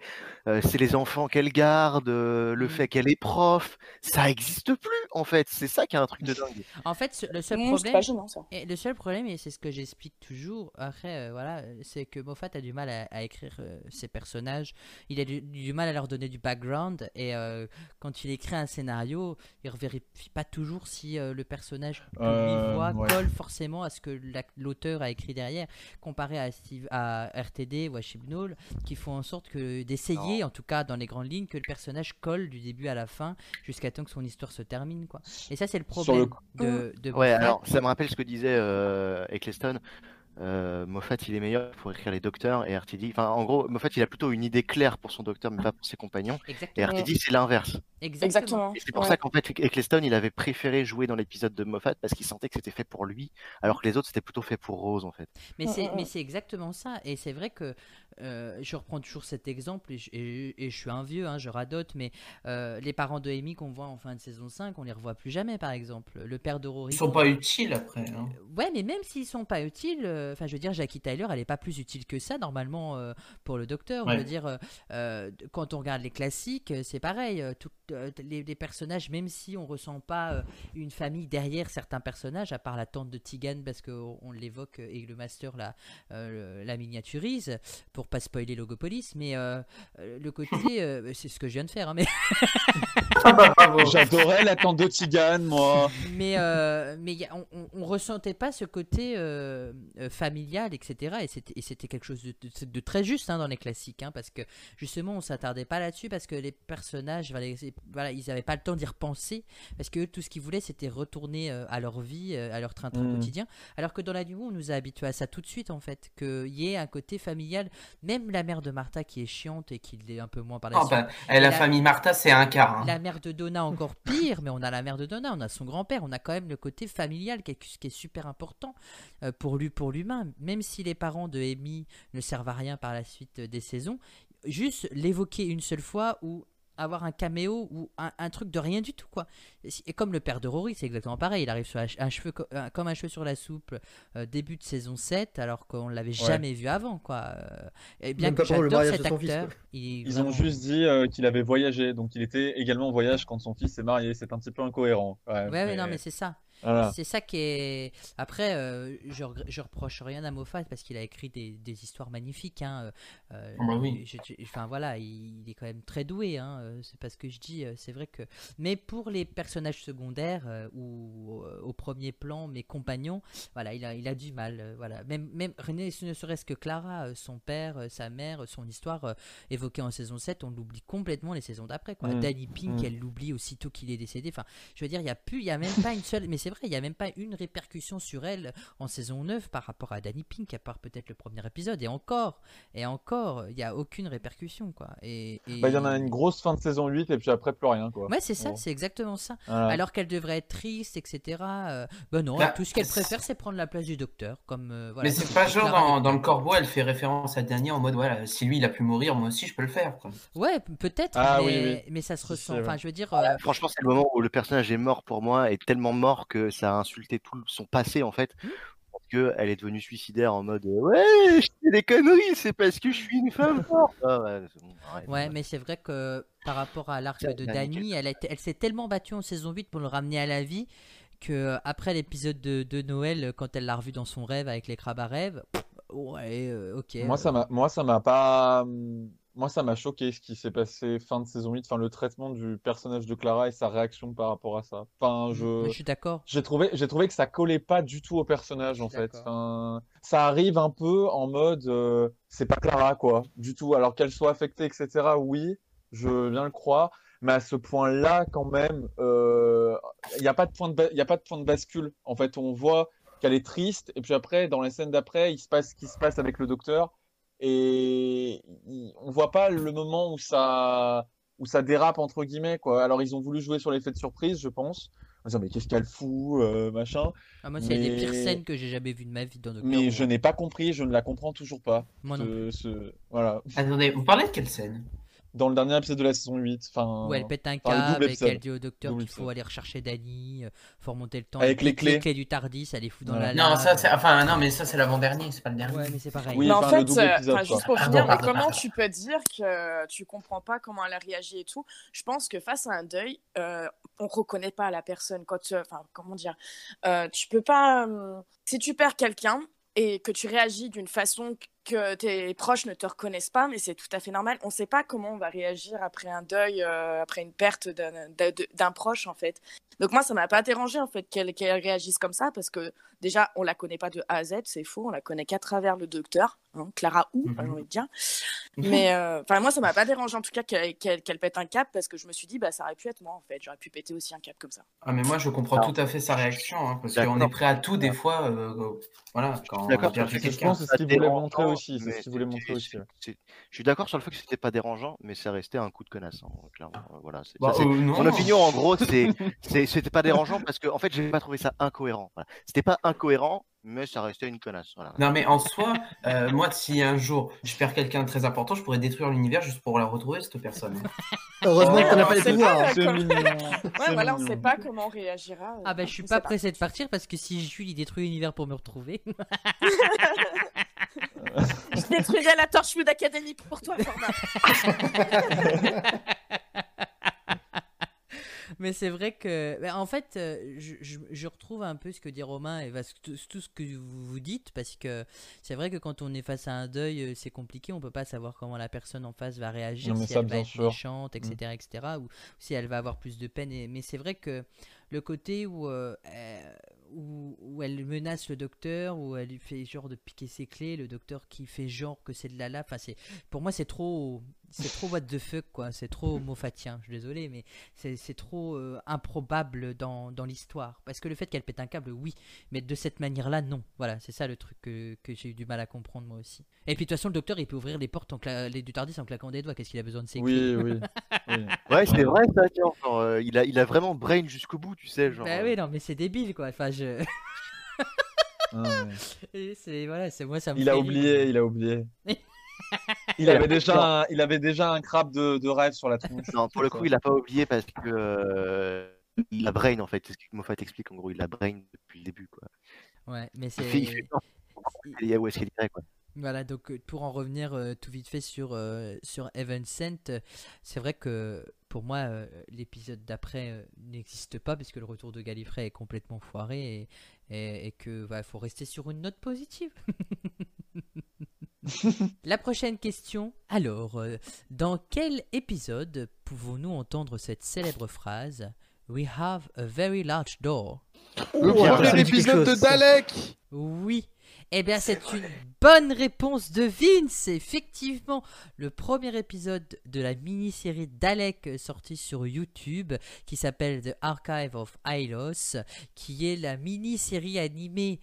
c'est les enfants qu'elle garde, le fait qu'elle est prof, ça existe plus en fait. C'est ça qui est un truc de dingue.
En fait, le seul
C'est
problème,
pas gênant, ça.
et le seul problème, et c'est ce que j'explique toujours, après, voilà, c'est que Moffat a du mal à écrire ses personnages. Il a du mal à leur donner du background. Et quand il écrit un scénario, il ne vérifie pas toujours si le personnage que lui voit
ouais.
colle forcément à ce que l'auteur a écrit derrière, comparé à RTD ou à Chibnall, qui font en sorte d'essayer, en tout cas dans les grandes lignes, que le personnage colle du début à la fin jusqu'à temps que son histoire se termine, quoi. Et ça, c'est le
Sur le
problème de
Ouais,
Moffat.
alors ça me rappelle ce que disait Eccleston. Moffat, il est meilleur pour écrire les docteurs et RTD. Enfin, en gros, Moffat, il a plutôt une idée claire pour son docteur, mais pas pour ses compagnons. Et
Exactement.
RTD, c'est l'inverse.
Exactement.
Et c'est pour
Ouais.
ça qu'en fait, Eccleston, il avait préféré jouer dans l'épisode de Moffat parce qu'il sentait que c'était fait pour lui, alors que les autres, c'était plutôt fait pour Rose, en fait.
Mais c'est exactement ça. Et c'est vrai que je reprends toujours cet exemple, et je suis un vieux, hein, je radote, mais les parents de Amy qu'on voit en fin de saison 5, on les revoit plus jamais, par exemple. Le père de Rory.
Ils sont pas utiles après. Hein.
Ouais, mais même s'ils sont pas utiles, enfin, je veux dire, Jackie Tyler, elle est pas plus utile que ça normalement pour le Docteur.
Ouais.
Je veux dire, quand on regarde les classiques, c'est pareil. Les personnages, même si on ressent pas une famille derrière certains personnages, à part la tante de Tegan, parce qu'on l'évoque et le Master la miniaturise pour pas spoiler Logopolis, mais le côté, c'est ce que je viens de faire, hein, mais
Bravo.
J'adorais la tante de Tigane, moi.
mais on ressentait pas ce côté familial, etc. Et c'était quelque chose de très juste dans les classiques, parce que justement on s'attardait pas là-dessus parce que les personnages, voilà, ils avaient pas le temps d'y repenser parce que eux, tout ce qu'ils voulaient c'était retourner à leur vie, à leur train-train quotidien. Alors que dans la Nuit, on nous a habitués à ça tout de suite en fait, qu'il y ait un côté familial. Même la mère de Martha qui est chiante et qui l'est un peu moins par la
Oh,
suite.
bah, la famille Martha, c'est un quart. Hein.
La mère de Donna encore pire, mais on a la mère de Donna, on a son grand-père, on a quand même le côté familial qui est super important pour l'humain. Même si les parents de Amy ne servent à rien par la suite des saisons, juste l'évoquer une seule fois ou avoir un caméo ou un truc de rien du tout quoi. Et comme le père de Rory, c'est exactement pareil, il arrive sur comme un cheveu sur la soupe début de saison 7 alors qu'on l'avait jamais vu avant quoi. Et bien
Même
que
pas pour le
j'adore
mariage
cet
de son fils,
acteur,
quoi.
Ils ont juste dit qu'il avait voyagé, donc il était également en voyage quand son fils s'est marié. C'est un petit peu incohérent.
Ouais, non mais c'est ça.
Voilà.
C'est ça qui est. Après, je reproche rien à Moffat parce qu'il a écrit des histoires magnifiques.
Bah oui.
Enfin voilà, il est quand même très doué. C'est pas ce que je dis. C'est vrai que. Mais pour les personnages secondaires ou au premier plan, mes compagnons, voilà, il a du mal. Voilà, même René, ne serait-ce que Clara, son père, sa mère, son histoire évoquée en saison 7, on l'oublie complètement les saisons d'après. Danny Pink, elle l'oublie aussitôt qu'il est décédé. Enfin, je veux dire, il y a même pas une seule. Mais c'est vrai, il n'y a même pas une répercussion sur elle en saison 9 par rapport à Danny Pink, à part peut-être le premier épisode. Et encore, il n'y a aucune répercussion, quoi. Il
y en a une grosse fin de saison 8 et puis après plus rien, quoi.
Ouais, c'est ça, c'est exactement ça.
Voilà.
Alors qu'elle devrait être triste, etc. Non, tout ce qu'elle préfère, c'est prendre la place du docteur. Voilà,
mais c'est pas genre dans le Corbeau, elle fait référence à Danny en mode voilà, si lui il a pu mourir, moi aussi je peux le faire. Quoi.
Ouais, peut-être, mais ça se ressent. Enfin, je veux dire.
Franchement, c'est le moment où le personnage est mort pour moi, est tellement mort que ça a insulté tout son passé en fait. Parce qu'elle est devenue suicidaire en mode ouais, je fais des conneries, c'est parce que je suis une femme forte.
Ouais, mais c'est vrai que par rapport à l'arc de Danny, elle s'est tellement battue en saison 8 pour le ramener à la vie que après l'épisode de Noël, quand elle l'a revu dans son rêve avec les crabes à rêve, ouais, ok.
Moi, ça m'a choqué ce qui s'est passé fin de saison 8, enfin le traitement du personnage de Clara et sa réaction par rapport à ça. Enfin,
je suis d'accord.
J'ai trouvé que ça collait pas du tout au personnage en fait. Enfin, ça arrive un peu en mode c'est pas Clara quoi, du tout. Alors qu'elle soit affectée, etc. Oui, je viens le croire. Mais à ce point-là, quand même, il n'y a pas de point de bascule. En fait, on voit qu'elle est triste et puis après, dans les scènes d'après, il se passe ce qui se passe avec le docteur. Et on voit pas le moment où ça dérape entre guillemets quoi. Alors ils ont voulu jouer sur l'effet de surprise, je pense. En disant mais qu'est-ce qu'elle fout, machin.
Moi c'est des pires scènes que j'ai jamais vues de ma vie dans Doctor
Mais
Who.
je n'ai pas compris, je ne la comprends toujours pas.
Moi non plus.
Voilà.
Attendez, vous parlez de quelle scène?
Dans le dernier épisode de la saison 8.
Où elle pète un câble et qu'elle dit au docteur qu'il faut aller rechercher Danny, faut remonter le temps.
Avec les clés
du TARDIS, elle les fout dans la
Non,
lave.
ça c'est mais ça c'est l'avant-dernier, c'est pas le dernier.
Ouais, mais c'est pareil.
Oui, mais en fait,
épisode,
juste pour finir, mais comment tu peux dire que tu comprends pas comment elle a réagi et tout? Je pense que face à un deuil, on reconnaît pas la personne. Comment dire, tu peux pas. Si tu perds quelqu'un et que tu réagis d'une façon que tes proches ne te reconnaissent pas, mais c'est tout à fait normal. On ne sait pas comment on va réagir après un deuil, après une perte d'un proche, en fait. Donc moi, ça ne m'a pas dérangé, en fait, qu'elle réagisse comme ça, parce que déjà, on ne la connaît pas de A à Z, c'est faux, on la connaît qu'à travers le docteur, Clara j'ai envie de dire. Mais moi, ça ne m'a pas dérangé, en tout cas, qu'elle pète un cap, parce que je me suis dit, ça aurait pu être moi, en fait. J'aurais pu péter aussi un cap comme ça.
Ah, mais moi, je comprends tout à fait sa réaction, parce qu'on est prêt à tout, des fois, voilà, quand on va perdre quelqu'un.
Je pense que c'est ce qu'il voulait montrer aussi.
Je suis d'accord sur le fait que c'était pas dérangeant, mais ça restait un coup de connasse. Clairement. Voilà,
non.
Mon opinion, en gros, c'était pas dérangeant parce que en fait, j'ai pas trouvé ça incohérent. Voilà. C'était pas incohérent, mais ça restait une connasse. Voilà.
Non, mais en soi, moi, si un jour je perds quelqu'un de très important, je pourrais détruire l'univers juste pour la retrouver, cette personne.
Heureusement que t'en as pas les
C'est
pouvoirs.
pas,
hein.
C'est
comme-
mignon.
Ouais, voilà, on
mignon.
sait pas comment on réagira.
Ah bah je suis
on
pas
sait
pressé de partir parce que si Jules il détruit l'univers pour me retrouver.
Je détruirai la Torchwood Academy pour toi, Format.
Mais c'est vrai que, en fait, je retrouve un peu ce que dit Romain et tout ce que vous dites, parce que c'est vrai que quand on est face à un deuil, c'est compliqué, on peut pas savoir comment la personne en face va réagir,
Non, mais
si
ça,
elle va
bien
être
sûr.
méchante, etc., ou si elle va avoir plus de peine. Mais c'est vrai que le côté où elle menace le docteur, où elle lui fait genre de piquer ses clés, le docteur qui fait genre que c'est de la lave, enfin, pour moi c'est trop what the fuck, quoi, c'est trop moffatien, je suis désolé, mais c'est trop improbable dans l'histoire, parce que le fait qu'elle pète un câble, oui, mais de cette manière-là, non, voilà, c'est ça le truc que j'ai eu du mal à comprendre moi aussi. Et puis de toute façon, le docteur il peut ouvrir les portes du TARDIS en claquant des doigts, qu'est-ce qu'il a besoin de ses clés?
Oui, oui. oui.
Ouais, c'est vrai ça, tiens. Genre, il a vraiment brain jusqu'au bout, tu sais. Genre,
Bah oui, non, mais c'est débile, quoi, enfin
Ah, ouais.
Et voilà, c'est moi ça me
Il
fait
a
rire.
oublié, il a oublié. Il avait déjà un crabe de rêve sur la tronche.
Non, pour le
c'est
coup,
ça.
il a pas oublié parce que il a brain en fait. C'est ce que Moffat explique en gros. Il a brain depuis le début, quoi.
Ouais, mais
Il
c'est
fait peur. Il y a où est-ce qu'il irait, quoi.
voilà, donc pour en revenir tout vite fait sur Heaven Sent, c'est vrai que pour moi l'épisode d'après n'existe pas puisque le retour de Gallifrey est complètement foiré et que faut rester sur une note positive. La prochaine question. Alors, dans quel épisode pouvons-nous entendre cette célèbre phrase We have a very large door?
Le
Ouah, ça
premier
me dit quelque
épisode de
chose, ça.
Dalek.
Oui. Eh bien, c'est une bonne réponse de Vince. Effectivement, le premier épisode de la mini-série Dalek sortie sur YouTube, qui s'appelle The Archive of Hylos, qui est la mini-série animée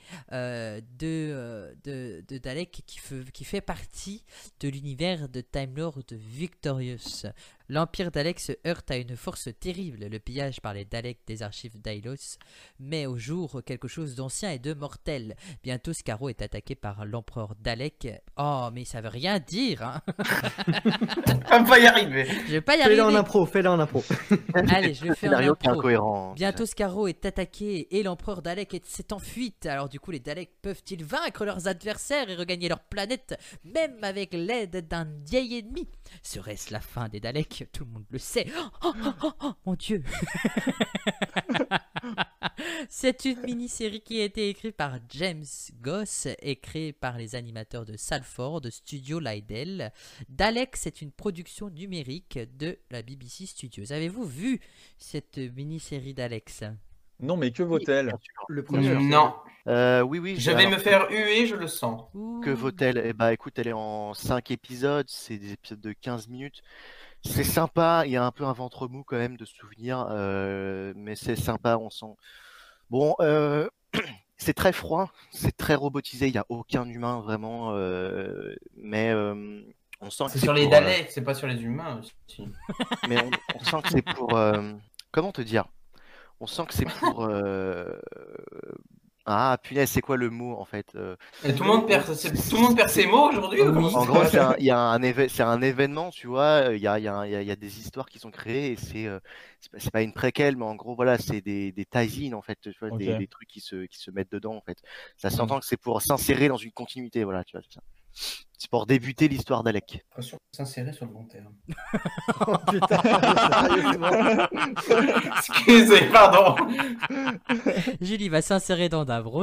de Dalek qui fait partie de l'univers de Time Lord Victorious. L'Empire Dalek se heurte à une force terrible, le pillage par les Daleks des archives d'Hylos met au jour quelque chose d'ancien et de mortel. Bientôt, Skaro est attaqué par l'empereur Dalek. Oh, mais ça veut rien dire, hein.
On va y arriver.
Je vais pas y
Fais-le en
arriver.
impro, fais-le en impro.
Allez, je le fais en
Scénario qui est
impro.
incohérent.
Bientôt, Skaro est attaqué et l'empereur Dalek s'est en fuite. Alors du coup, les Daleks peuvent-ils vaincre leurs adversaires et regagner leur planète, même avec l'aide d'un vieil ennemi? Serait-ce la fin des Daleks? Tout le monde le sait. Oh, oh, oh, oh, mon Dieu. C'est une mini-série qui a été écrite par James Goss et créée par les animateurs de Salford, Studio Lydell. Dalek, c'est une production numérique de la BBC Studios. Avez-vous vu cette mini-série d'Alex?
Non, mais que vaut-elle?
Le premier.
Non.
Oui.
Je vais
alors,
me faire huer, je le sens.
Que vaut-elle? Eh bah écoute, elle est en 5 épisodes, c'est des épisodes de 15 minutes. C'est sympa, il y a un peu un ventre mou quand même de souvenir, mais c'est sympa, on sent. Bon, c'est très froid, c'est très robotisé, il n'y a aucun humain vraiment, mais on sent que
C'est
c'est
sur les
pour,
Daleks, c'est pas sur les humains aussi.
mais on sent que c'est pour, comment te dire? On sent que c'est pour, ah punaise, c'est quoi le mot en fait?
Et tout le monde perd ses mots aujourd'hui ou comment
En
ça
gros,
se passe
il y a c'est un événement, tu vois. Il y a des histoires qui sont créées et c'est pas une préquelle, mais en gros, voilà, c'est des tie-in en fait, tu vois,
Ok.
des trucs qui se mettent dedans en fait. Ça s'entend que c'est pour s'insérer dans une continuité, voilà, tu vois. C'est ça. C'est pour débuter l'histoire d'Alec.
L'impression de s'insérer sur le long terme.
Oh putain, sérieusement.
Excusez, pardon.
Julie va s'insérer dans Davros.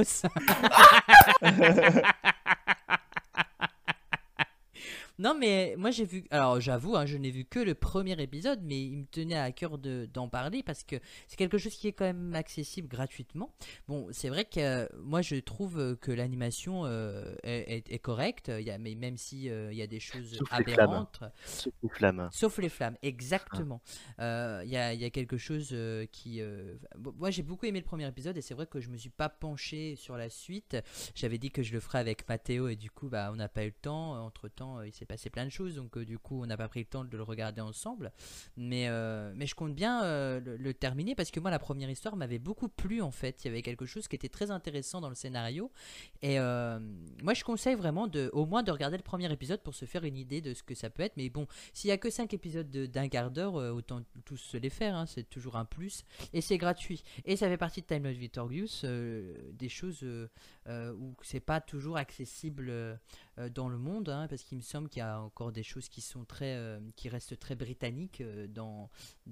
Non, mais moi j'ai vu. Alors j'avoue, hein, je n'ai vu que le premier épisode, mais il me tenait à cœur d'en parler parce que c'est quelque chose qui est quand même accessible gratuitement. Bon, c'est vrai que moi je trouve que l'animation est correcte, mais même si il y a des choses
Sauf les flammes.
aberrantes.
Sauf les flammes.
Sauf les flammes, exactement. Il y a quelque chose qui. Moi, j'ai beaucoup aimé le premier épisode et c'est vrai que je me suis pas penché sur la suite. J'avais dit que je le ferais avec Mathéo et du coup, on n'a pas eu le temps. Entre temps, il s'est passé plein de choses, donc du coup, on n'a pas pris le temps de le regarder ensemble. Mais je compte bien le terminer parce que moi, la première histoire m'avait beaucoup plu en fait. Il y avait quelque chose qui était très intéressant dans le scénario. Et moi, je conseille vraiment au moins de regarder le premier épisode pour se faire une idée de ce que ça peut être. Mais bon, s'il y a que 5 épisodes d'un quart d'heure, autant tous se les faire. Hein, c'est toujours un plus. Et c'est gratuit. Et ça fait partie de Time Lord Victorious, des choses où c'est pas toujours accessible dans le monde, hein, parce qu'il me semble qu'il y a encore des choses qui sont qui restent très britanniques dans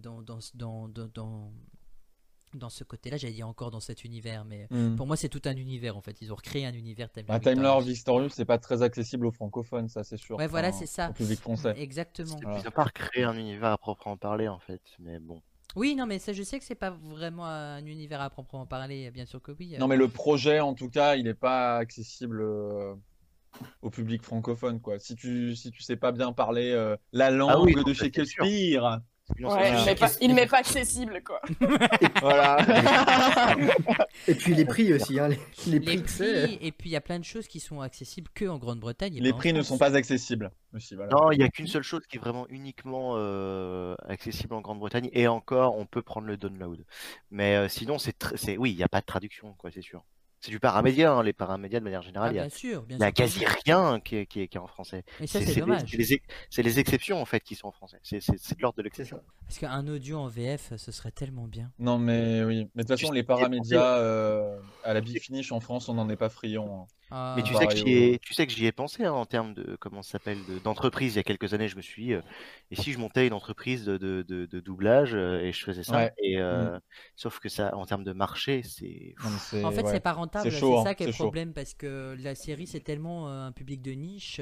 ce côté-là. J'allais dire encore dans cet univers, mais pour moi c'est tout un univers en fait. Ils ont recréé un univers Time
Lord Victorious, c'est pas très accessible aux francophones, ça c'est sûr.
Ouais, voilà, c'est ça.
Au public français.
Exactement.
Ils n'ont pas recréé un univers à proprement parler en fait, mais bon.
Oui, non, mais ça, je sais que c'est pas vraiment un univers à proprement parler, bien sûr que oui.
Non, mais le projet, en tout cas, il n'est pas accessible au public francophone, quoi. Si tu sais pas bien parler la langue de Shakespeare.
Ouais, il n'est pas accessible, quoi.
Voilà.
Et puis les prix aussi, hein, les prix que c'est.
Et puis il y a plein de choses qui sont accessibles que en Grande-Bretagne.
Les prix ne sont pas accessibles aussi, voilà.
Non, il n'y a qu'une seule chose qui est vraiment uniquement accessible en Grande-Bretagne, et encore, on peut prendre le download. Mais sinon, oui, il n'y a pas de traduction, quoi, c'est sûr. C'est du paramédia, hein. Les paramédias de manière générale, il y a quasi rien qui est en français.
Et ça, c'est dommage.
C'est les exceptions en fait qui sont en français. C'est de l'ordre de l'exception.
Parce qu'un audio en VF, ce serait tellement bien.
Non, mais oui. Mais de toute façon, les paramédias à la Big Finish en France, on n'en est pas friand. Hein.
Mais tu sais que j'y ai pensé, hein, en termes de comment ça s'appelle, d'entreprise. Il y a quelques années, je me suis dit, et si je montais une entreprise de doublage et je faisais ça, et sauf que ça, en termes de marché, c'est.
En fait, c'est pas rentable. C'est
chaud,
ça qui est le problème, parce que la série, c'est tellement un public de niche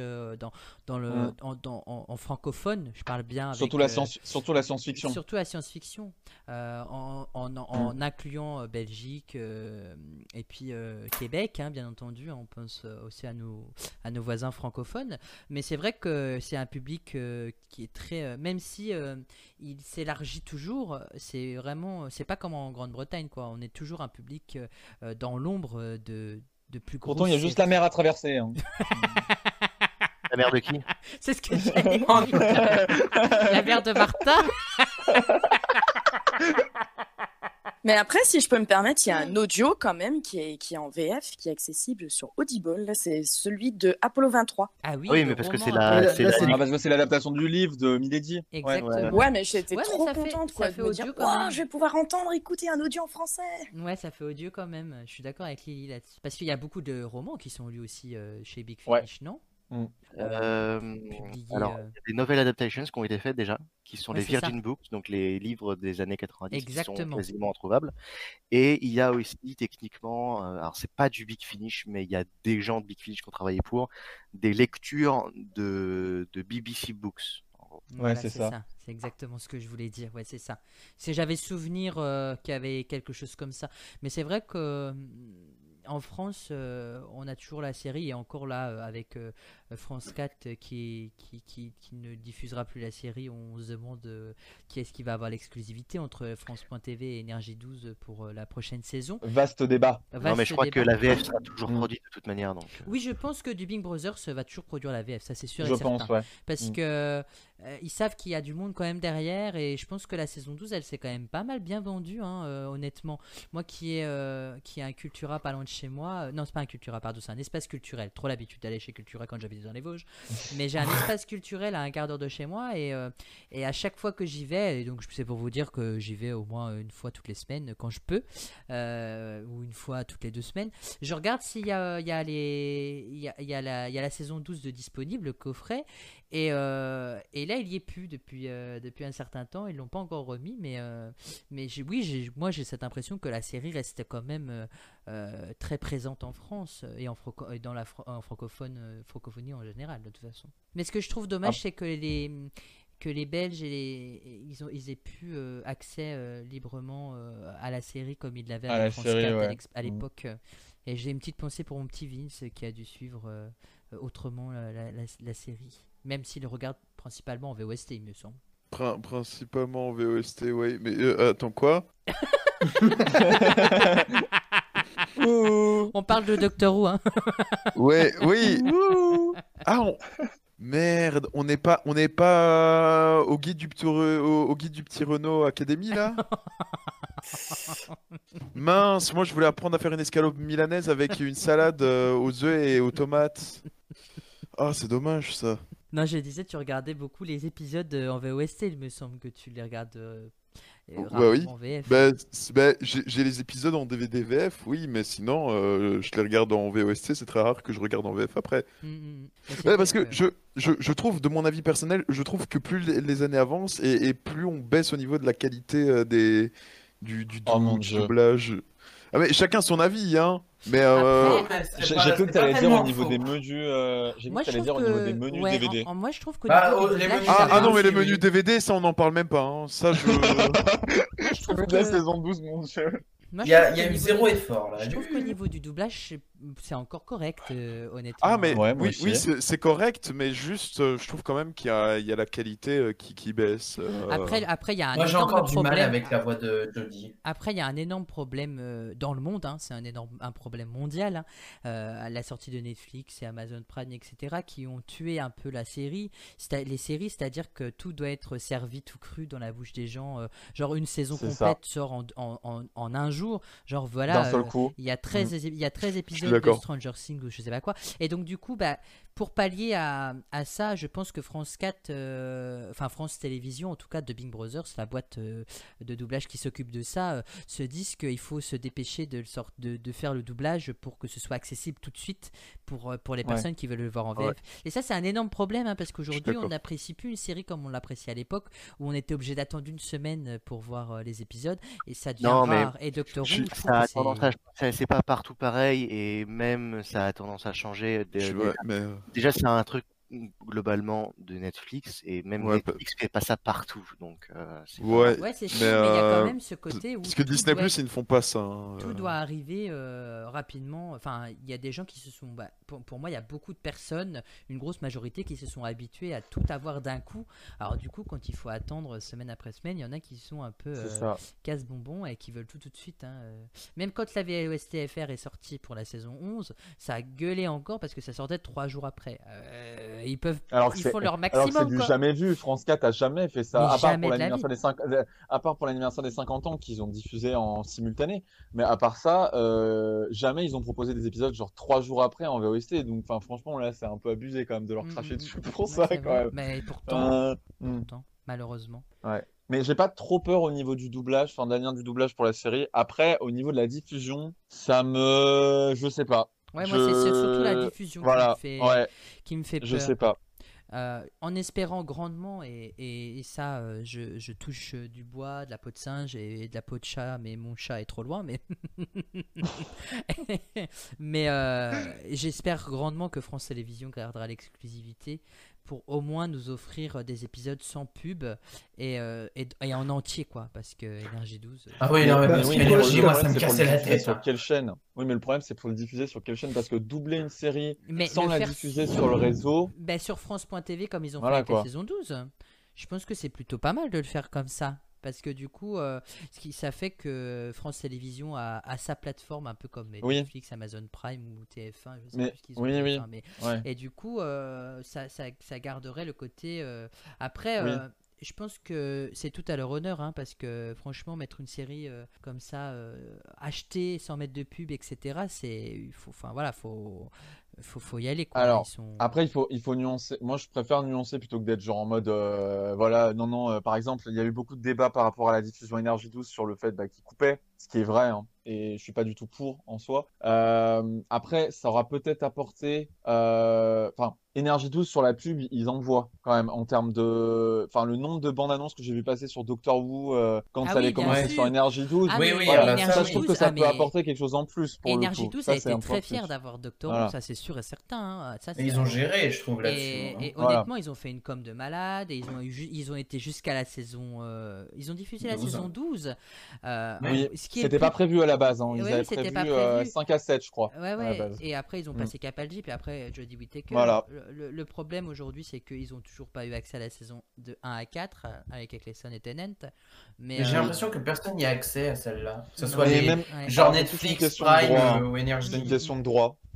en francophone. Je parle bien avec,
surtout la science-fiction.
Surtout la science-fiction, en incluant Belgique et puis Québec, hein, bien entendu. On pense aussi à nos voisins francophones, mais c'est vrai que c'est un public qui est très, même si il s'élargit toujours, c'est pas comme en Grande-Bretagne, quoi. On est toujours un public dans l'ombre de plus gros.
Pourtant, il y a juste la mer à traverser. Hein.
La mer de qui?
C'est ce que j'allais dire. La mer de Martha.
Mais après, si je peux me permettre, il y a un audio quand même qui est en VF, qui est accessible sur Audible. Là, c'est celui de Apollo 23.
Ah oui,
oui, mais parce que c'est
parce que c'est l'adaptation du livre de Milady.
Exactement.
Ouais, mais j'étais trop contente, quoi,
ça fait
de me
audio
dire,
quand même.
je vais pouvoir écouter un audio en français.
Ouais, ça fait audio quand même. Je suis d'accord avec Lily là-dessus. Parce qu'il y a beaucoup de romans qui sont lus aussi chez Big Finish, non?
Alors, il y a des novel adaptations qui ont été faites déjà, qui sont les Virgin Books, donc les livres des années 90 qui sont quasiment introuvables. Et il y a aussi techniquement, alors c'est pas du Big Finish, mais il y a des gens de Big Finish qui ont travaillé pour, des lectures de BBC Books.
Voilà, c'est ça. C'est exactement ce que je voulais dire. Ouais, c'est ça. J'avais souvenir qu'il y avait quelque chose comme ça. Mais c'est vrai que en France, on a toujours la série, et encore là, avec France 4 qui ne diffusera plus la série, on se demande qui est-ce qui va avoir l'exclusivité entre France.tv et Énergie 12 pour la prochaine saison.
Vaste débat.
Non, mais je crois que la VF sera toujours produite de toute manière. Donc.
Oui, je pense que Dubbing Brothers va toujours produire la VF, ça c'est sûr et certain.
Je pense, ouais.
Parce que ils savent qu'il y a du monde quand même derrière, et je pense que la saison 12, elle s'est quand même pas mal bien vendue, hein, honnêtement. Moi qui ai un Cultura pas loin de chez moi, non, c'est pas un Cultura, pardon, c'est un espace culturel. Trop l'habitude d'aller chez Cultura quand j'avais dans les Vosges, mais j'ai un espace culturel à un quart d'heure de chez moi, et à chaque fois que j'y vais, et donc c'est pour vous dire que j'y vais au moins une fois toutes les semaines quand je peux, ou une fois toutes les 2 semaines, je regarde s'il y a la saison 12 de disponible, le coffret, et là il y est plus depuis un certain temps. Ils l'ont pas encore remis, mais moi j'ai cette impression que la série reste quand même très présente en France et en francophonie en général, de toute façon. Mais ce que je trouve dommage, c'est que les Belges ils aient pu accès librement à la série comme ils l'avaient avec France 4 à l'époque. Et j'ai une petite pensée pour mon petit Vince qui a dû suivre autrement la série, même s'il regarde principalement en VOST, il me semble.
Principalement en VOST, oui. Mais attends, quoi?
On parle de Doctor Who, hein.
Ouais, oui. Ah, Merde, on n'est pas au guide du petit Renault Academy là? Mince, moi je voulais apprendre à faire une escalope milanaise avec une salade aux œufs et aux tomates. Ah, c'est dommage ça.
Non, je disais, tu regardais beaucoup les épisodes en VOST, il me semble que tu les regardes
Bah oui.
rarement en VF.
J'ai les épisodes en DVD VF, oui, mais sinon je les regarde en VOST, c'est très rare que je regarde en VF après.
Mais c'est
Ouais,
vrai
parce que
que-
je trouve, de mon avis personnel, je trouve que plus les années avancent et plus on baisse au niveau de la qualité
Oh mon
du
Dieu.
doublage. Ah, mais chacun son avis, hein. Mais
Après,
J'ai cru que t'allais dire au niveau des menus. J'ai
moi
cru
je
que t'allais
trouve
dire au niveau des
que
menus
ouais,
DVD.
moi je trouve qu'au
Bah,
niveau du
les
doublage,
menus
ça
ah
va.
non, mais les
oui,
menus
oui.
DVD, ça on en parle même pas, hein. Ça je.
Moi je trouve
Celui de la
que
saison 12, mon Dieu.
moi,
Il
je
y a,
trouve
il y a
qu'au
eu
niveau
zéro
du-
effort là.
je trouve qu'au niveau du doublage, c'est encore correct, honnêtement.
Ah, mais
Ouais, moi
oui,
aussi.
oui, c'est correct, mais juste, je trouve quand même qu'il y a la qualité qui baisse.
Après, il y a un
Moi j'ai
énorme
encore du mal
problème.
avec la voix de Jodie.
Après, il y a un énorme problème dans le monde, hein, c'est un problème mondial, hein, à la sortie de Netflix et Amazon Prime, etc., qui ont tué un peu la série. Les séries, c'est-à-dire que tout doit être servi tout cru dans la bouche des gens. Genre une saison
C'est
complète
ça.
sort en un jour. Genre
D'un
voilà,
seul coup.
il y a 13 épisodes de
d'accord.
Stranger Things ou je sais pas quoi. Et donc du coup, bah, pour pallier à ça, je pense que France 4, enfin France Télévisions, en tout cas Dubbing Brothers, la boîte de doublage qui s'occupe de ça, se disent qu'il faut se dépêcher de faire le doublage pour que ce soit accessible tout de suite pour les
Ouais.
personnes qui veulent le voir en VF.
Ouais.
Et ça, c'est un énorme problème, hein, parce qu'aujourd'hui, on
d'accord.
n'apprécie plus une série comme on l'appréciait à l'époque, où on était obligé d'attendre une semaine pour voir les épisodes, et ça devient
Non, mais
rare. Et Doctor Who,
je-
je trouve
Ça a
que
tendance c'est pas partout pareil et même ça a tendance à changer.
Ouais, mais
Déjà, c'est un truc globalement de Netflix et même
ouais,
Netflix fait pas ça partout. Donc, c'est pas-
ouais,
Ouais, c'est sûr,
mais
mais il y a quand même ce côté où
parce que
tout
Disney
doit
Plus, ils ne font pas ça, hein,
tout doit arriver rapidement. Enfin, il y a des gens qui se sont. Bah, pour moi, il y a beaucoup de personnes, une grosse majorité, qui se sont habituées à tout avoir d'un coup. Alors, du coup, quand il faut attendre semaine après semaine, il y en a qui sont un peu
C'est ça.
casse-bonbons et qui veulent tout de suite, hein. Même quand la VOSTFR est sortie pour la saison 11, ça a gueulé encore parce que ça sortait 3 jours après. Ils font leur
Alors que
maximum,
c'est du
quoi.
jamais vu. France 4 a jamais fait ça.
Mais
À part
jamais
pour
de la
l'anniversaire à part pour l'anniversaire des 50 ans qu'ils ont diffusé en simultané. Mais à part ça, jamais ils ont proposé des épisodes genre 3 jours après en VOST. Donc, enfin, franchement, là, c'est un peu abusé quand même de leur cracher dessus pour
Ouais,
ça,
c'est
quand
vrai.
même.
Mais pourtant,
Hmm.
malheureusement.
Ouais. Mais j'ai pas trop peur au niveau du doublage, enfin de l'avenir du doublage pour la série. Après, au niveau de la diffusion, je sais pas.
Ouais, moi, c'est surtout la diffusion
Voilà, ouais,
qui me fait
je
peur.
sais pas.
En espérant grandement, et ça, je touche du bois, de la peau de singe et de la peau de chat, mais mon chat est trop loin. Mais j'espère grandement que France Télévisions gardera l'exclusivité pour au moins nous offrir des épisodes sans pub et en entier, quoi, parce que Énergie 12.
Ah oui, non, mais
Mais
parce
oui,
que
mais
Énergie,
le
moi,
problème,
ça me
c'est pour le
cassait la
diffuser
tête.
sur quelle chaîne? Oui, mais le problème, c'est pour le diffuser sur quelle chaîne? Parce que doubler une série
Mais
sans
le
la
faire
diffuser sur le réseau,
Ben, sur France.tv, comme ils ont fait
voilà
avec la
quoi.
saison 12, je pense que c'est plutôt pas mal de le faire comme ça. Parce que du coup, ça fait que France Télévisions a sa plateforme, un peu comme
Oui.
Netflix, Amazon Prime ou TF1, je sais
Mais
plus ce qu'ils ont
oui, oui,
TF1, mais...
ouais.
Et du coup, ça garderait le côté... Après,
Oui.
je pense que c'est tout à leur honneur, hein, parce que franchement, mettre une série comme ça, achetée sans mettre de pub, etc., faut y aller, quoi.
Alors,
Ils sont...
après, il faut nuancer. Moi, je préfère nuancer plutôt que d'être genre en mode, voilà, non, par exemple, il y a eu beaucoup de débats par rapport à la diffusion Énergie 12 sur le fait qu'ils coupaient, ce qui est vrai, hein, et je suis pas du tout pour en soi. Après, ça aura peut-être apporté, enfin, Énergie 12 sur la pub, ils envoient quand même en termes de, enfin, le nombre de bandes annonces que j'ai vu passer sur Doctor Who quand
Ah
ça allait
oui, bien
commencer
sûr.
sur Énergie 12.
Ah,
Oui,
mais
oui,
Voilà,
alors
Énergie
ça, je trouve que
12,
ça
ah,
peut
mais
apporter quelque chose en plus pour le
Énergie
coup.
12
Ça,
a
c'est
été
un
très
point
fier
plus.
d'avoir Doctor Who,
Voilà.
ça c'est sûr et certain, hein. Ça,
Et
c'est
ils ont
un-
géré, je trouve, là-dessus.
Et
Voilà.
honnêtement, ils ont fait une com de malade et ils ont été jusqu'à la saison. Ils ont diffusé la
12.
saison 12.
Oui,
Ce qui est
c'était pas prévu à la base, hein. Ils
Oui,
avaient
c'était
prévu,
pas prévu.
5 à 7, je crois,
Ouais,
à la
ouais.
base.
Et après, ils ont
Mm.
passé Capaldi, puis après Jodie Whittaker.
Voilà.
Le problème aujourd'hui, c'est qu'ils ont toujours pas eu accès à la saison de 1 à 4 avec Eccleston et Tennant. Mais
Mais j'ai l'impression que personne n'y a accès à celle-là. Que ce
Non.
soit
Mais
les...
même,
ouais.
genre
alors, c'est toute une
Netflix,
question de
Prime
droit, hein.
ou
C'est une
Énergie.
question de droit.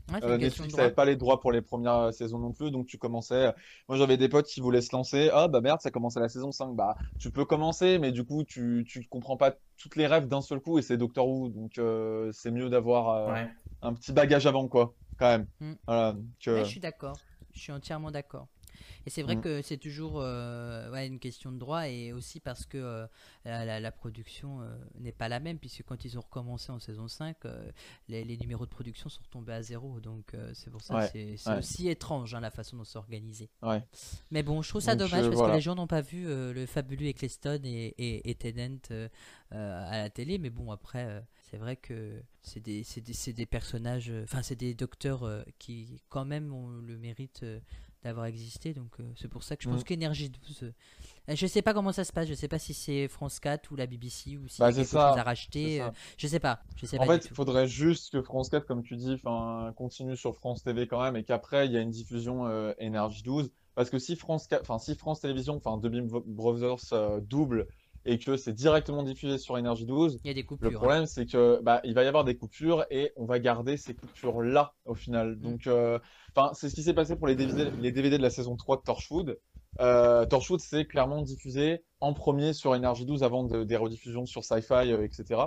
Ouais, c'est une question de
Netflix
droit.
n'avait pas les droits pour les premières saisons non plus, donc tu commençais. Moi, j'avais des potes qui voulaient se lancer. Ah, bah merde, ça commence à la saison 5. Bah, tu peux commencer, mais du coup, tu comprends pas toutes les rêves d'un seul coup, et c'est Doctor Who, donc c'est mieux d'avoir
Ouais.
un petit bagage avant, quoi, quand même.
Mm.
Voilà, donc,
Ouais, je suis d'accord. Je suis entièrement d'accord. Et c'est vrai
Mm.
que c'est toujours ouais, une question de droit et aussi parce que la production n'est pas la même puisque quand ils ont recommencé en saison 5, les numéros de production sont retombés à zéro. Donc c'est pour ça
Ouais,
que c'est
ouais.
aussi étrange hein, la façon dont c'est organisé.
Ouais.
Mais bon, je trouve ça
Donc,
dommage parce
voilà.
que les gens n'ont pas vu le fabuleux Eccleston et Tennant à la télé. Mais bon, après, c'est vrai que c'est des personnages, enfin, c'est des docteurs qui, quand même, ont le mérite d'avoir existé. Donc, c'est pour ça que je pense
Mm.
qu'Énergie 12. Je sais pas comment ça se passe. Je sais pas si c'est France 4 ou la BBC ou s'il y
Bah,
a
c'est
quelque
ça,
chose à
c'est
racheter.
ça.
Je sais pas. Je sais
En
pas du
fait, il
tout.
faudrait juste que France 4, comme tu dis, continue sur France TV quand même, et qu'après, il y a une diffusion Énergie 12. Parce que si France 4, si France Télévisions, Dubin Brothers double, et que c'est directement diffusé sur Énergie 12,
Il y a des
le
coupures. Hein.
problème, c'est que il va y avoir des coupures, et on va garder ces coupures-là, au final. Donc, c'est ce qui s'est passé pour les DVD de la saison 3 de Torchwood. Torchwood, c'est clairement diffusé en premier sur Énergie 12 avant des rediffusions sur Sci-Fi, etc.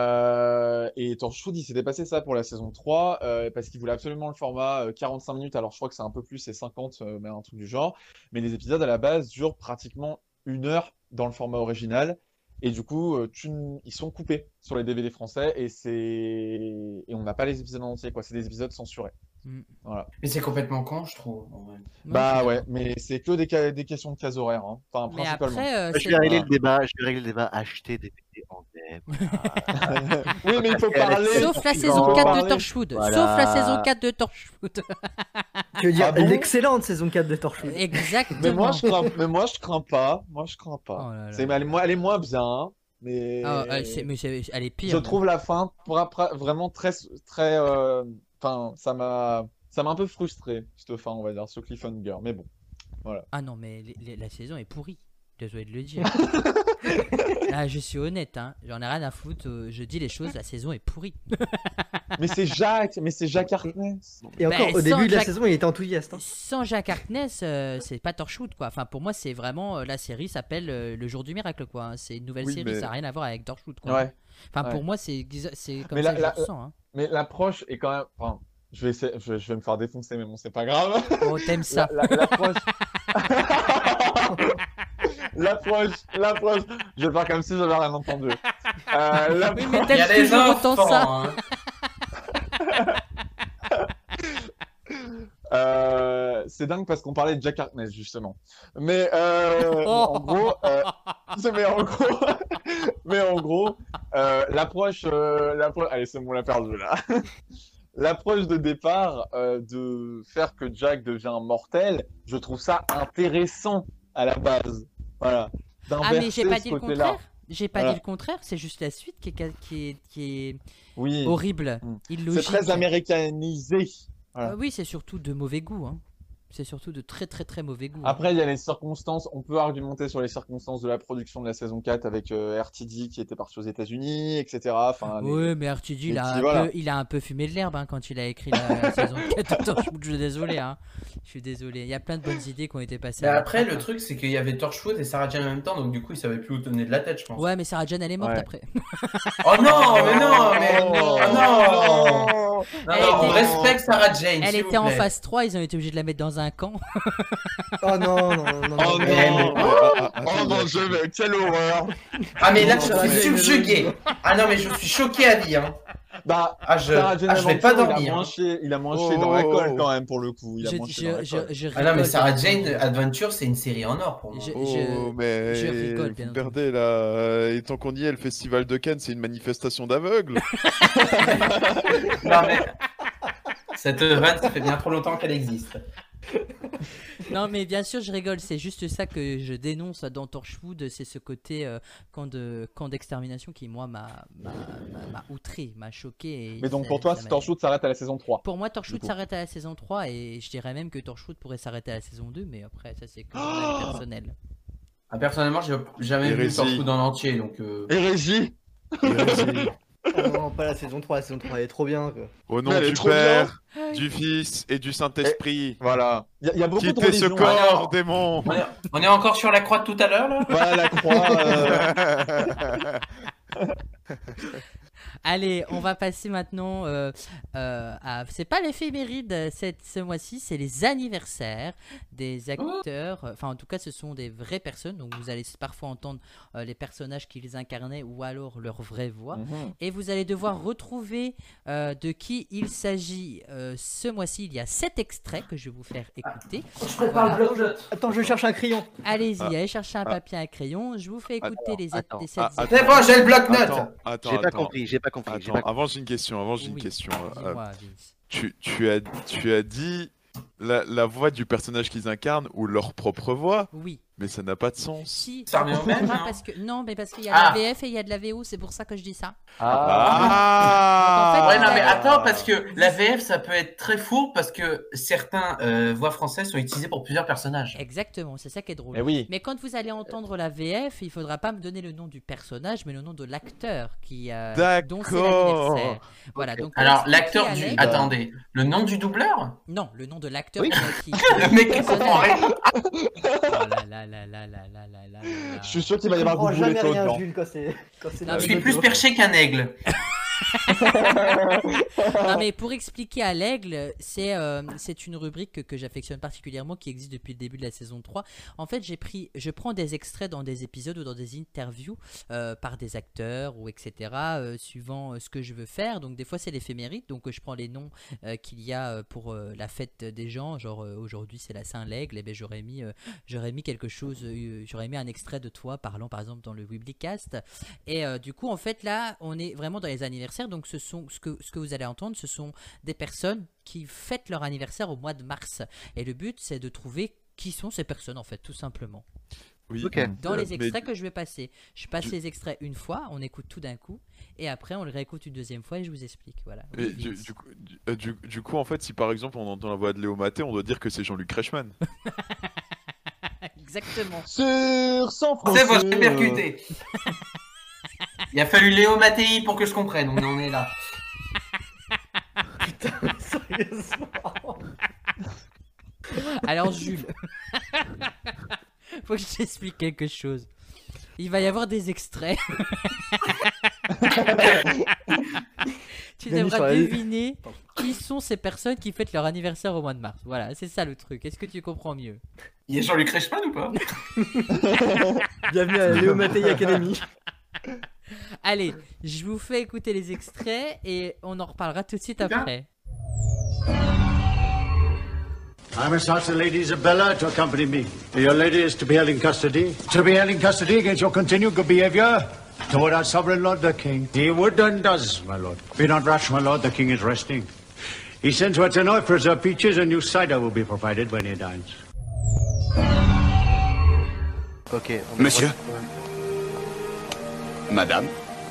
Et Torchwood, il s'était passé ça pour la saison 3 parce qu'il voulait absolument le format 45 minutes. Alors, je crois que c'est un peu plus, c'est 50, mais un truc du genre. Mais les épisodes, à la base, durent pratiquement 1 heure dans le format original. Et du coup, ils sont coupés sur les DVD français et on n'a pas les épisodes en entier, quoi. C'est des épisodes censurés.
Mm.
Voilà.
Mais c'est complètement con, je trouve. En vrai.
Ouais, je suis
Bah ouais,
d'accord.
mais c'est que des questions de cases horaires, hein. Enfin,
Mais
principalement.
après,
Je
c'est
vais régler
le-
le débat, je vais régler le débat, acheter des DVD en dev. Voilà.
Oui, mais il faut
Et à la
parler.
Sauf la
suivante.
saison 4 de
Parler.
Torchwood.
Voilà.
Sauf la saison 4 de Torchwood.
Tu veux dire
Ah bon
l'excellente saison 4 de Torchwood.
Exactement.
Mais moi, je crains pas. Moi, je crains pas.
Oh là là
C'est,
là là.
elle est moins bien, hein, mais
Ah, elle est pire.
je
même.
trouve la fin vraiment très, très. Ça m'a un peu frustré cette fin, on va dire, ce cliffhanger. Mais bon, voilà.
Ah non, mais la saison est pourrie. Désolé de le dire. Ah, je suis honnête, hein. J'en ai rien à foutre. Je dis les choses, la saison est pourrie.
Mais c'est Jacques Harkness.
Et encore,
Bah,
au début de la
Jack-
saison, il était enthousiaste. Hein.
Sans Jack Harkness, c'est pas Torchwood, quoi. Enfin, pour moi, c'est vraiment. La série s'appelle Le Jour du Miracle, quoi. C'est une nouvelle
Oui,
série,
mais-
ça n'a rien à voir avec Torchwood, quoi.
Ouais.
Enfin,
Ouais.
pour moi, c'est comme
Mais
ça que je le ressens. Hein.
Mais l'approche est quand même. Enfin, je vais me faire défoncer, mais bon, c'est pas grave.
Oh, t'aimes ça.
L'approche. l'approche. Je vais faire comme si j'avais rien entendu.
Oui, mais
Il y a
t'aimes
des
toujours autant
enfants,
ça.
hein.
C'est dingue parce qu'on parlait de Jack Harkness justement. Mais
Oh.
en gros, l'approche, allez, c'est bon, on l'a perdu là. L'approche de départ de faire que Jack devient mortel, je trouve ça intéressant à la base. Voilà.
Ah, mais j'ai
D'inverser
pas
ce
dit le
côté-là.
contraire. J'ai pas
Voilà.
dit le contraire. C'est juste la suite qui est
Oui.
horrible,
Mm.
illogique.
C'est très américanisé. Voilà.
Oui, c'est surtout de mauvais goût. Hein. C'est surtout de très très très mauvais goût. Hein.
Après, il y a les circonstances. On peut argumenter sur les circonstances de la production de la saison 4 avec RTD qui était parti aux États-Unis, etc. Enfin,
Oui, mais RTD,
et puis voilà.
il a un peu fumé de l'herbe hein, quand il a écrit la saison 4 de Torchwood. Je suis désolé. Hein. Je suis désolé. Il y a plein de bonnes idées qui ont été passées.
Mais
à la
après,
trappe,
le
hein.
truc, c'est qu'il y avait Torchwood et Sarah Jane en même temps, donc du coup, ils savaient plus où donner de la tête, je pense.
Ouais, mais Sarah Jane, elle est morte
Ouais.
après.
Oh non, mais non, mais
Oh,
non, non,
Elle
non, on
était-
respecte Sarah Jane.
Elle
s'il
était
vous
en
plaît.
phase 3, ils ont été obligés de la mettre dans un camp.
Oh non, non, non,
Oh
non.
non,
mais-
oh mon Dieu, mais quelle horreur!
Ah, mais là, je
Sarah
suis
Jane,
subjugué. Ah non, mais je suis choqué à vie. Hein.
Bah,
Ah,
Sarah Jane
je vais pas
Adventure,
dormir.
il a moins chié dans la colle quand même pour le coup. Il a
Je,
moins chié dans la colle.
je
Ah non, mais
rigole,
Sarah
bien
Jane
entendu.
Adventure, c'est une série en or pour moi.
Je-
Oh, mais
je rigole, bien
vous
entendu.
perdez là. Et tant qu'on y est, le festival de Cannes, c'est une manifestation d'aveugles.
Non, mais cette vanne, ça fait bien trop longtemps qu'elle existe.
Non, mais bien sûr, je rigole. C'est juste ça que je dénonce dans Torchwood. C'est ce côté camp d'extermination qui, moi, m'a outré, m'a choqué. Et
Mais donc
ça-
pour toi,
ça m'a-
Torchwood s'arrête à la saison 3.
Pour moi, Torchwood
Du coup.
s'arrête à la saison 3 et je dirais même que Torchwood pourrait s'arrêter à la saison 2, mais après, ça c'est que mon avis personnel.
Ah, personnellement, j'ai jamais vu
Hérésie.
Torchwood en entier, donc.
Hérésie!
Vas-y.
Oh non, pas la saison 3. La saison 3 elle est trop bien. Quoi.
Au nom
Elle est
du
trop
Père,
bien.
du Fils et du Saint-Esprit.
Voilà. Il y a beaucoup de
Quittez ce
religions.
corps, démon.
On est encore sur la croix de tout à l'heure, là?
Voilà, la croix.
Allez, on va passer maintenant à... C'est pas l'éphéméride ce mois-ci, c'est les anniversaires des acteurs. Enfin, en tout cas, ce sont des vraies personnes. Donc, vous allez parfois entendre les personnages qu'ils incarnaient ou alors leur vraie voix. Et vous allez devoir retrouver de qui il s'agit. Ce mois-ci, il y a 7 extraits que je vais vous faire écouter.
Je prépare le bloc-notes.
Attends, je cherche un crayon.
Allez-y, allez chercher un papier et un crayon. Je vous fais écouter les 7 extraits.
C'est bon, j'ai le bloc-notes.
J'ai pas compris.
Attends, avant j'ai une question.
Oui, dis-moi, Vince.
Tu as dit la voix du personnage qu'ils incarnent ou leur propre voix,
Oui.
mais ça n'a pas de sens.
Si,
Ça revient au même, non
parce que, non, mais parce qu'il y a
Ah.
la VF et il y a de la VO, c'est pour ça que je dis ça.
Ah.
Donc, en fait,
Ouais, non, mais attends, parce que la VF, ça peut être très fourbe parce que certains voix françaises sont utilisées pour plusieurs personnages.
Exactement, c'est ça qui est drôle.
Eh oui.
Mais quand vous allez entendre la VF, il faudra pas me donner le nom du personnage, mais le nom de l'acteur qui dont c'est l'anniversaire. Voilà. Donc pour
Alors,
expliquer
l'acteur
à
du.
Alex-
Attendez, le nom du doubleur?
Non, le nom de l'acteur
Oui.
qui.
Le mec qui comprend rien.
Oh là là là là là là là là.
Je suis sûr qu'il va y
Je
avoir
comprends
beaucoup de
jamais
méthodes
rien,
dedans.
Jules, quand c'est.
Non,
Je suis plus perché qu'un aigle.
Non, mais pour expliquer à l'aigle, c'est une rubrique que j'affectionne particulièrement, qui existe depuis le début de la saison 3. En fait, je prends des extraits dans des épisodes ou dans des interviews par des acteurs ou etc. Suivant ce que je veux faire. Donc des fois c'est l'éphéméride, donc je prends les noms qu'il y a pour la fête des gens. Genre aujourd'hui c'est la Saint-L'Aigle, et ben j'aurais mis quelque chose, j'aurais mis un extrait de toi parlant par exemple dans le Weeblycast. Et du coup en fait là on est vraiment dans les anniversaires. Donc ce que vous allez entendre, ce sont des personnes qui fêtent leur anniversaire au mois de mars. Et le but c'est de trouver qui sont ces personnes en fait, tout simplement.
Oui.
Dans les
mais
extraits que je vais passer. Je passe les extraits une fois, on écoute tout d'un coup, et après on le réécoute une deuxième fois et je vous explique. Voilà.
mais
Oui, Vince.
du coup, en fait, si par exemple on entend la voix de Léo Maté, on doit dire que c'est Jean-Luc Reichmann.
Exactement.
Sur San
C'est
Francisco.
votre percuté. Il a fallu Léo Mattei pour que je comprenne, on en est là.
Sérieusement.
Alors Jules, faut que je t'explique quelque chose. Il va y avoir des extraits. Tu
Bienvenue sur
devras
la-
deviner qui sont ces personnes qui fêtent leur anniversaire au mois de mars. Voilà, c'est ça le truc. Est-ce que tu comprends mieux?
Il y a Jean-Luc Reichmann ou pas?
Bienvenue à la Léo Mattei Academy.
Allez, je vous fais écouter les extraits et on en reparlera tout de suite après.
I must ask the Lady Isabella to accompany me. Your lady is to be held in custody. To be held in custody against your continued good behavior toward our sovereign lord the king. He would and does, my lord. Be not rash, my lord, the king is resting. He sends what's enough preserved peaches and new cider will be provided when he dines.
Ok.
Monsieur. Madame.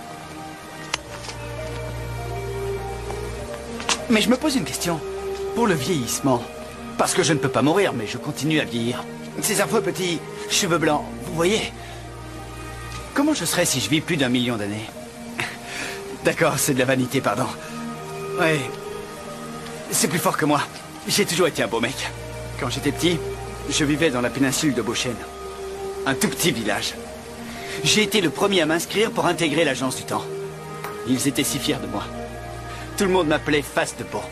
Mais je me pose une question. Pour le vieillissement, parce que je ne peux pas mourir, mais je continue à vieillir. Ces affreux petits cheveux blancs, vous voyez? Comment je serais si je vis plus d'1 million d'années? D'accord, c'est de la vanité, pardon. Ouais. C'est plus fort que moi. J'ai toujours été un beau mec. Quand j'étais petit, je vivais dans la péninsule de Beauchêne. Un tout petit village. J'ai été le premier à m'inscrire pour intégrer l'agence du temps. Ils étaient si fiers de moi. Tout le monde m'appelait Face de Beau.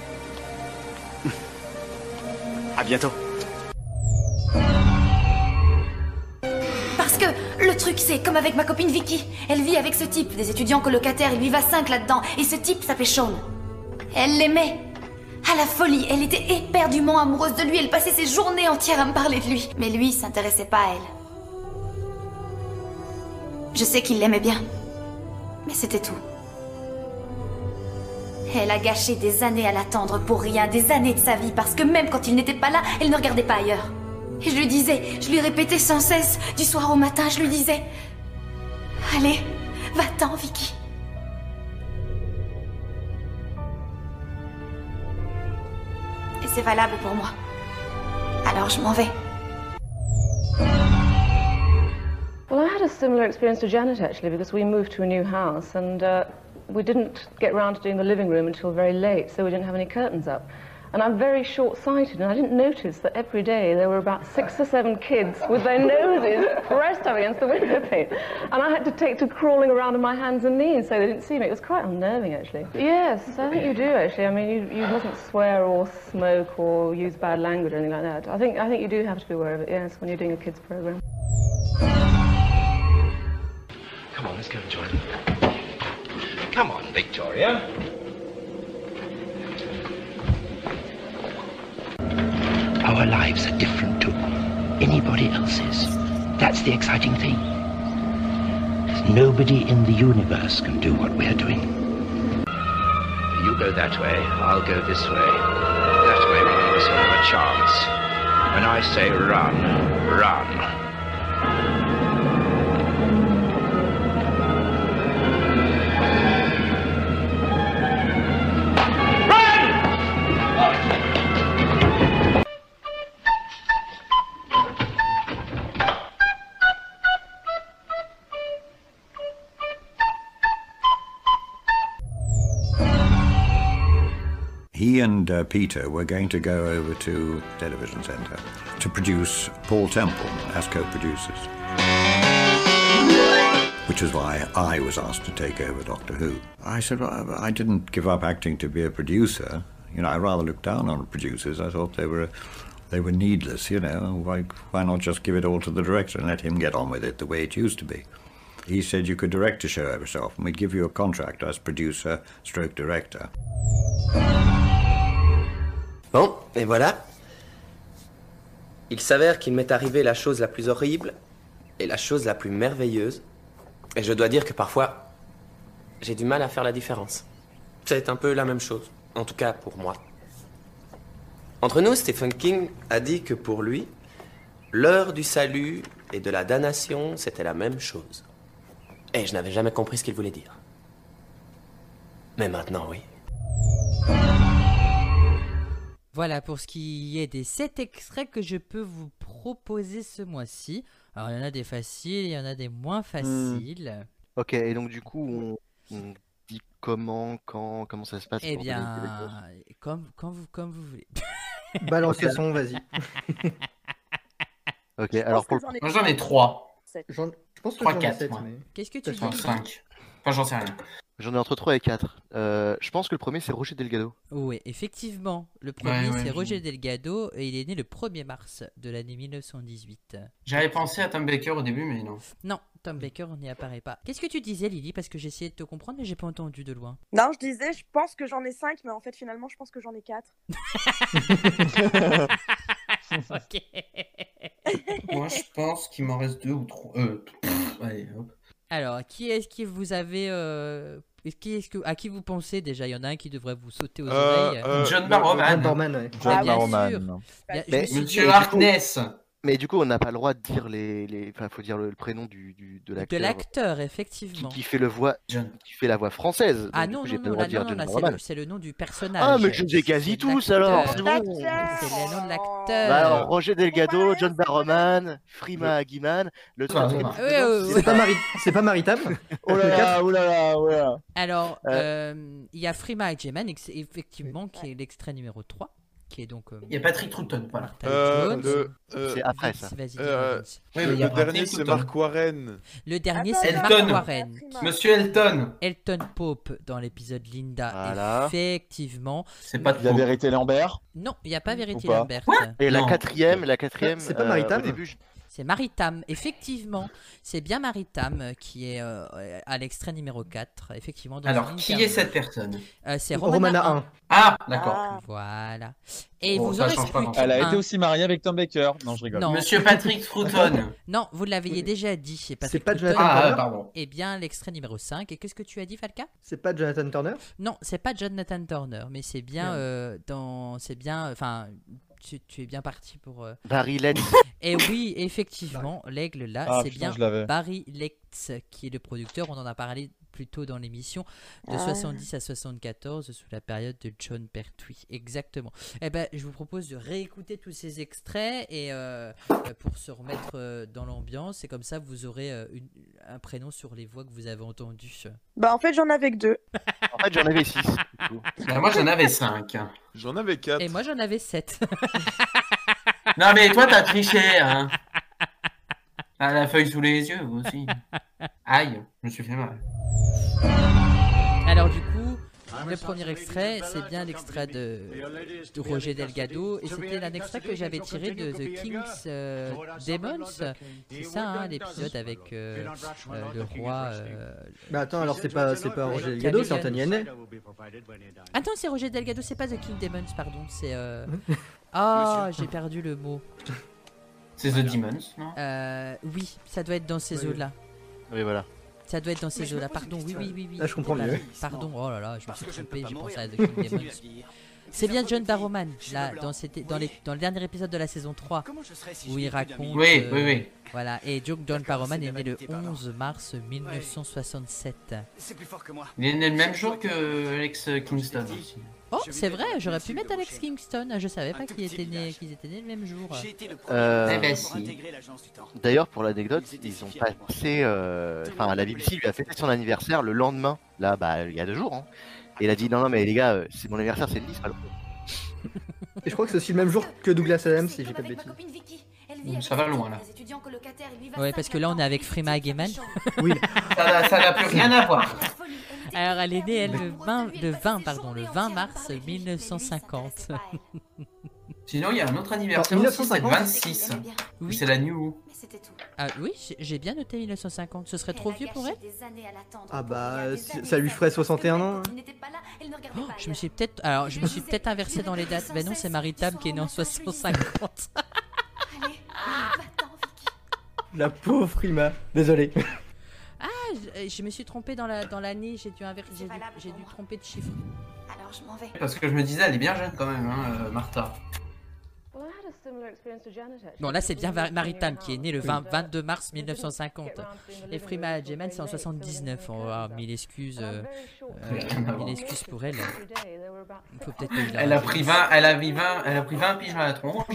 À bientôt.
Parce que le truc c'est comme avec ma copine Vicky. Elle vit avec ce type, des étudiants colocataires, il vivent à 5 là-dedans. Et ce type s'appelait Sean. Elle l'aimait. À la folie, elle était éperdument amoureuse de lui, elle passait ses journées entières à me parler de lui. Mais lui s'intéressait pas à elle. Je sais qu'il l'aimait bien. Mais c'était tout. Elle a gâché des années à l'attendre pour rien, des années de sa vie, parce que même quand il n'était pas là, elle ne regardait pas ailleurs. Et je lui disais, je lui répétais sans cesse, du soir au matin, je lui disais « Allez, va-t'en, Vicky !» Et c'est valable pour moi. Alors je m'en vais.
Well, I had a similar experience to Janet, actually, because we moved to a new house, and we didn't get round to doing the living room until very late, so we didn't have any curtains up. And I'm very short-sighted, and I didn't notice that every day there were about 6 or 7 kids with their noses pressed up against the window pane. And I had to take to crawling around on my hands and knees so they didn't see me. It was quite unnerving, actually. Yes, I think you do, actually. I mean, you mustn't swear or smoke or use bad language or anything like that. I think you do have to be aware of it, yes, when you're doing a kids' program.
Come on, let's go and join them. Come on, Victoria. Our lives are different to anybody else's. That's the exciting thing. Nobody in the universe can do what we're doing. You go that way, I'll go this way. That way one of us will have a chance. When I say run, run.
He and Peter were going to go over to Television Centre to produce Paul Temple as co-producers, which is why I was asked to take over Doctor Who. I said, well, I didn't give up acting to be a producer. You know, I rather looked down on producers. I thought they were needless, you know. Why not just give it all to the director and let him get on with it the way it used to be? He said you could direct a show yourself and we'd give you a contract as producer stroke director.
Bon, et voilà. Il s'avère qu'il m'est arrivé la chose la plus horrible et la chose la plus merveilleuse. Et je dois dire que parfois, j'ai du mal à faire la différence. C'est un peu la même chose, en tout cas pour moi. Entre nous, Stephen King a dit que pour lui, l'heure du salut et de la damnation, c'était la même chose. Et je n'avais jamais compris ce qu'il voulait dire. Mais maintenant, oui.
Voilà pour ce qui est des 7 extraits que je peux vous proposer ce mois-ci. Alors il y en a des faciles, il y en a des moins faciles.
Ok, et donc du coup, on dit comment ça se passe?
Eh bien, comme vous voulez.
Balance le son, vas-y.
Ok, alors pour
Moi j'en ai 3.
Je pense que
3,
j'en ai
4.
7,
Ouais.
mais...
Qu'est-ce que tu dis?
5. Enfin, j'en sais rien.
J'en ai entre 3 et 4. Je pense que le premier c'est Roger Delgado.
Oui, effectivement. Le premier
Ouais,
c'est
je-
Roger Delgado et il est né le 1er mars de l'année 1918.
J'avais pensé à Tom Baker au début, mais non.
Non, Tom Baker on n'y apparaît pas. Qu'est-ce que tu disais Lily? Parce que j'essayais de te comprendre mais j'ai pas entendu de loin.
Non, je disais, je pense que j'en ai 5, mais en fait, finalement, je pense que j'en ai 4.
Ok.
Moi je pense qu'il m'en reste 2 ou 3. Allez, hop.
Alors, qui est-ce que vous avez... à qui vous pensez déjà? Il y en a un qui devrait vous sauter aux oreilles.
John Barrowman.
John Barrowman, ouais.
John
bien
Barrowman.
sûr.
Non.
Bien, je
Mais-
me suis dit-
Monsieur Harkness.
Mais du coup, on n'a pas le droit de dire Enfin, faut dire le prénom de
De
l'acteur.
l'acteur, effectivement.
Qui fait la voix française. Donc,
Ah
du
non,
coup, j'ai
non,
pas le
non,
droit
là,
de dire
non,
John
là,
Barrowman.
c'est le nom du personnage.
Ah, mais je les ai quasi
C'est
tous
l'acteur.
alors.
C'est
C'est bon.
le nom de l'acteur.
Bah alors, Roger Delgado, John Barrowman, Freema Agyeman, le troisième.
C'est pas Maritam?
Oh là là, oh là là, oh là là.
Alors, il y a Freema Agyeman, effectivement, qui est l'extrait numéro 3. Qui est donc.
Il y a Patrick Troughton, voilà.
C'est après ça.
Vas-y,
Le dernier, c'est Mark Warren.
Le dernier,
Attends,
c'est Mark
Elton.
Warren.
Monsieur Elton.
Elton Pope dans l'épisode Linda.
Voilà.
Effectivement.
C'est pas
Il y a Vérité Lambert.
Non, il n'y a pas Vérité
Ou pas
Lambert.
Et la
Non.
quatrième,
C'est pas Maritam?
au début,
C'est Maritam, effectivement. C'est bien Maritam qui est à l'extrait numéro 4, effectivement. Dans
Alors,
une
qui
interview.
est cette personne?
C'est
Romana
Romana
1.
Ah, d'accord.
Voilà. Et
Bon,
vous
ça
en reste
change pas
plus
grand-chose.
Elle a
qu'un.
été aussi mariée avec Tom Baker. Non, je rigole.
Non.
Monsieur Patrick Troughton.
Non, vous l'aviez déjà dit. C'est
C'est pas
Troughton.
Jonathan Turner?
pardon.
Eh bien, l'extrait numéro 5. Et qu'est-ce que tu as dit, Falca?
C'est pas Jonathan Turner?
Non, c'est pas Jonathan Turner, mais c'est bien c'est bien. Enfin, tu es bien parti pour.
Barry Letts.
Et oui, effectivement, l'aigle là,
Ah,
c'est
putain,
bien
je l'avais.
Barry Letts qui est le producteur. On en a parlé plus tôt dans l'émission, de 70 à 74, sous la période de John Pertwee. Exactement. Eh ben, je vous propose de réécouter tous ces extraits et pour se remettre dans l'ambiance, et comme ça, vous aurez un prénom sur les voix que vous avez entendues.
Bah, en fait, j'en avais que 2.
En fait, j'en avais 6.
Bah, moi, j'en avais 5.
J'en avais 4.
Et moi, j'en avais 7.
Non, mais toi, t'as triché, hein. T'as la feuille sous les yeux, vous aussi. Aïe, je me suis fait mal.
Alors du coup, le premier extrait, c'est bien l'extrait de Roger Delgado, et c'était un extrait que j'avais tiré de The King's Demons. C'est ça, hein, l'épisode avec le roi.
Bah attends, alors c'est pas Roger Delgado, c'est Anthony Hennet.
Attends, c'est Roger Delgado, c'est pas The King Demons, pardon, c'est. Ah, j'ai perdu le mot.
C'est The Demons, non?
Oui, ça doit être dans ces eaux-là.
Oui, voilà.
Ça doit être dans ces eaux-là, pardon, oui.
Là, je comprends mieux.
Pardon, oh là là, je me suis trompé, j'ai pensé à The King Demons. C'est bien John Barrowman, là, dans le dernier épisode de la saison 3, où il raconte...
Oui.
Voilà, et John Barrowman est né le 11 mars 1967.
Il est né le même jour que Alex Kingston aussi.
Oh, c'est vrai, j'aurais pu mettre Alex Kingston, je savais pas qu'ils étaient nés le même jour.
Eh ben si.
D'ailleurs, pour l'anecdote, ils ont passé... Enfin, la BBC lui a fêté son anniversaire le lendemain, là, bah, il y a 2 jours. Hein. Et il a dit, non, mais les gars, c'est mon anniversaire, c'est le 10, alors.
Et je crois que c'est aussi le même jour que Douglas Adams, si j'ai pas de bêtises.
Ça va loin, là.
Ouais, parce que là, on est avec Freema Hageman.
Oui.
Ça n'a plus rien à voir.
Alors, elle est née, elle, le 20 mars 1950.
Sinon, il y a un autre anniversaire aussi, c'est le 26. Oui. C'est la New.
Ah oui, j'ai bien noté 1950. Ce serait trop vieux pour elle?
Ah bah, ça lui ferait 61 ans.
Oh, je me suis peut-être inversé dans les dates. Ben non, c'est Maritam qui est née en 1950.
La pauvre Freema. Désolé.
Ah, je me suis trompé dans l'année. J'ai dû tromper de chiffre.
Alors je m'en vais.
Parce que je me disais, elle est bien jeune quand même, hein, Martha.
Bon, là, c'est bien Maritam qui est née le 22 mars 1950. Et Freema Hageman, c'est en 79. On va avoir mille excuses pour elle. Il faut peut-être
elle a pris 20 piges à la tronche.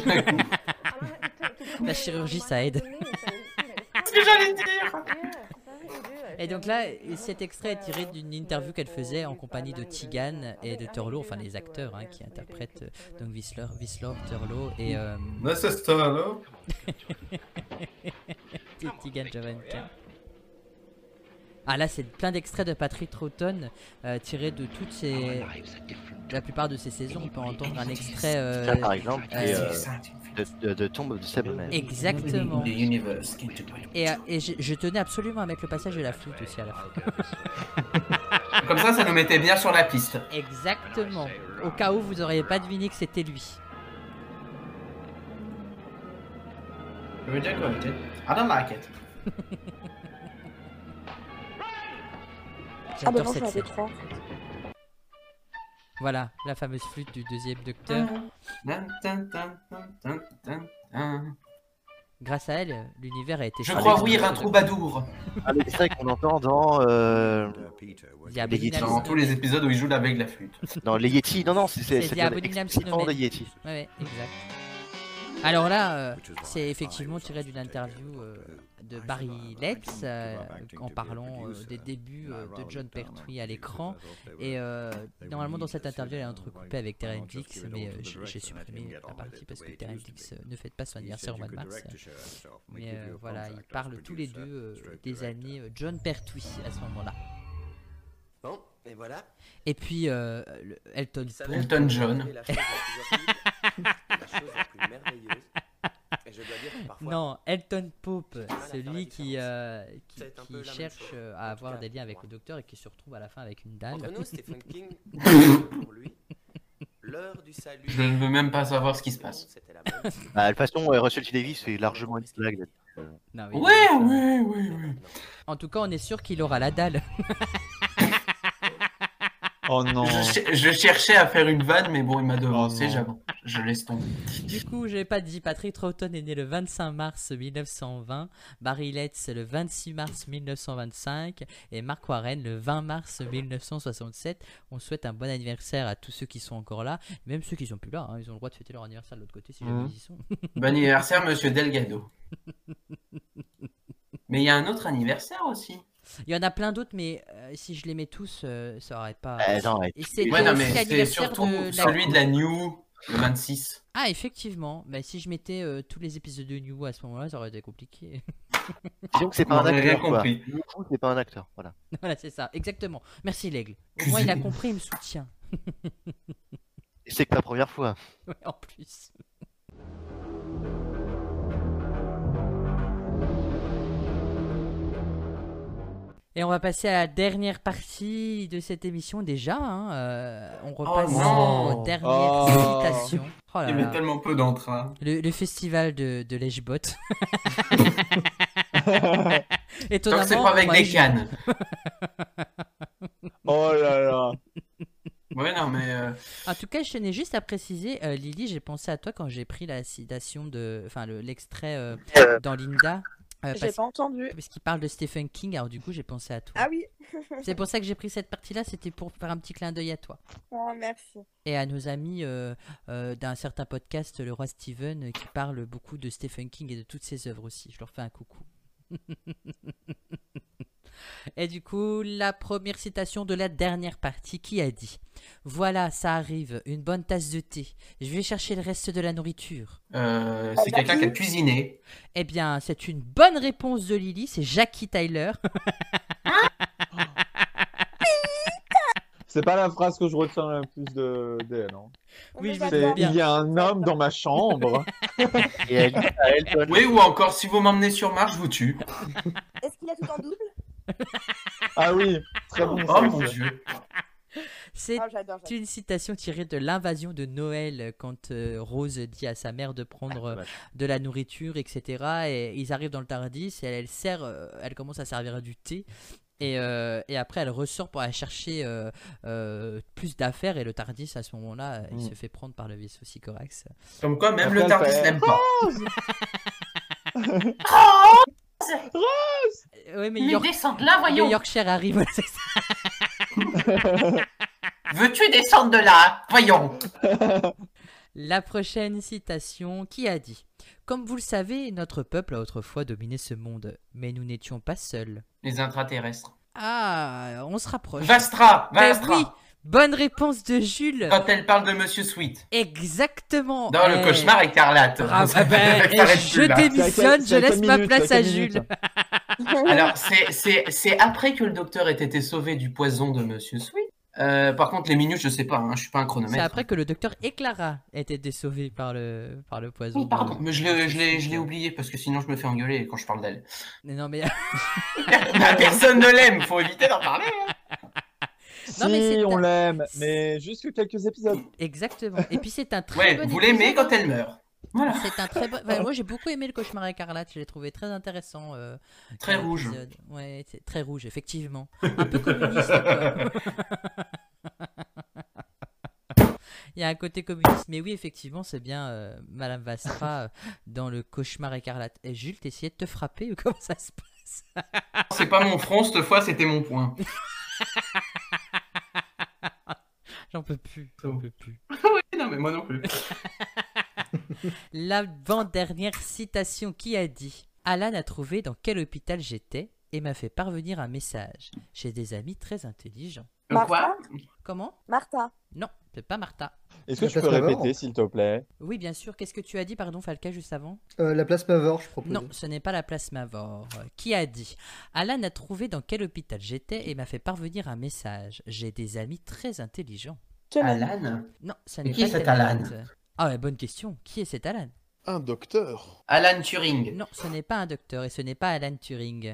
La chirurgie, ça aide.
C'est ce que j'allais dire.
Et donc là, cet extrait est tiré d'une interview qu'elle faisait en compagnie de Tegan et de Turlough, enfin les acteurs hein, qui interprètent donc Whistler, Turlough et...
Mrs. Turlough.
Tegan Javanka. Ah là, c'est plein d'extraits de Patrick Troughton tirés de toutes ces... La plupart de ces saisons, on peut entendre un extrait...
Ça, par exemple, de Tomb of the Seven Men.
Exactement. Et je tenais absolument à mettre le passage de la flûte aussi à la fin.
Comme ça nous mettait bien sur la piste.
Exactement. Au cas où vous n'auriez pas deviné que c'était lui.
Rejected. I don't like it.
J'adore cette scène. Voilà, la fameuse flûte du deuxième docteur. Grâce à elle, l'univers a été...
Je crois ouïr un troubadour.
Un extrait qu'on entend dans...
les Yeti. Dans tous les épisodes où il joue avec la flûte.
Dans les Yeti, non, c'est
explicitement
des Yeti.
Ouais, exact. Alors là, c'est effectivement tiré d'une interview de Barry Letts en parlant des débuts de John Pertwee à l'écran. Et normalement, dans cette interview, elle est entrecoupée avec Terrence Dix, mais j'ai supprimé la partie parce que Terrence Dix ne fête pas son anniversaire au mois de mars. Mais voilà, ils parlent tous les deux des années John Pertwee à ce moment-là.
Bon, et voilà.
Et puis Elton Pope.
Elton John.
Non, Elton Pope, celui qui cherche à avoir des liens avec le docteur et qui se retrouve à la fin avec une dalle.
Je ne veux même pas savoir ce qui se passe.
De toute façon, Russell T. Davies fait largement une blague.
Oui.
En tout cas, on est sûr qu'il aura la dalle.
Oh non.
Je cherchais à faire une vanne, mais bon, il m'a devancé, je laisse tomber.
Du coup, je n'ai pas dit, Patrick Troughton est né le 25 mars 1920, Barry Letts le 26 mars 1925 et Mark Warren le 20 mars 1967. On souhaite un bon anniversaire à tous ceux qui sont encore là, même ceux qui sont plus là, hein, ils ont le droit de fêter leur anniversaire de l'autre côté si jamais ils y sont.
Bon anniversaire, monsieur Delgado. Mais il y a un autre anniversaire aussi.
Il y en a plein d'autres, mais si je les mets tous, ça aurait pas.
Non,
Et c'est
Ouais, non,
aussi
mais c'est
l'anniversaire
surtout
de
celui de la New, le 26.
Ah, effectivement. Mais si je mettais tous les épisodes de New à ce moment-là, ça aurait été compliqué.
Disons que c'est pas un
On aurait rien
acteur, quoi.
compris.
Du coup, c'est pas un acteur, voilà.
Voilà, c'est ça, exactement. Merci l'aigle. Au moins, il a compris, il me soutient.
Et c'est que la première fois.
Ouais, en plus. Et on va passer à la dernière partie de cette émission déjà. Hein. On repasse
non.
aux dernières citations. Oh là
Il y avait
là.
tellement peu d'entrain.
Le festival de Lèche-Bot.
Tant que c'est pas avec
moi,
des
je-
cannes.
Oh là là.
Ouais, non, mais.
En tout cas, je tenais juste à préciser, Lily, j'ai pensé à toi quand j'ai pris la citation de, enfin l'extrait dans Linda.
J'ai pas entendu.
Parce qu'il parle de Stephen King, alors du coup j'ai pensé à toi.
Ah oui.
C'est pour ça que j'ai pris cette partie-là, c'était pour faire un petit clin d'œil à toi.
Oh, merci.
Et à nos amis d'un certain podcast, le roi Steven, qui parle beaucoup de Stephen King et de toutes ses œuvres aussi. Je leur fais un coucou. Et du coup, la première citation de la dernière partie qui a dit: voilà, ça arrive, une bonne tasse de thé. Je vais chercher le reste de la nourriture.
C'est quelqu'un qui a cuisiné.
Eh bien, c'est une bonne réponse de Lily, c'est Jackie Tyler.
C'est pas la phrase que je retiens le plus d'elle. Hein.
Oui, je
C'est il y a un homme dans ma chambre.
Et elle donne.
Oui, ou encore, si vous m'emmenez sur Mars, je vous tue.
Est-ce qu'il a tout en double?
Ah oui, très bon.
Oh mon dieu.
C'est
Ah, j'adore.
une citation tirée de l'invasion de Noël quand Rose dit à sa mère de prendre de la nourriture, etc. Et ils arrivent dans le Tardis et elle sert, elle commence à servir du thé. Et après elle ressort pour aller chercher plus d'affaires et le Tardis à ce moment-là il se fait prendre par le vaisseau Sycorax.
Comme quoi, même
Après,
le Tardis
elle fait-
n'aime pas.
Rose!
Ouais, mais
Mais descends de là, voyons.
mais Yorkshire arrive, voilà, c'est ça.
Veux-tu descendre de là? Voyons.
La prochaine citation qui a dit: comme vous le savez, notre peuple a autrefois dominé ce monde, mais nous n'étions pas seuls.
Les intraterrestres.
Ah, on se rapproche.
Vastra,
Ben
Vastra.
oui, bonne réponse de Jules.
Quand elle parle de Monsieur Sweet.
Exactement.
Dans le cauchemar écarlate.
Bravo. Ah ben, je démissionne, je laisse ma place à Jules.
Alors, c'est après que le docteur ait été sauvé du poison de Monsieur Sweet. Par contre, les minutes, je sais pas, hein, je suis pas un
C'est
chronomètre.
après que le docteur et Clara aient été sauvés par le poison.
Oui, pardon, mais je l'ai oublié parce que sinon je me fais engueuler quand je parle d'elle.
Mais non, mais.
Bah, personne ne l'aime, faut éviter d'en parler. hein.
Si,
Non, mais c'est
on
un-
l'aime, mais juste que quelques épisodes.
Exactement. Et puis c'est un très
Ouais,
bon
vous l'aimez
épisode,
quand elle meurt. Voilà.
C'est un très bon. Enfin, moi j'ai beaucoup aimé le cauchemar écarlate, je l'ai trouvé très intéressant.
Très
comme
rouge.
épisode. Ouais, c'est très rouge, effectivement. Un peu communiste. Quoi. Il y a un côté communiste, mais oui, effectivement, c'est bien Madame Vastra dans le cauchemar écarlate. Et Jules, t'essayais de te frapper ou comment ça se passe?
C'est pas mon front cette fois, c'était mon poing.
J'en peux plus. J'en peux plus.
Oui, non, mais moi non plus.
L'avant-dernière citation qui a dit: Alan a trouvé dans quel hôpital j'étais et m'a fait parvenir un message. J'ai des amis très intelligents.
Quoi?
Comment?
Martha.
Non, c'est pas Martha.
Est-ce que tu peux répéter, s'il te plaît?
Oui, bien sûr. Qu'est-ce que tu as dit, pardon, Falca, juste avant?
La place Mavor, je propose.
Non, ce n'est pas la place Mavor. Qui a dit: Alan a trouvé dans quel hôpital j'étais et m'a fait parvenir un message. J'ai des amis très intelligents.
Alan?
Non, ça
Mais
n'est
qui
pas
est cet
Alan.
Alan?
Ah ouais, bonne question. Qui est cet Alan?
Un docteur.
Alan Turing.
Non, ce n'est pas un docteur et ce n'est pas Alan Turing.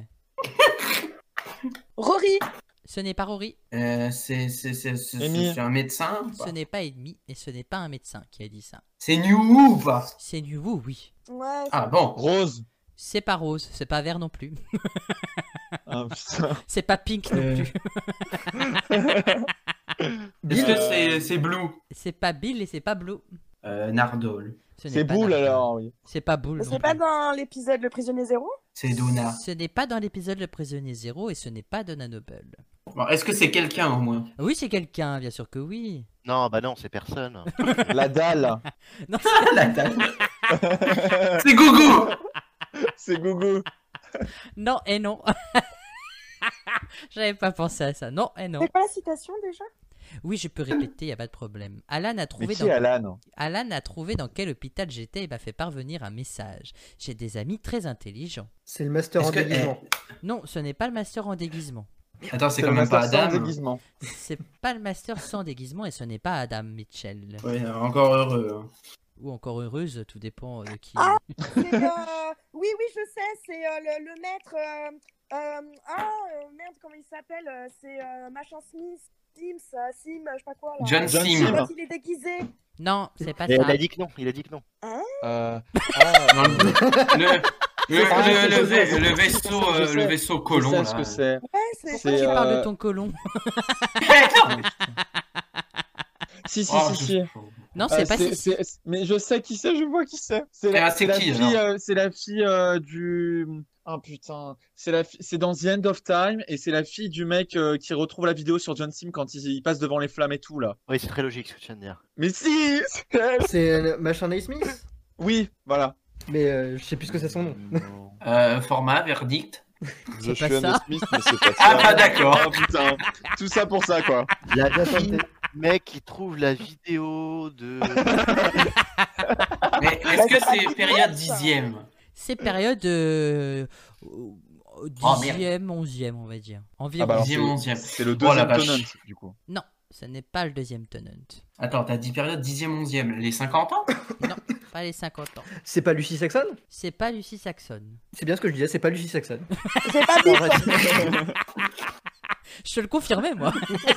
Rory.
Ce n'est pas Rory.
C'est un médecin ou pas?
Ce n'est pas Ennemi et ce n'est pas un médecin qui a dit ça.
C'est New Who ou pas?
C'est New Who, oui.
Ouais.
Ah bon.
Rose.
C'est pas Rose, c'est pas Vert non plus.
Ah, putain.
C'est pas Pink non plus.
Est-ce que c'est Blue?
C'est pas Bill et c'est pas Blue.
Nardole.
C'est
pas
Boule
Nardole.
alors, oui.
C'est pas Boule.
C'est pas dans l'épisode Le Prisonnier Zéro?
C'est Donna.
Ce n'est pas dans l'épisode Le Prisonnier Zéro et ce n'est pas Donna Noble.
Bon, est-ce que c'est quelqu'un au moins?
Oui, c'est quelqu'un, bien sûr que oui.
Non, bah non, c'est personne.
La dalle.
Non,
La dalle. C'est Gougou.
C'est Gougou.
Non et non. J'avais pas pensé à ça. Non et non.
C'est quoi la citation déjà?
Oui, je peux répéter, y a pas de problème. Alan a trouvé
Mais qui est Alan?
Alan a trouvé dans quel hôpital j'étais et m'a fait parvenir un message. J'ai des amis très intelligents.
C'est le master en
Est-ce que-
déguisement.
Non, ce n'est pas le master en déguisement.
Attends, c'est
le
quand même pas
master sans
Adam.
déguisement.
C'est pas le master sans déguisement et ce n'est pas Adam Mitchell.
Ouais, encore heureux. hein.
Ou encore heureuse, tout dépend de qui.
Ah, c'est oui, je sais, c'est le maître. Merde, comment il s'appelle? C'est machin Smith, Sims, Sim, je sais pas quoi. Là.
John Sim.
Quand il est déguisé.
Non, c'est pas
Et
ça.
il a dit que non, il a dit que non.
Hein?
Non, le vaisseau,
Je sais.
le vaisseau colon.
Je sais
là.
ce que c'est.
Ouais, c'est.
Pourquoi tu parles de ton colon?
Si,
Oh,
si.
Non, c'est pas si.
Mais je sais qui c'est, je vois qui c'est. C'est
Ah, c'est qui,
fille,
alors
c'est la fille du. Ah putain, c'est dans The End of Time et c'est la fille du mec qui retrouve la vidéo sur John Sim quand il passe devant les flammes et tout là.
Oui, c'est très logique ce que tu viens de dire.
Mais si, c'est elle.
C'est machin Naismith.
Oui, voilà.
Mais je sais plus ce que c'est son nom.
Format, verdict.
Je
C'est
suis
pas
un
ça.
Smith, mais c'est pas ça.
Ah, d'accord.
Oh, putain, tout ça pour ça quoi.
La fille du mec qui trouve la vidéo de.
Mais est-ce que c'est période 10e?
C'est période
Oh, merde.
10e, 11e, on va dire. Environ.
Ah bah alors,
10e, 11e.
c'est le
Oh, la
deuxième
vache.
Tennant du coup.
Non, ce n'est pas le deuxième Tennant.
Attends, t'as dit période 10e, 11e. Les 50 ans?
Non, pas les 50 ans.
C'est pas Lucy Saxon?
C'est pas Lucy Saxon.
C'est bien ce que je disais, c'est pas Lucy Saxon.
C'est pas Bill
Je te le confirmais, moi.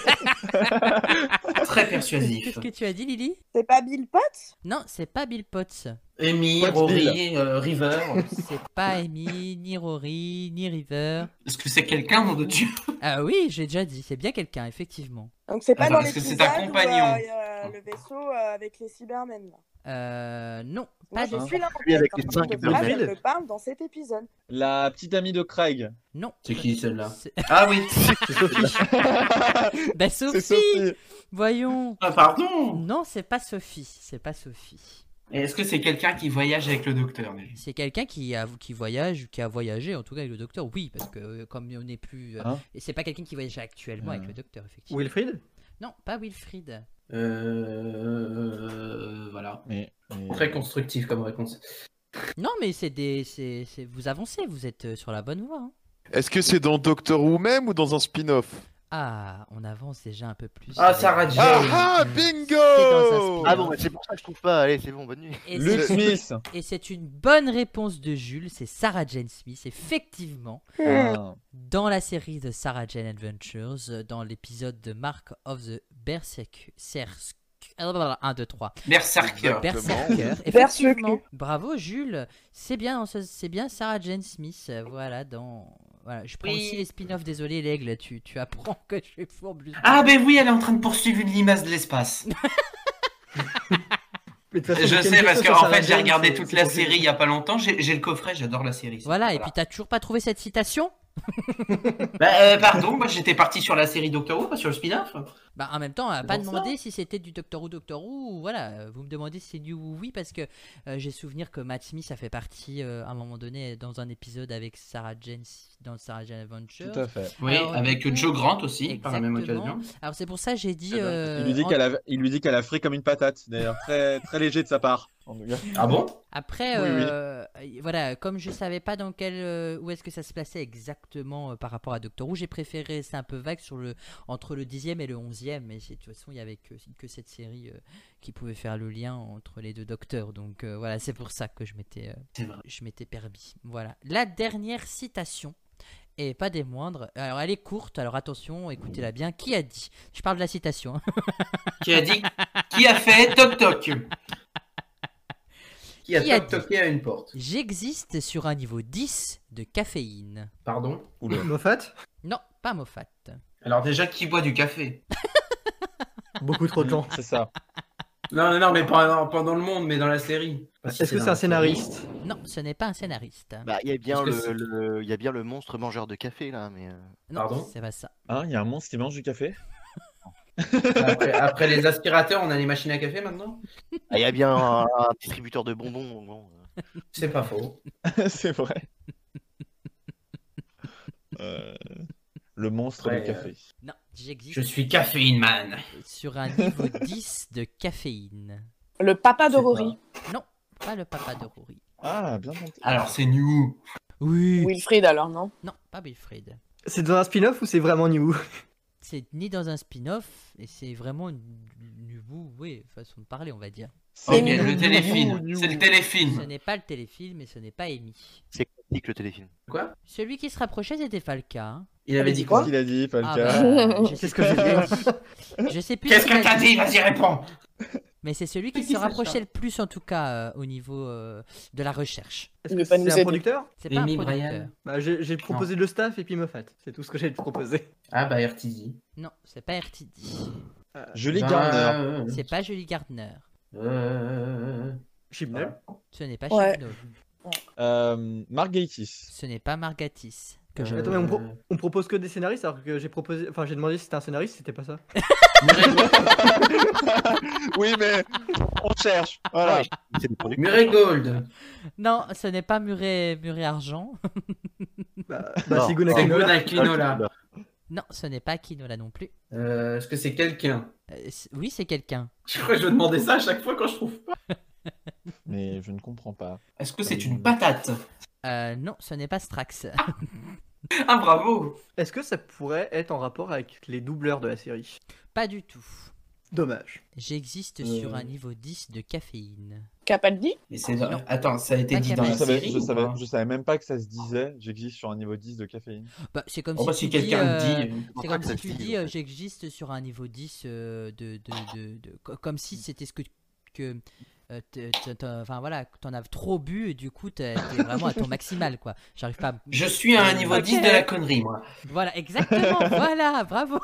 Très persuasif.
Qu'est-ce que tu as dit, Lily?
C'est pas Bill Potts?
Non, c'est pas Bill Potts.
Amy,
Potts
Rory, River.
C'est pas Amy, ni Rory, ni River.
Est-ce que c'est quelqu'un, mon Dieu?
Ah oui, j'ai déjà dit, c'est bien quelqu'un, effectivement.
Donc c'est pas
Attends,
dans
est-ce que c'est
l'épisode
un
où
compagnon?
le vaisseau avec les Cybermen. Là.
Non,
Moi,
pas
je
du
suis là.
Lui avec
en
les
fait,
5
parce que là,
Cybermen.
je me parle dans cet épisode.
La petite amie de Craig.
Non.
C'est qui celle-là?
C'est-
Ah oui.
C'est Sophie.
Bah Sophie,
C'est Sophie.
Voyons.
Ah, pardon.
Non, c'est pas Sophie, c'est pas Sophie.
Et est-ce que c'est quelqu'un qui voyage avec le docteur déjà?
C'est quelqu'un qui voyage, qui a voyagé en tout cas avec le docteur, oui, parce que comme on n'est plus...
Hein
et c'est pas quelqu'un qui voyage actuellement avec le docteur, effectivement.
Wilfried?
Non, pas Wilfried.
Voilà.
Mais...
Très constructif comme réponse.
Non, mais vous avancez, vous êtes sur la bonne voie. Hein.
Est-ce que c'est dans Doctor Who même ou dans un spin-off?
Ah, on avance déjà un peu plus.
Ah, Sarah Jane.
Ah,
C'est
bingo!
dans un
Ah bon, bah, c'est pour ça que je trouve pas. Allez, c'est bon, bonne nuit.
Et
Luke
c'est-
Smith.
Et c'est une bonne réponse de Jules, c'est Sarah Jane Smith, effectivement.
Ah.
Dans la série de Sarah Jane Adventures, dans l'épisode de Mark of the Berserker. 1, 2, 3.
Berserker.
Berserker, effectivement. Bravo Jules, c'est bien Sarah Jane Smith. Voilà, voilà, je prends
Oui.
aussi les spin-offs. Désolé l'aigle, tu apprends que je suis fourbe.
Ah, ben oui, elle est en train de poursuivre une limace de l'espace.
Mais de toute façon,
Je
j'ai une
sais parce
question
qu'en
sur Sarah
fait j'ai
Jane,
regardé
c'est-
toute
c'est
la
pour
série
Jules.
il y a pas longtemps. J'ai le coffret, j'adore la série.
Voilà, et puis t'as toujours pas trouvé cette citation?
Pardon, moi j'étais parti sur la série Doctor Who, pas sur le spin-off.
Bah, en même temps, on m'a
C'est
pas
pour ça.
demandé si c'était du Doctor Who, voilà, vous me demandez si c'est du oui, parce que j'ai souvenir que Matt Smith a fait partie à un moment donné dans un épisode avec Sarah Jane dans Sarah Jane Adventures.
Tout à fait.
Oui,
Alors,
avec
du coup,
Joe Grant aussi, par la même
exactement.
occasion.
Alors c'est pour ça que j'ai dit...
Il lui dit qu'elle a frit comme une patate, d'ailleurs, très, très léger de sa part. en tout cas.
Ah bon?
Après,
Oui,
voilà, comme je savais pas dans où est-ce que ça se plaçait exactement par rapport à Doctor Who, j'ai préféré rester un peu vague entre le 10e et le 11e, mais de toute façon il y avait que cette série qui pouvait faire le lien entre les deux docteurs, donc voilà, c'est pour ça que je m'étais permis. Voilà, la dernière citation, et pas des moindres, alors elle est courte, alors attention, écoutez-la bien. Qui a dit? Je parle de la citation. Hein.
Qui a dit? Qui a fait toc toc? Qui a
Qui a
toc toqué à une porte?
J'existe sur un niveau 10 de caféine.
Pardon?
Moffat?
Non, pas Moffat.
Alors déjà, qui boit du café?
Beaucoup trop de gens.
C'est ça.
Non, mais pas dans le monde, mais dans la série.
Est-ce que c'est un scénariste?
Non, ce n'est pas un scénariste.
Bah, il y a bien
Est-ce que
il y a bien le monstre mangeur de café là, mais.
Non,
Pardon
c'est pas ça.
Hein, il y a un monstre qui mange du café?
Après les aspirateurs, on a les machines à café maintenant?
Ah, il y a bien un distributeur de bonbons. Bon.
C'est pas faux.
C'est vrai. Le monstre
Ouais,
de café.
Non, j'existe.
Je suis caféine man.
Sur un niveau 10 de caféine.
Le papa de Rory.
Non, pas le papa de Rory.
Ah, bien tenté.
Alors c'est New.
Oui.
Wilfried alors, non?
Non, pas Wilfried.
C'est dans un spin-off ou c'est vraiment New?
C'est ni dans un spin-off, et c'est vraiment une oui, façon de parler, on va dire.
Ok, le téléfilm. C'est le
Ce
téléfilm.
n'est pas le téléfilm et ce n'est pas Amy.
C'est classique le téléfilm.
Quoi?
Celui qui se rapprochait, c'était Falca. Hein.
Il avait dit quoi?
Qu'est-ce qu'il a dit,
Ah
Falca?
bah, je sais
Qu'est-ce que j'ai dit?
Je sais plus.
Qu'est-ce
ce qu'il
que
a
t'as dit? Vas-y, réponds.
Mais c'est celui qui
C'est qui,
se
ça,
rapprochait
Charles
le plus, en tout cas, au niveau de la recherche.
Est-ce
Il
que
veut pas nous
c'est un
aider.
producteur?
C'est pas un
Amy
producteur.
Bryan.
Bah, j'ai proposé le staff et puis Moffat. C'est tout ce que j'ai proposé.
Ah bah RTD.
Non, c'est pas RTD.
Julie
Bah,
Garner.
C'est pas Julie Gardner.
Chibnall?
Ce n'est pas
Ouais.
Chibnall.
Mark Gatiss.
Ce n'est pas Margatis. Que je...
Attends, mais on propose que des scénaristes alors que j'ai proposé. Enfin, j'ai demandé si c'était un scénariste, c'était pas ça.
Oui, mais on cherche. Voilà.
C'est des producteurs.
Murray Gold.
Non, ce n'est pas Muret Argent.
Bah,
Non.
c'est Gunnar
C'est
Kinola.
Gunnar Kinola.
Non, ce n'est pas Kinola non plus.
Est-ce que c'est quelqu'un?
Oui, c'est quelqu'un.
Je crois que je vais demander ça à chaque fois quand je trouve pas.
Mais je ne comprends pas.
Est-ce que c'est une patate?
Non, ce n'est pas Strax.
Ah bravo.
Est-ce que ça pourrait être en rapport avec les doubleurs de la série?
Pas du tout.
Dommage.
J'existe sur un niveau 10 de caféine.
Capaldi?
Mais c'est
Non.
Attends, ça a été
Pas
dit dans la
capable.
série ou pas?
Je savais même pas que ça se disait. J'existe sur un niveau 10 de caféine.
Bah, c'est comme
Oh, bah,
si
si
tu dis,
quelqu'un le dit,
c'est comme si tu dis j'existe sur un niveau 10 comme si c'était ce que enfin voilà, t'en as trop bu et du coup t'es vraiment à ton maximal quoi. J'arrive pas à...
Je suis à un niveau
Ok.
10 de la connerie, moi.
Voilà, exactement, voilà, bravo.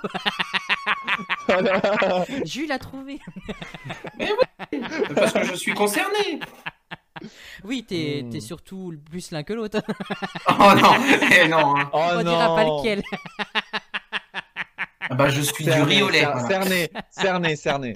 Jules a trouvé.
Mais oui, parce que je suis concerné.
Oui, t'es surtout plus l'un que l'autre.
Oh non, non. Hein.
Oh
On dira pas lequel.
Ah bah je suis du riolet. Voilà.
Cerné.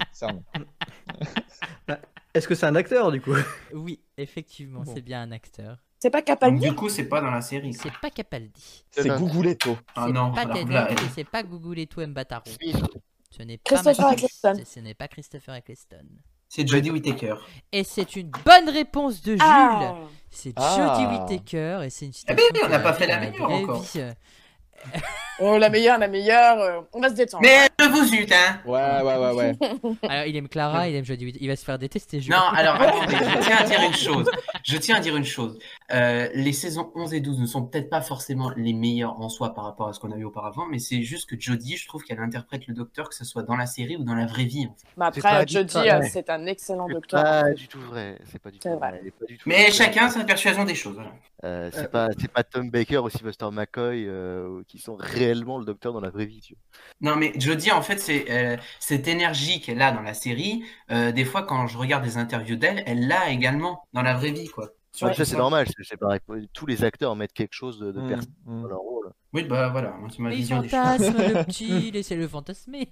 Est-ce que c'est un acteur du coup?
Oui, effectivement,
Bon.
c'est bien un acteur.
C'est pas
Donc,
Capaldi?
du coup, c'est pas dans la série.
C'est pas Capaldi.
C'est Guguletto.
Ah
C'est
non,
pas
alors
Ted
là,
Lasso et c'est pas Guguletto Mbataro. Ce n'est pas
Christopher
Matthew.
Eccleston.
Ce n'est pas Christopher Eccleston.
c'est Jodie Whittaker.
Et c'est une bonne réponse de Jules.
Ah.
C'est
Ah.
Jodie Whittaker et c'est une
Eh ben,
citation
on n'a
qu'elle
pas
a
fait la
dans
meilleure
vraie
encore.
vie.
Oh, la meilleure, on va se détendre.
Mais je vous eute, hein.
Ouais.
Alors il aime Clara, il aime Jodie Whittaker. Il va se faire détester. Jules.
Non, alors attendez, je tiens à dire une chose. Les saisons 11 et 12 ne sont peut-être pas forcément les meilleures en soi par rapport à ce qu'on a vu auparavant, mais c'est juste que Jodie, je trouve qu'elle interprète le docteur, que ce soit dans la série ou dans la vraie vie. En fait.
Mais
C'est pas
après,
du
Jodie,
tout vrai.
c'est un excellent
C'est
docteur.
pas du tout vrai. C'est pas du tout
C'est vrai.
vrai. Elle est pas du tout
Mais
vrai.
chacun sa persuasion des choses. Voilà.
C'est pas Tom Baker ou Sylvester McCoy qui sont réellement le docteur dans la vraie vie. Tu vois.
Non, mais Jodie, en fait, c'est cette énergie qu'elle a dans la série. Des fois, quand je regarde des interviews d'elle, elle l'a également dans la vraie vie, quoi.
Ouais, ça c'est normal, c'est pareil. Tous les acteurs mettent quelque chose de personnel dans leur rôle.
Oui, bah voilà, moi, c'est ma
Mais il
vision des choses.
fantasme le petit, laissez-le fantasmer.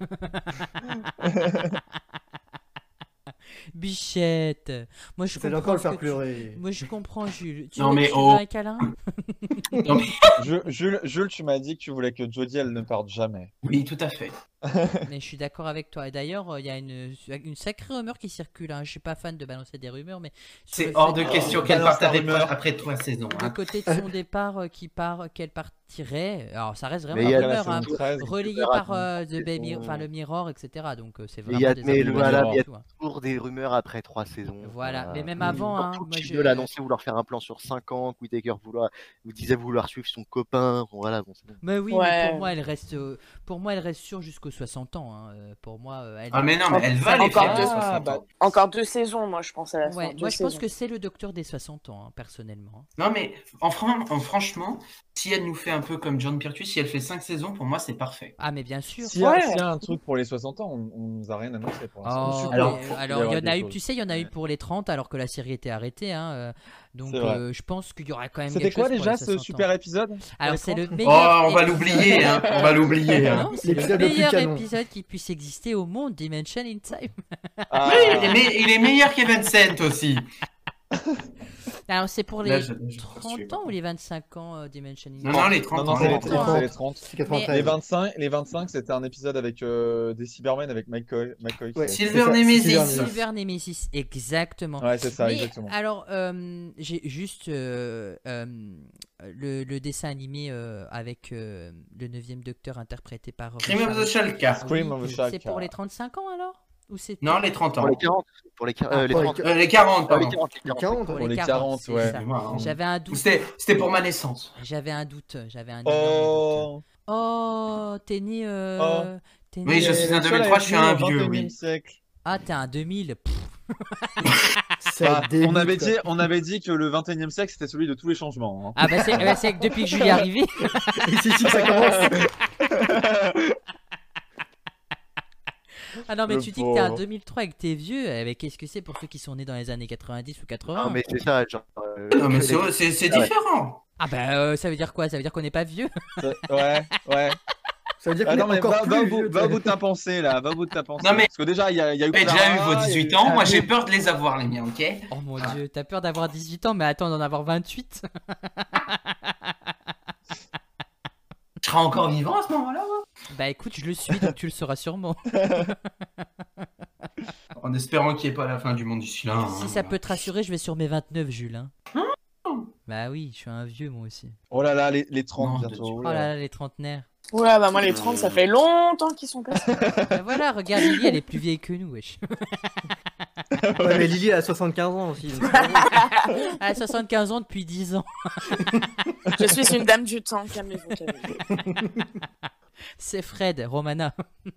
Bichette. Moi je
C'est
comprends
encore le
ce
faire
que
pleurer.
Moi je comprends Jules. Tu
Non,
veux
mais
que tu
oh.
veux un câlin?
Non, mais-
Jules, tu m'as dit que tu voulais que Jodie, elle ne parte jamais.
Oui, tout à fait.
Mais je suis d'accord avec toi. Et d'ailleurs, il y a une sacrée rumeur qui circule. Hein. Je suis pas fan de balancer des rumeurs, mais sur
C'est
le
hors
fait
de
que-
question qu'elle
balance
parte
ta rumeur.
après 3 saisons.
Du
Hein.
côté de son départ, qu'elle partirait. Alors ça reste vraiment
Mais il y a
une
la
rumeur, hein,
saison 13,
relayée
verra
par
d'une saison.
le Mirror, etc. Donc c'est
Mais il y
vraiment
a,
des
mais
infos
voilà,
Mirror
il y a
et tout, hein.
toujours des rumeurs après 3 saisons.
Voilà, mais même avant, hein,
Quand
moi,
Chibnall
je-
a annoncé vouloir faire un plan sur 5 ans, que Whittaker vous disait vouloir suivre son copain. Bon, voilà, bon, c'est bon.
Mais oui, mais
Ouais.
pour moi, elle reste sûre jusqu'aux 60 ans. Hein. Pour moi, elle
Ah, mais non, mais elle va
Encore
les faire
deux-
à 60 ans.
Encore 2 saisons, moi, je pense à la fin.
Ouais,
Deux
moi, je pense
saisons.
que c'est le docteur des 60 ans, hein, personnellement.
Non, mais franchement, si elle nous fait un peu comme John Pertwee, si elle fait 5 saisons, pour moi, c'est parfait.
Ah, mais bien sûr.
S'il y a un truc pour les 60 ans, on nous a rien annoncé pour l'instant.
Oh,
Alors,
mais,
faut-
alors, il y en a eu,
choses.
tu sais, il y en a eu pour les 30 alors que la série était arrêtée. Hein, donc,
C'est vrai.
je pense qu'il y aurait quand même
C'était
quelque
quoi
chose pour
déjà
les
ce
60
super
ans.
épisode pour
Alors,
les
c'est le
30?
meilleur.
Oh, on va l'oublier, hein. On va l'oublier, hein.
Non, c'est le
L'épisode le plus
meilleur
canon.
épisode qui puisse exister au monde, Dimension in Time.
Ah.
Oui, il est meilleur qu'Evancent aussi.
Alors, c'est pour les
Là, je
30 ans ou les 25 ans, Dimension in Time?
Non, les 30
Non,
ans.
c'est les
30,
30. C'est les 30.
C'est 93.
Les 25, c'était un épisode avec des Cybermen avec McCoy.
Ouais.
Silver
ça,
Nemesis.
Silver Nemesis.
Silver Nemesis, exactement.
Ouais, c'est ça,
Mais,
exactement.
alors, j'ai juste le dessin animé avec le 9e docteur interprété par
Scream of the
Richard-
Shalka.
Scream of the
C'est
Shalka.
pour les 35 ans alors? Ou c'est
Non, les 30 ans.
Pour les 40. Pour les, quar- les
pour les
30.
Les 40,
Les
pardon.
40.
Les 40.
Pour les 40,
c'est
ouais.
ça.
Excusez-moi, hein.
J'avais un doute.
C'était pour ma naissance.
J'avais un doute. J'avais un énorme doute.
Oh.
Oh, t'es né.
Oh.
T'es
Oui, je
né-
suis un 2003, je suis un vieux, oui.
21e siècle.
Ah, t'es un 2000. Pff.
Ça dégoûte,
On avait dit que le 21e siècle c'était celui de tous les changements. Hein.
Ah, bah, c'est que depuis que je suis arrivé.
Et c'est ici que ça commence.
Ah non, mais
Le
tu dis que t'es un
pauvre.
2003 et que t'es vieux. Mais qu'est-ce que c'est pour ceux qui sont nés dans les années 90 ou 80?
Non, mais c'est ça, genre.
Non, mais c'est différent.
Ah, bah, ça veut dire quoi? Ça veut dire qu'on n'est pas vieux?
Ouais, ouais.
Ça veut dire qu'on
Attends,
est
mais
encore
va
plus
au
vieux,
bout de ta pensée là, va au bout de ta pensée.
Non, mais-
Parce que déjà il y a eu
Vous avez déjà
Clara,
eu vos
il y a
18
eu-
ans, moi j'ai peur de les avoir, les miens, ok?
Oh mon dieu, t'as peur d'avoir 18 ans, mais attends d'en avoir 28.
Je serai encore vivant à ce moment-là, moi.
Bah écoute, je le suis, donc tu le sauras sûrement.
En espérant qu'il n'y ait pas la fin du monde d'ici là.
Si ça peut te rassurer, je vais sur mes 29, Jules. Hein. Bah oui, je suis un vieux moi aussi.
Oh là là, les 30
Non,
bientôt.
Oh là là, les trentenaires.
Ouais, bah moi, les 30, ça fait longtemps qu'ils sont passés.
Bah voilà, regarde Lily, elle est plus vieille que nous, wesh.
Ouais, mais Lily a 75 ans aussi. donc
Elle a 75 ans depuis 10 ans.
Je suis une dame du temps, calmez-vous, calmez-vous.
C'est Fred, Romana.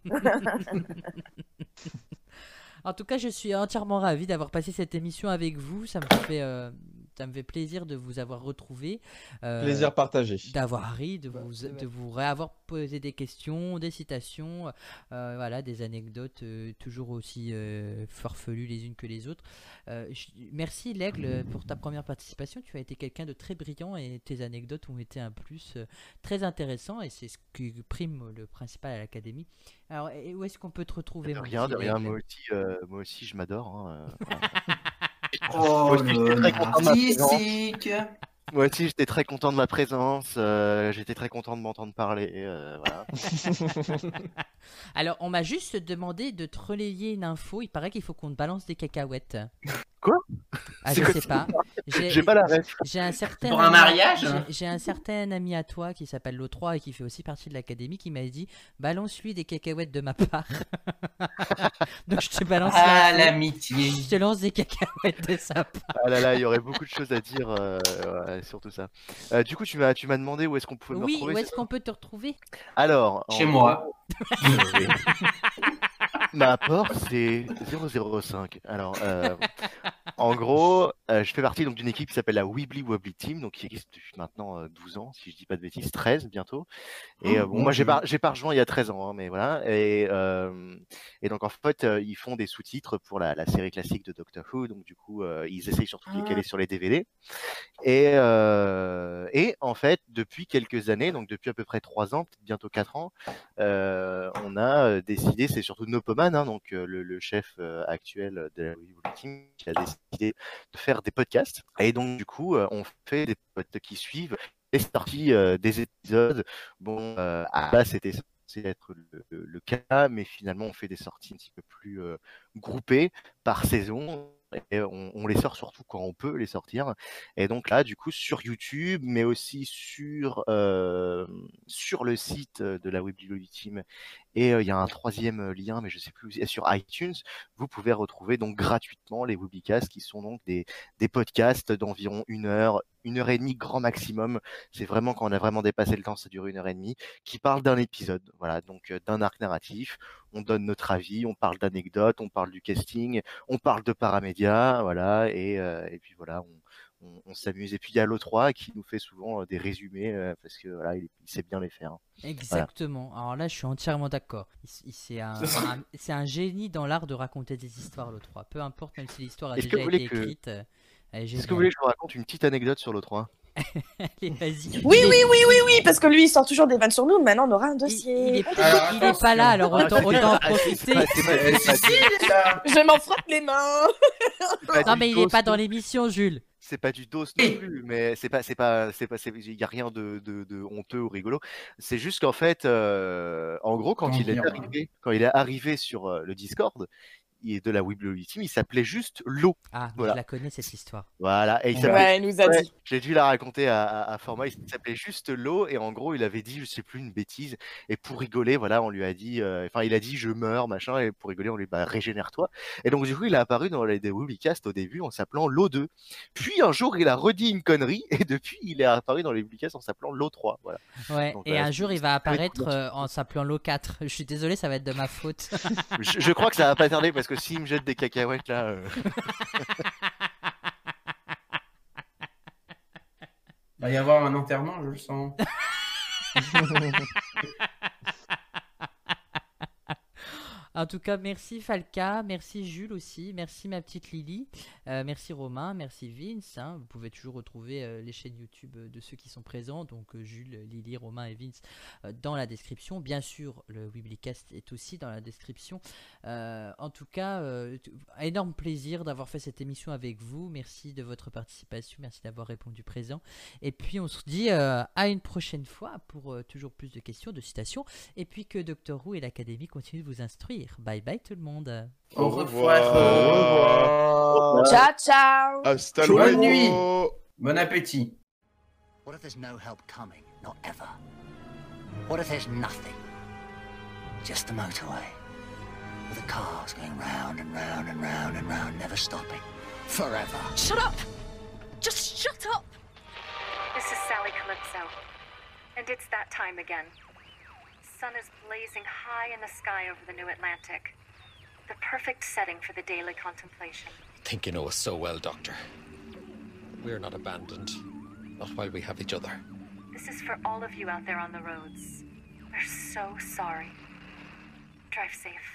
En tout cas, je suis entièrement ravi d'avoir passé cette émission avec vous. Ça me fait plaisir de vous avoir retrouvé.
Plaisir partagé.
D'avoir ri, de vous avoir posé des questions, des citations, voilà, des anecdotes toujours aussi farfelues les unes que les autres. Merci l'Aigle pour ta première participation. Tu as été quelqu'un de très brillant et tes anecdotes ont été un plus très intéressant et c'est ce qui prime le principal à l'Académie. Alors, où est-ce qu'on peut te retrouver mon
Rien,
petit
de rien,
Laigle
moi aussi je m'adore. Hein, voilà.
Oh,
Moi aussi, j'étais très content de ma présence.
narcissique.
Moi aussi, j'étais très content de ma présence. J'étais très content de m'entendre parler. Voilà.
Alors, on m'a juste demandé de te relayer une info. Il paraît qu'il faut qu'on te balance des cacahuètes.
Quoi?
Ah,
C'est
je
quoi
sais
ça?
pas.
J'ai pas la ref.
J'ai un certain
Pour un
ami-
mariage
j'ai un certain ami à toi qui s'appelle l'O3 et qui fait aussi partie de l'académie qui m'a dit balance-lui des cacahuètes de ma part. Donc je te balance
Ah,
l'info.
l'amitié.
Je te lance des cacahuètes de sa part.
Ah là là, il y aurait beaucoup de choses à dire ouais, sur tout ça. Du coup, tu m'as demandé où est-ce qu'on pouvait me
Oui,
retrouver.
où est-ce qu'on peut te retrouver?
Alors,
Chez
en
moi.
gros, ma porte c'est 005. Alors, en gros, je fais partie donc d'une équipe qui s'appelle la Wibbly Wobbly Team, donc qui existe depuis maintenant 12 ans, si je dis pas de bêtises, 13 bientôt. Et bon,
mon
moi
Dieu.
j'ai pas rejoint il y a 13 ans, hein, mais voilà. Et donc en fait, ils font des sous-titres pour la série classique de Doctor Who, donc du coup, ils essayent surtout de les caler sur les DVD. Et en fait, depuis quelques années, donc depuis à peu près 3 ans, peut-être bientôt 4 ans, on a décidé, c'est surtout Nopoman, hein, donc le chef actuel de la Wibbly Team, qui a décidé de faire des podcasts. Et donc du coup, on fait des podcasts qui suivent les sorties des épisodes. Bon, à la base, c'était censé être le cas, mais finalement, on fait des sorties un petit peu plus groupées par saison. Et on les sort surtout quand on peut les sortir. Et donc là, du coup, sur YouTube, mais aussi sur le site de la Wibbly Team. Et il y a un troisième lien, mais je sais plus où, sur iTunes, vous pouvez retrouver donc gratuitement les Wibblycasts, qui sont donc des podcasts d'environ 1 heure, 1h30 grand maximum. C'est vraiment quand on a vraiment dépassé le temps, ça dure 1h30, qui parle d'un épisode, voilà, donc d'un arc narratif. On donne notre avis, on parle d'anecdotes, on parle du casting, on parle de paramédias, voilà, et puis voilà, on s'amuse. Et puis il y a l'O3 qui nous fait souvent des résumés parce que voilà, il sait bien les faire.
Exactement. Voilà. Alors là, je suis entièrement d'accord. C'est un génie dans l'art de raconter des histoires, l'O3. Peu importe, même si l'histoire a déjà été écrite.
Est-ce que vous voulez que je vous raconte une petite anecdote sur l'O3?
Allez, vas-y.
Oui, parce que lui, il sort toujours des vannes sur nous. Maintenant, on aura un dossier.
Il est pas là, alors autant en profiter.
Je m'en frotte les mains.
Non, mais il est pas dans l'émission, Jules.
C'est pas du dos non plus, mais il y a rien de honteux ou rigolo. C'est juste qu'en fait, en gros, quand il est arrivé sur le Discord de la Weebly Team, il s'appelait juste Lo.
Ah,
voilà.
Je la connais cette histoire.
Voilà, et
il nous a dit.
J'ai dû la raconter à Format. Il s'appelait juste Lo, et en gros, il avait dit, je sais plus, une bêtise. Et pour rigoler, voilà, on lui a dit, il a dit, je meurs, machin, et pour rigoler, on lui dit, régénère-toi. Et donc, du coup, il a apparu dans les Weeblycast au début en s'appelant Lo2. Puis un jour, il a redit une connerie, et depuis, il est apparu dans les Weeblycast en s'appelant Lo3. Voilà.
Ouais,
donc,
et un jour, il va apparaître en s'appelant Lo4. Je suis désolé, ça va être de ma faute.
je crois que ça va pas tarder, parce que s'il me jette des cacahuètes là.
Va y avoir un enterrement, je le sens.
En tout cas, merci Falca, merci Jules aussi, merci ma petite Lily, merci Romain, merci Vince. Vous pouvez toujours retrouver les chaînes YouTube de ceux qui sont présents, donc Jules, Lily, Romain et Vince dans la description. Bien sûr, le Weeblycast est aussi dans la description. En tout cas, énorme plaisir d'avoir fait cette émission avec vous. Merci de votre participation, merci d'avoir répondu présent. Et puis on se dit à une prochaine fois pour toujours plus de questions, de citations. Et puis que Doctor Who et l'Académie continuent de vous instruire. Bye bye tout le monde.
Au revoir.
Ciao, ciao.
Hasta
Bonne
luego.
nuit. Bon appétit.
What if there's no help coming? Not ever. What if there's nothing? Just the motorway. With the cars going round and round and round and round, never stopping. Forever.
Shut up! Just shut up!
This is Sally Calypso, and it's that time again. Sun is blazing high in the sky over the New Atlantic. The perfect setting for the daily contemplation.
I think you know us so well, Doctor. We're not abandoned. Not while we have each other.
This is for all of you out there on the roads. We're so sorry. Drive safe.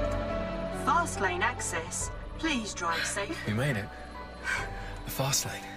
Fast lane access. Please drive safe.
We made it. The fast lane.